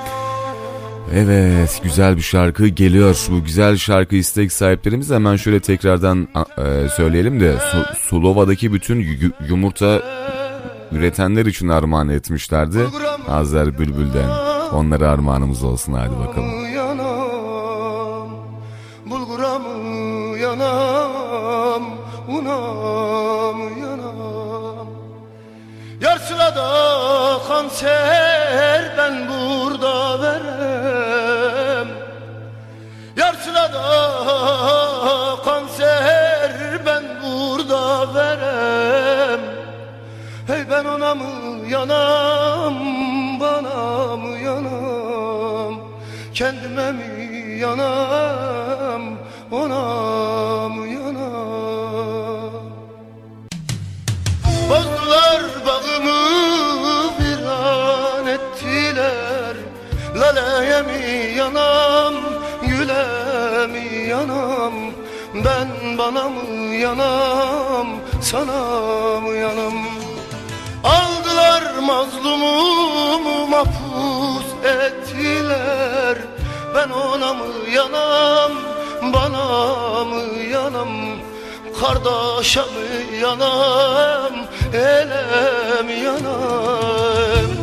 Speaker 1: Evet, güzel bir şarkı geliyor. Bu güzel şarkı istek sahiplerimiz hemen şöyle tekrardan e, söyleyelim de Su- Sulova'daki bütün y- yumurta üretenler için armağan etmişlerdi. Azer Bülbül'den. Onlara armağanımız olsun, hadi bakalım.
Speaker 16: Yanam, bulgura mı yanam, una mı yanam? Yarsılada kanser ben burada verem. Yarsılada kanser ben burada verem. Hey ben ona mı yanam, bana mı yanam? Kendime mi yanam, ona mı yanam? Bozdular bağımı, viran ettiler. Laleye mi yanam, güle mi yanam? Ben bana mı yanam, sana mı yanam? Aldılar mazlumumu, mahpus ettiler. Ben ona mı yanam, bana mı yanam? Kardeşe mi yanam, ele mi yanam?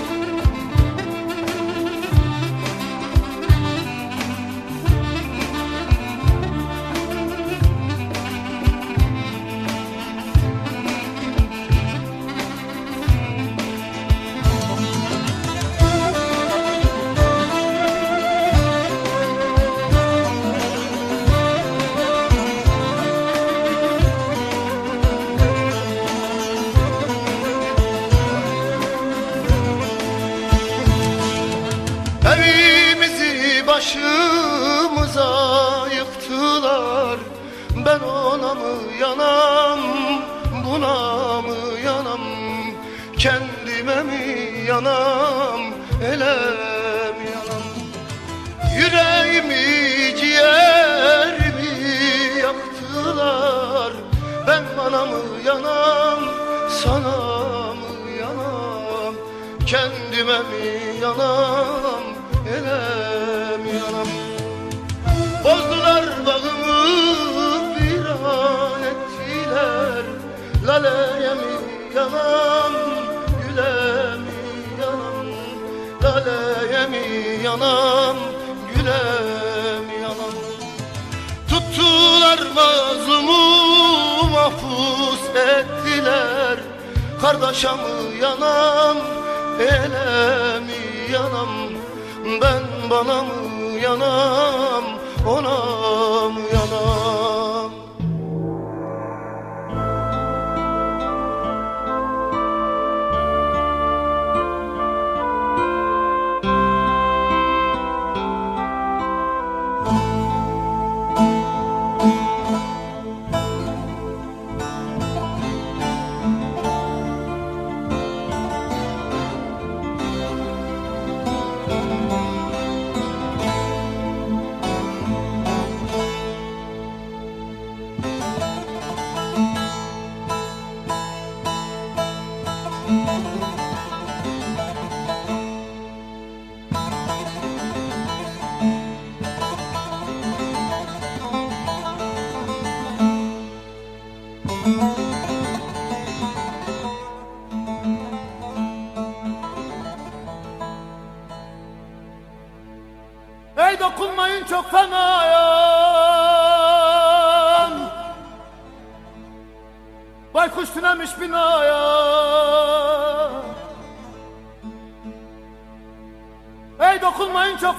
Speaker 16: Evimizi başımıza yıktılar. Ben ona mı yanam, buna mı yanam? Kendime mi yanam, ele mi yanam? Yüreğimi, ciğerimi yaktılar. Ben bana mı yanam, sana mı yanam? Kendime mi yanam, ele mi yanam? Bozdular bağımı, viran ettiler. Laleye mi yanam, güle mi yanam? Laleye mi yanam, güle mi yanam? Tuttular mazlumu, mahpus ettiler. Kardeşe mi yanam, ele mi yanam? Ben bana mı yanam, ona mı yanam?
Speaker 7: Ey dokunmayın çok fenayım, baykuş tünemiş binaya. Ey dokunmayın çok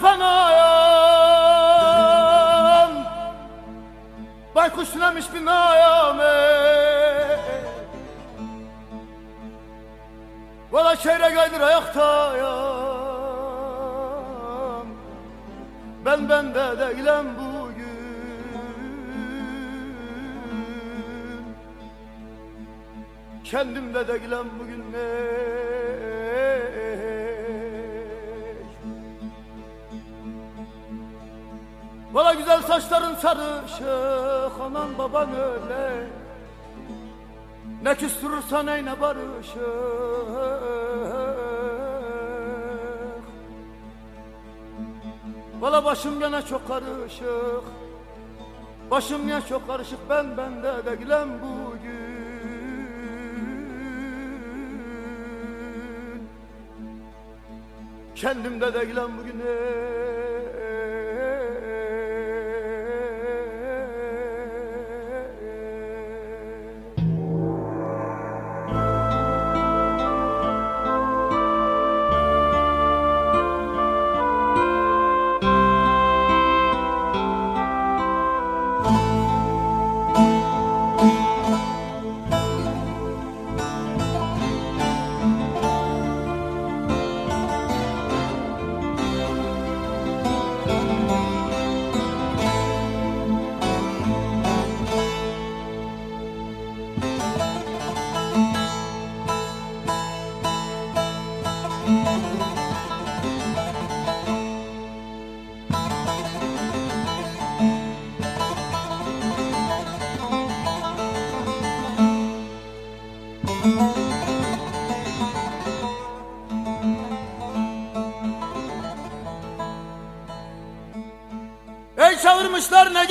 Speaker 7: fenayım, baykuş tünemiş binaya. Valla şehre gaydır ayaktayım, ben bende değilim bugün, kendimde değilim bugün. Ne? Valla güzel saçların sarışık, anan baban öyle, ne küstürürsen ey ne barışık. Valla başım gene çok karışık, başım gene çok karışık, ben bende değilim bugün, kendimde değilim bugün. Ey çağırmışlar ne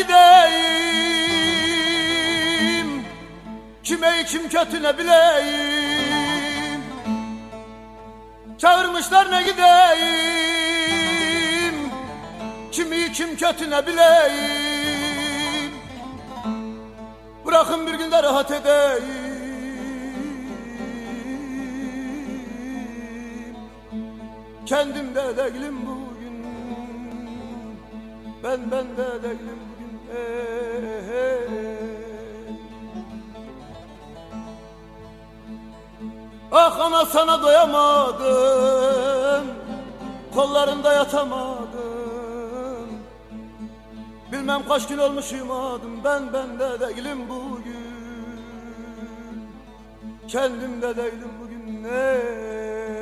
Speaker 7: gideyim, kime iyi kim kötü ne bileyim. Çağırmışlar ne gideyim, kim iyi kim kötü ne bileyim. Bırakın bir günde rahat edeyim, kendimde değilim bugün, ben bende değilim bugün. Ey, ey, ey. Ah ana sana doyamadım, kollarında yatamadım. Bilmem kaç gün olmuş uyumadım, ben bende değilim bugün, kendimde değilim bugün. Ey.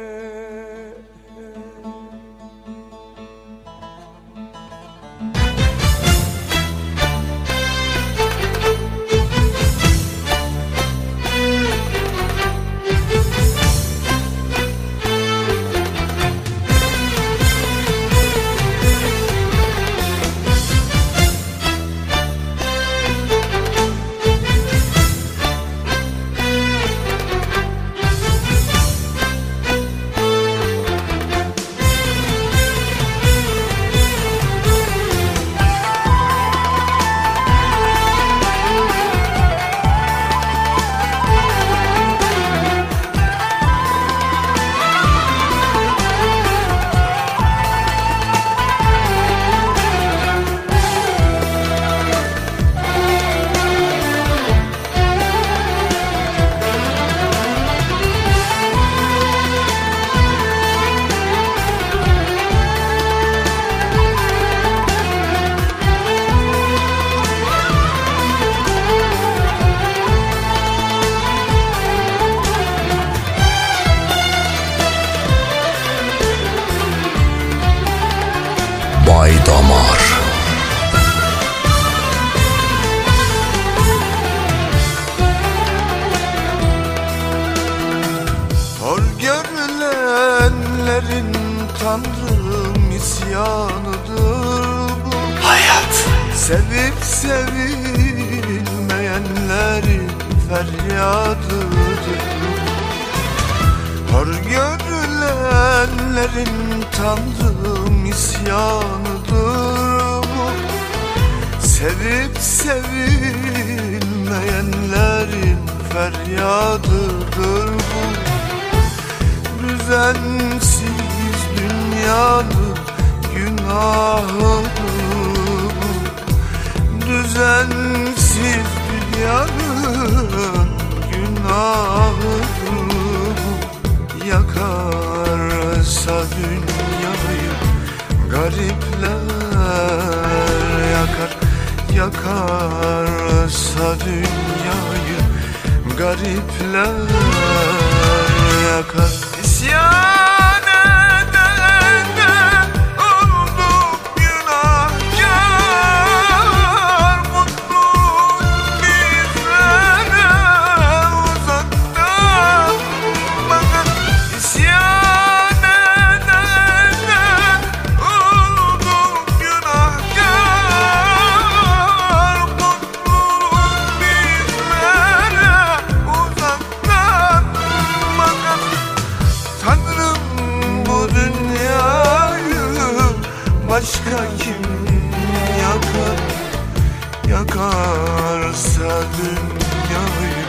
Speaker 3: Baydamar.
Speaker 16: Hor görülenlerin Tanrım isyanıdır bu.
Speaker 3: Hayat.
Speaker 16: Sevip sevilmeyenlerin feryadıdır. Hor görülenlerin Tanrım isyanıdır Sevip sevilmeyenlerin feryadıdır bu. Düzensiz dünyanın günahıdır bu. Düzensiz dünyanın günahıdır bu. Yakarsa dünyayı garipler yakar. Yakarsa dünyayı garipler yakar. İsyan edene olduk günahkar. Mutluluk bizlere uzakta. Bakın isyan edene olduk günahkar. Mutluluk bizlere uzakta. Bakın Tanrım bu dünyayı başka kim yakar? Yakarsa dünyayı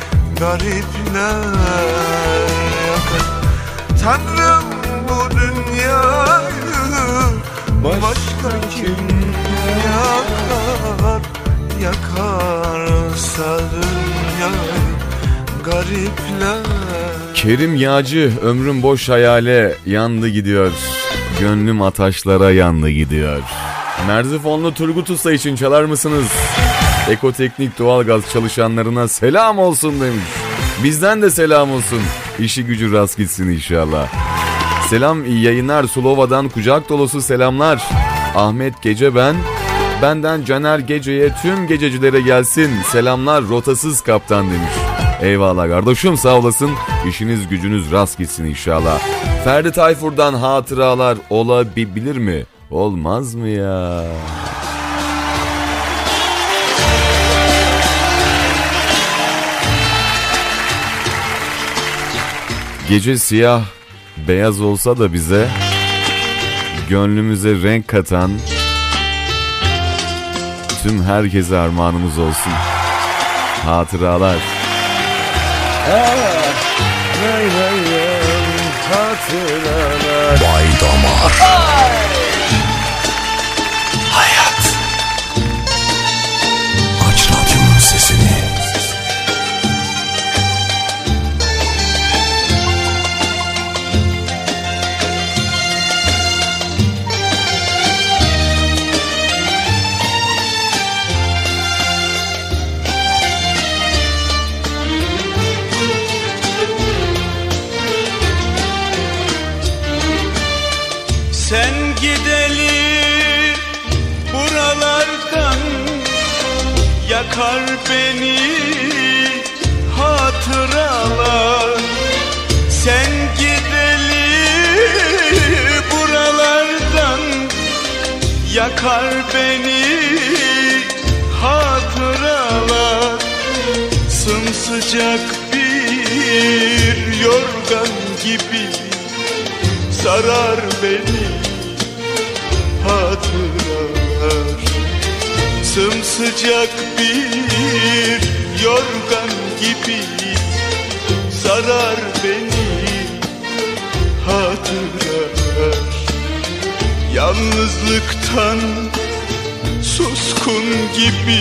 Speaker 16: garipler yakar. Tanrım bu dünyayı başka kim yakar? Yakarsa dünyayı garipler.
Speaker 1: Kerim Yağcı, ömrüm boş hayale yandı gidiyor. Gönlüm ataşlara yandı gidiyor. Merzifonlu Turgut Usta için çalar mısınız? Ekoteknik doğalgaz çalışanlarına selam olsun demiş. Bizden de selam olsun. İşi gücü rast gitsin inşallah. Selam, iyi yayınlar. Sulova'dan kucak dolusu selamlar. Ahmet Gece ben. Benden Caner Gece'ye tüm gececilere gelsin. Selamlar rotasız kaptan demiş. Eyvallah kardeşim, sağ olasın. İşiniz gücünüz rast gitsin inşallah. Ferdi Tayfur'dan hatıralar olabilir mi? Olmaz mı ya? Gece siyah beyaz olsa da bize gönlümüze renk katan tüm herkese armağanımız olsun. Hatıralar.
Speaker 3: Hatıralar. Bay Damar. Hayat. Aç radyonun sesini.
Speaker 16: Sen gideli buralardan yakar beni hatıralar. Sen gideli buralardan yakar beni hatıralar. Sımsıcak bir yorgan gibi sarar beni hatıralar. Sımsıcak bir yorgan gibi sarar beni hatıralar. Yalnızlıktan suskun gibi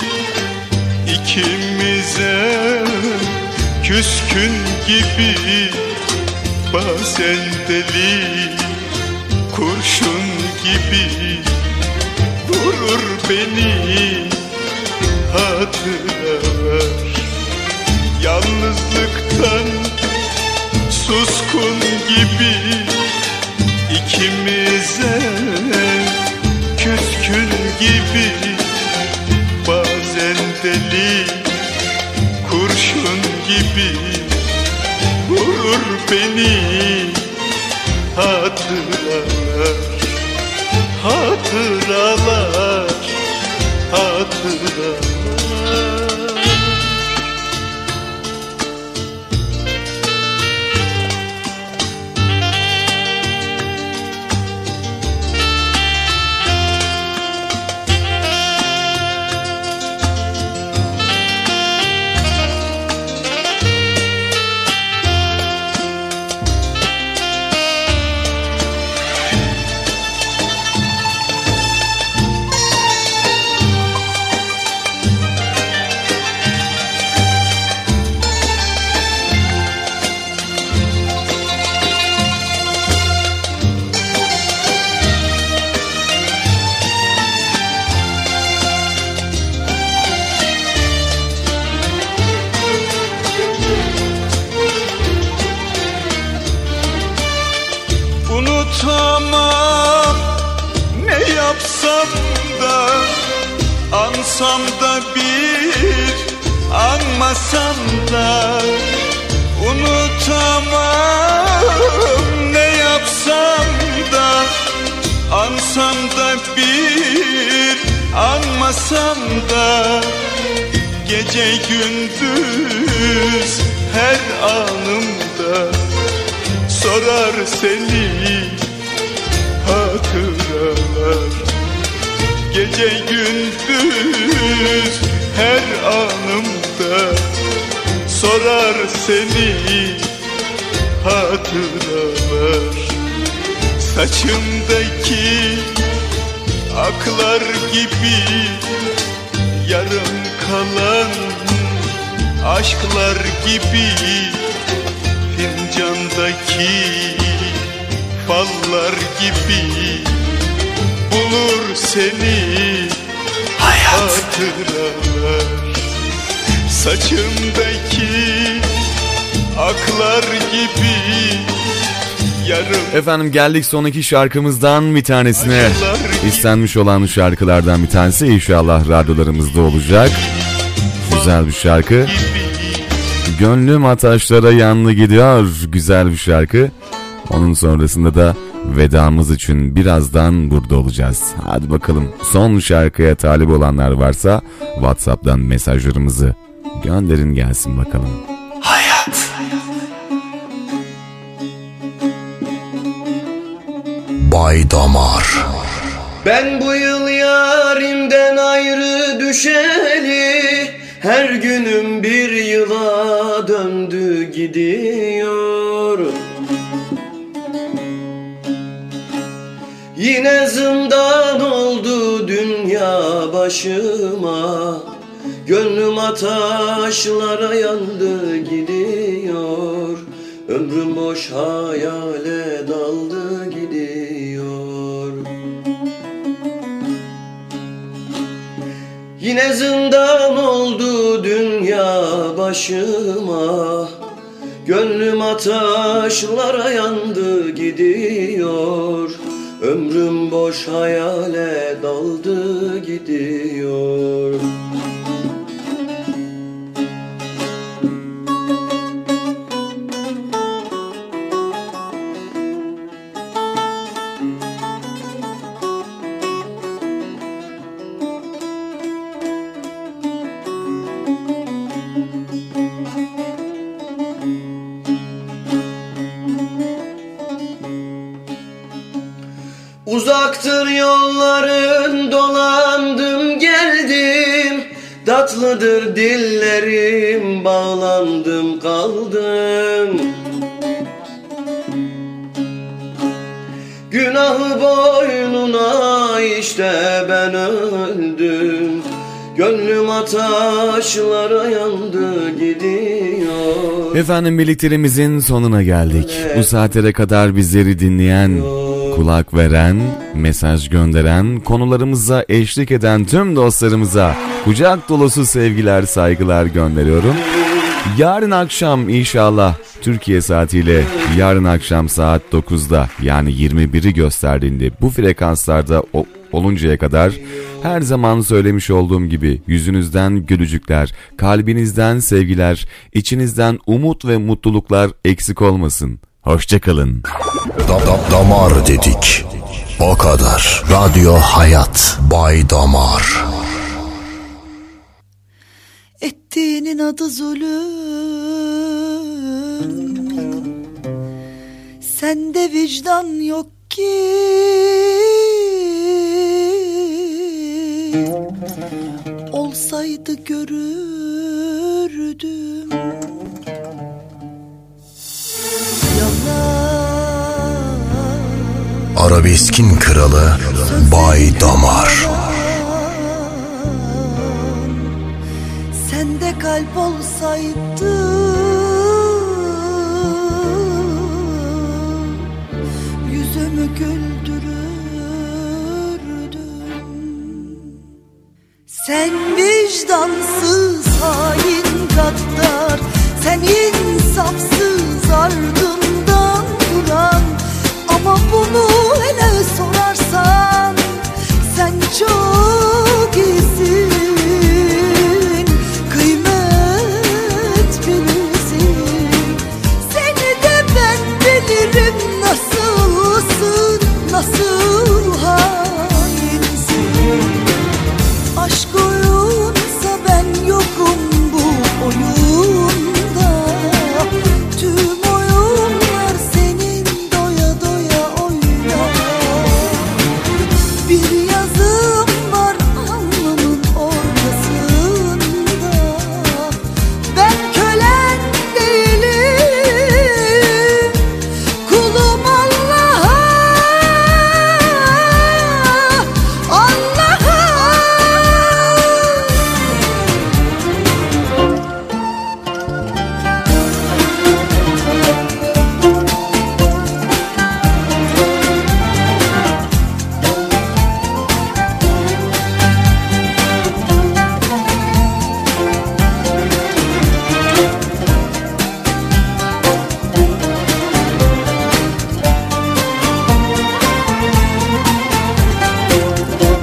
Speaker 16: ikimize küskün gibi bazen deli kurşun gibi vurur beni hatıralar. Yalnızlıktan suskun gibi ikimize küskün gibi bazen deli kurşun gibi vurur beni hatıralar. Hatıralar, hatıralar. unutamam. Ne yapsam da, ansam da bir, anmasam da unutamam. Ne yapsam da, ansam da bir, anmasam da gece gündüz her anımda sorar seni hatıralar. Gece gündüz her anımda sorar seni hatıralar. Saçımdaki aklar gibi yarım kalan aşklar gibi fincandaki fallar gibi bulur seni hatıralar. Saçımdaki aklar gibi yarım.
Speaker 1: Efendim geldik son iki şarkımızdan bir tanesine. İstenmiş olan şarkılardan bir tanesi inşallah radyolarımızda olacak. Güzel bir şarkı. Gönlüm ataşlara yanlı gidiyor. Güzel bir şarkı. Onun sonrasında da vedamız için birazdan burada olacağız. Hadi bakalım, son şarkıya talip olanlar varsa WhatsApp'tan mesajlarımızı gönderin gelsin bakalım.
Speaker 3: Hayat. Bay Damar.
Speaker 10: Ben bu yıl yarimden ayrı düşeli, her günüm bir yıla döndü gidiyor. Yine zindan oldu dünya başıma, gönlüm ataşlara yandı gidiyor. Ömrüm boş hayale daldı gidiyor. Yine zindan oldu dünya başıma, gönlüm ataşlara yandı gidiyor. Ömrüm boş hayale daldı gidiyor. Uzaktır yolların dolandım geldim, tatlıdır dillerim bağlandım kaldım. Günahı boynuna işte ben öldüm, gönlüm ataşlara yandı gidiyor.
Speaker 1: Efendim birlikteliğimizin sonuna geldik. Bu saatlere kadar bizleri dinleyen, kulak veren, mesaj gönderen, konularımıza eşlik eden tüm dostlarımıza kucak dolusu sevgiler, saygılar gönderiyorum. Yarın akşam inşallah Türkiye saatiyle yarın akşam saat dokuzda yani yirmi biri gösterdiğinde bu frekanslarda o, oluncaya kadar her zaman söylemiş olduğum gibi yüzünüzden gülücükler, kalbinizden sevgiler, içinizden umut ve mutluluklar eksik olmasın. Hoşçakalın.
Speaker 3: Da, da, damar dedik. O kadar. Radyo Hayat. Bay Damar.
Speaker 17: Ettiğinin adı zulüm, sende vicdan yok ki. Olsaydı görürdüm.
Speaker 3: Arabeskin kralı Bay Damar.
Speaker 17: Sende kalp olsaydı yüzümü güldürürdün. Sen vicdansız hain gaddar, sen insafsız ardından duran, ama bunu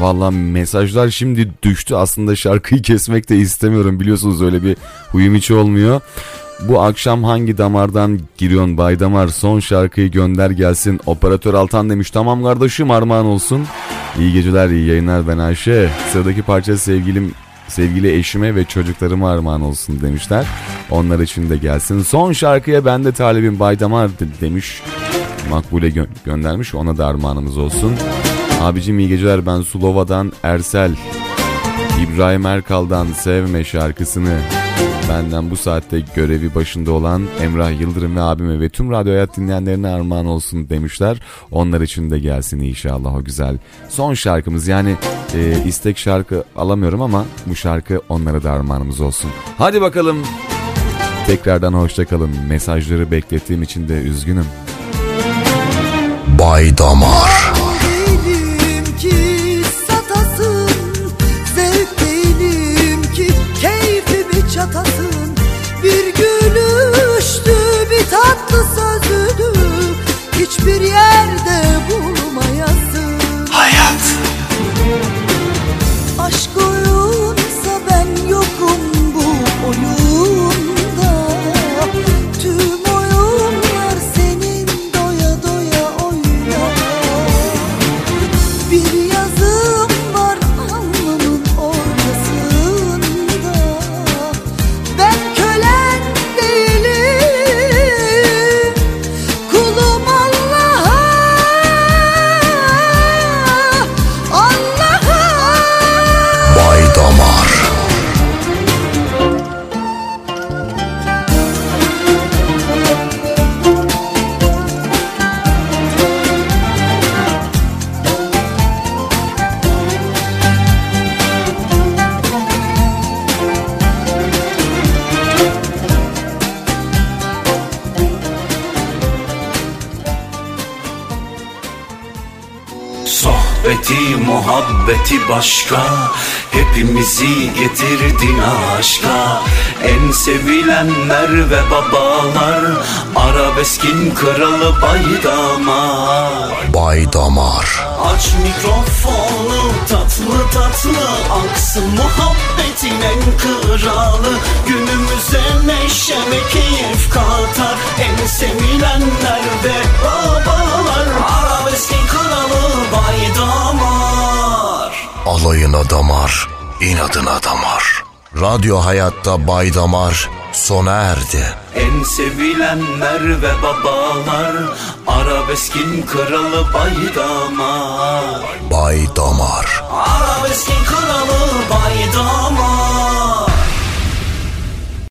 Speaker 1: Vallahi mesajlar şimdi düştü. Aslında şarkıyı kesmek de istemiyorum. Biliyorsunuz öyle bir huyum hiç olmuyor. Bu akşam hangi damardan giriyorsun Bay Damar? Son şarkıyı gönder gelsin. Operatör Altan demiş. Tamam kardeşim, armağan olsun. İyi geceler, iyi yayınlar, ben Ayşe. Sıradaki parça sevgilim, sevgili eşime ve çocuklarıma armağan olsun demişler. Onlar için de gelsin. Son şarkıya ben de talibim Bay Damar demiş. Makbule gö- göndermiş. Ona da armağanımız olsun. Abicim iyi geceler, ben Sulova'dan Ersel. İbrahim Erkal'dan Sevme şarkısını benden bu saatte görevi başında olan Emrah Yıldırım ve abime ve tüm Radyo Hayat dinleyenlerine armağan olsun demişler. Onlar için de gelsin inşallah o güzel son şarkımız. Yani e, istek şarkı alamıyorum ama bu şarkı onlara da armağanımız olsun. Hadi bakalım. Tekrardan hoşça kalın. Mesajları beklettiğim için de üzgünüm.
Speaker 3: Bay Damar.
Speaker 17: Değilim ki satasın, zevk değilim ki keyfimi çatasın. Bir gülüştü, bir tatlı sözüdü, hiçbir yerde bulmayasın. Hayat. Aşk oyunsa ben yokum bu oyunda. Tüm oyunlar senin, doya doya oyna. Bir yazım var alnımın ortasında. Ben kölen değilim, kulum Allah'a, Allah'a.
Speaker 3: Bay Damar.
Speaker 8: Sohbeti, muhabbeti başka, hepimizi getirdin aşka. En sevilenler ve babalar, arabeskin kralı Bay Damar.
Speaker 3: Bay Damar.
Speaker 8: Aç mikrofonu, tatlı tatlı aksın muhabbetin en kralı. Günümüze neşe ve keyif katar en sevilenler ve babalar. Arabeskin kralı Bay Damar.
Speaker 3: Alayına damar, inadına damar. Radyo Hayat'ta Bay Damar sona erdi.
Speaker 8: En sevilenler ve babalar, arabeskin kralı Bay Damar.
Speaker 3: Bay Damar.
Speaker 8: Arabeskin kralı Bay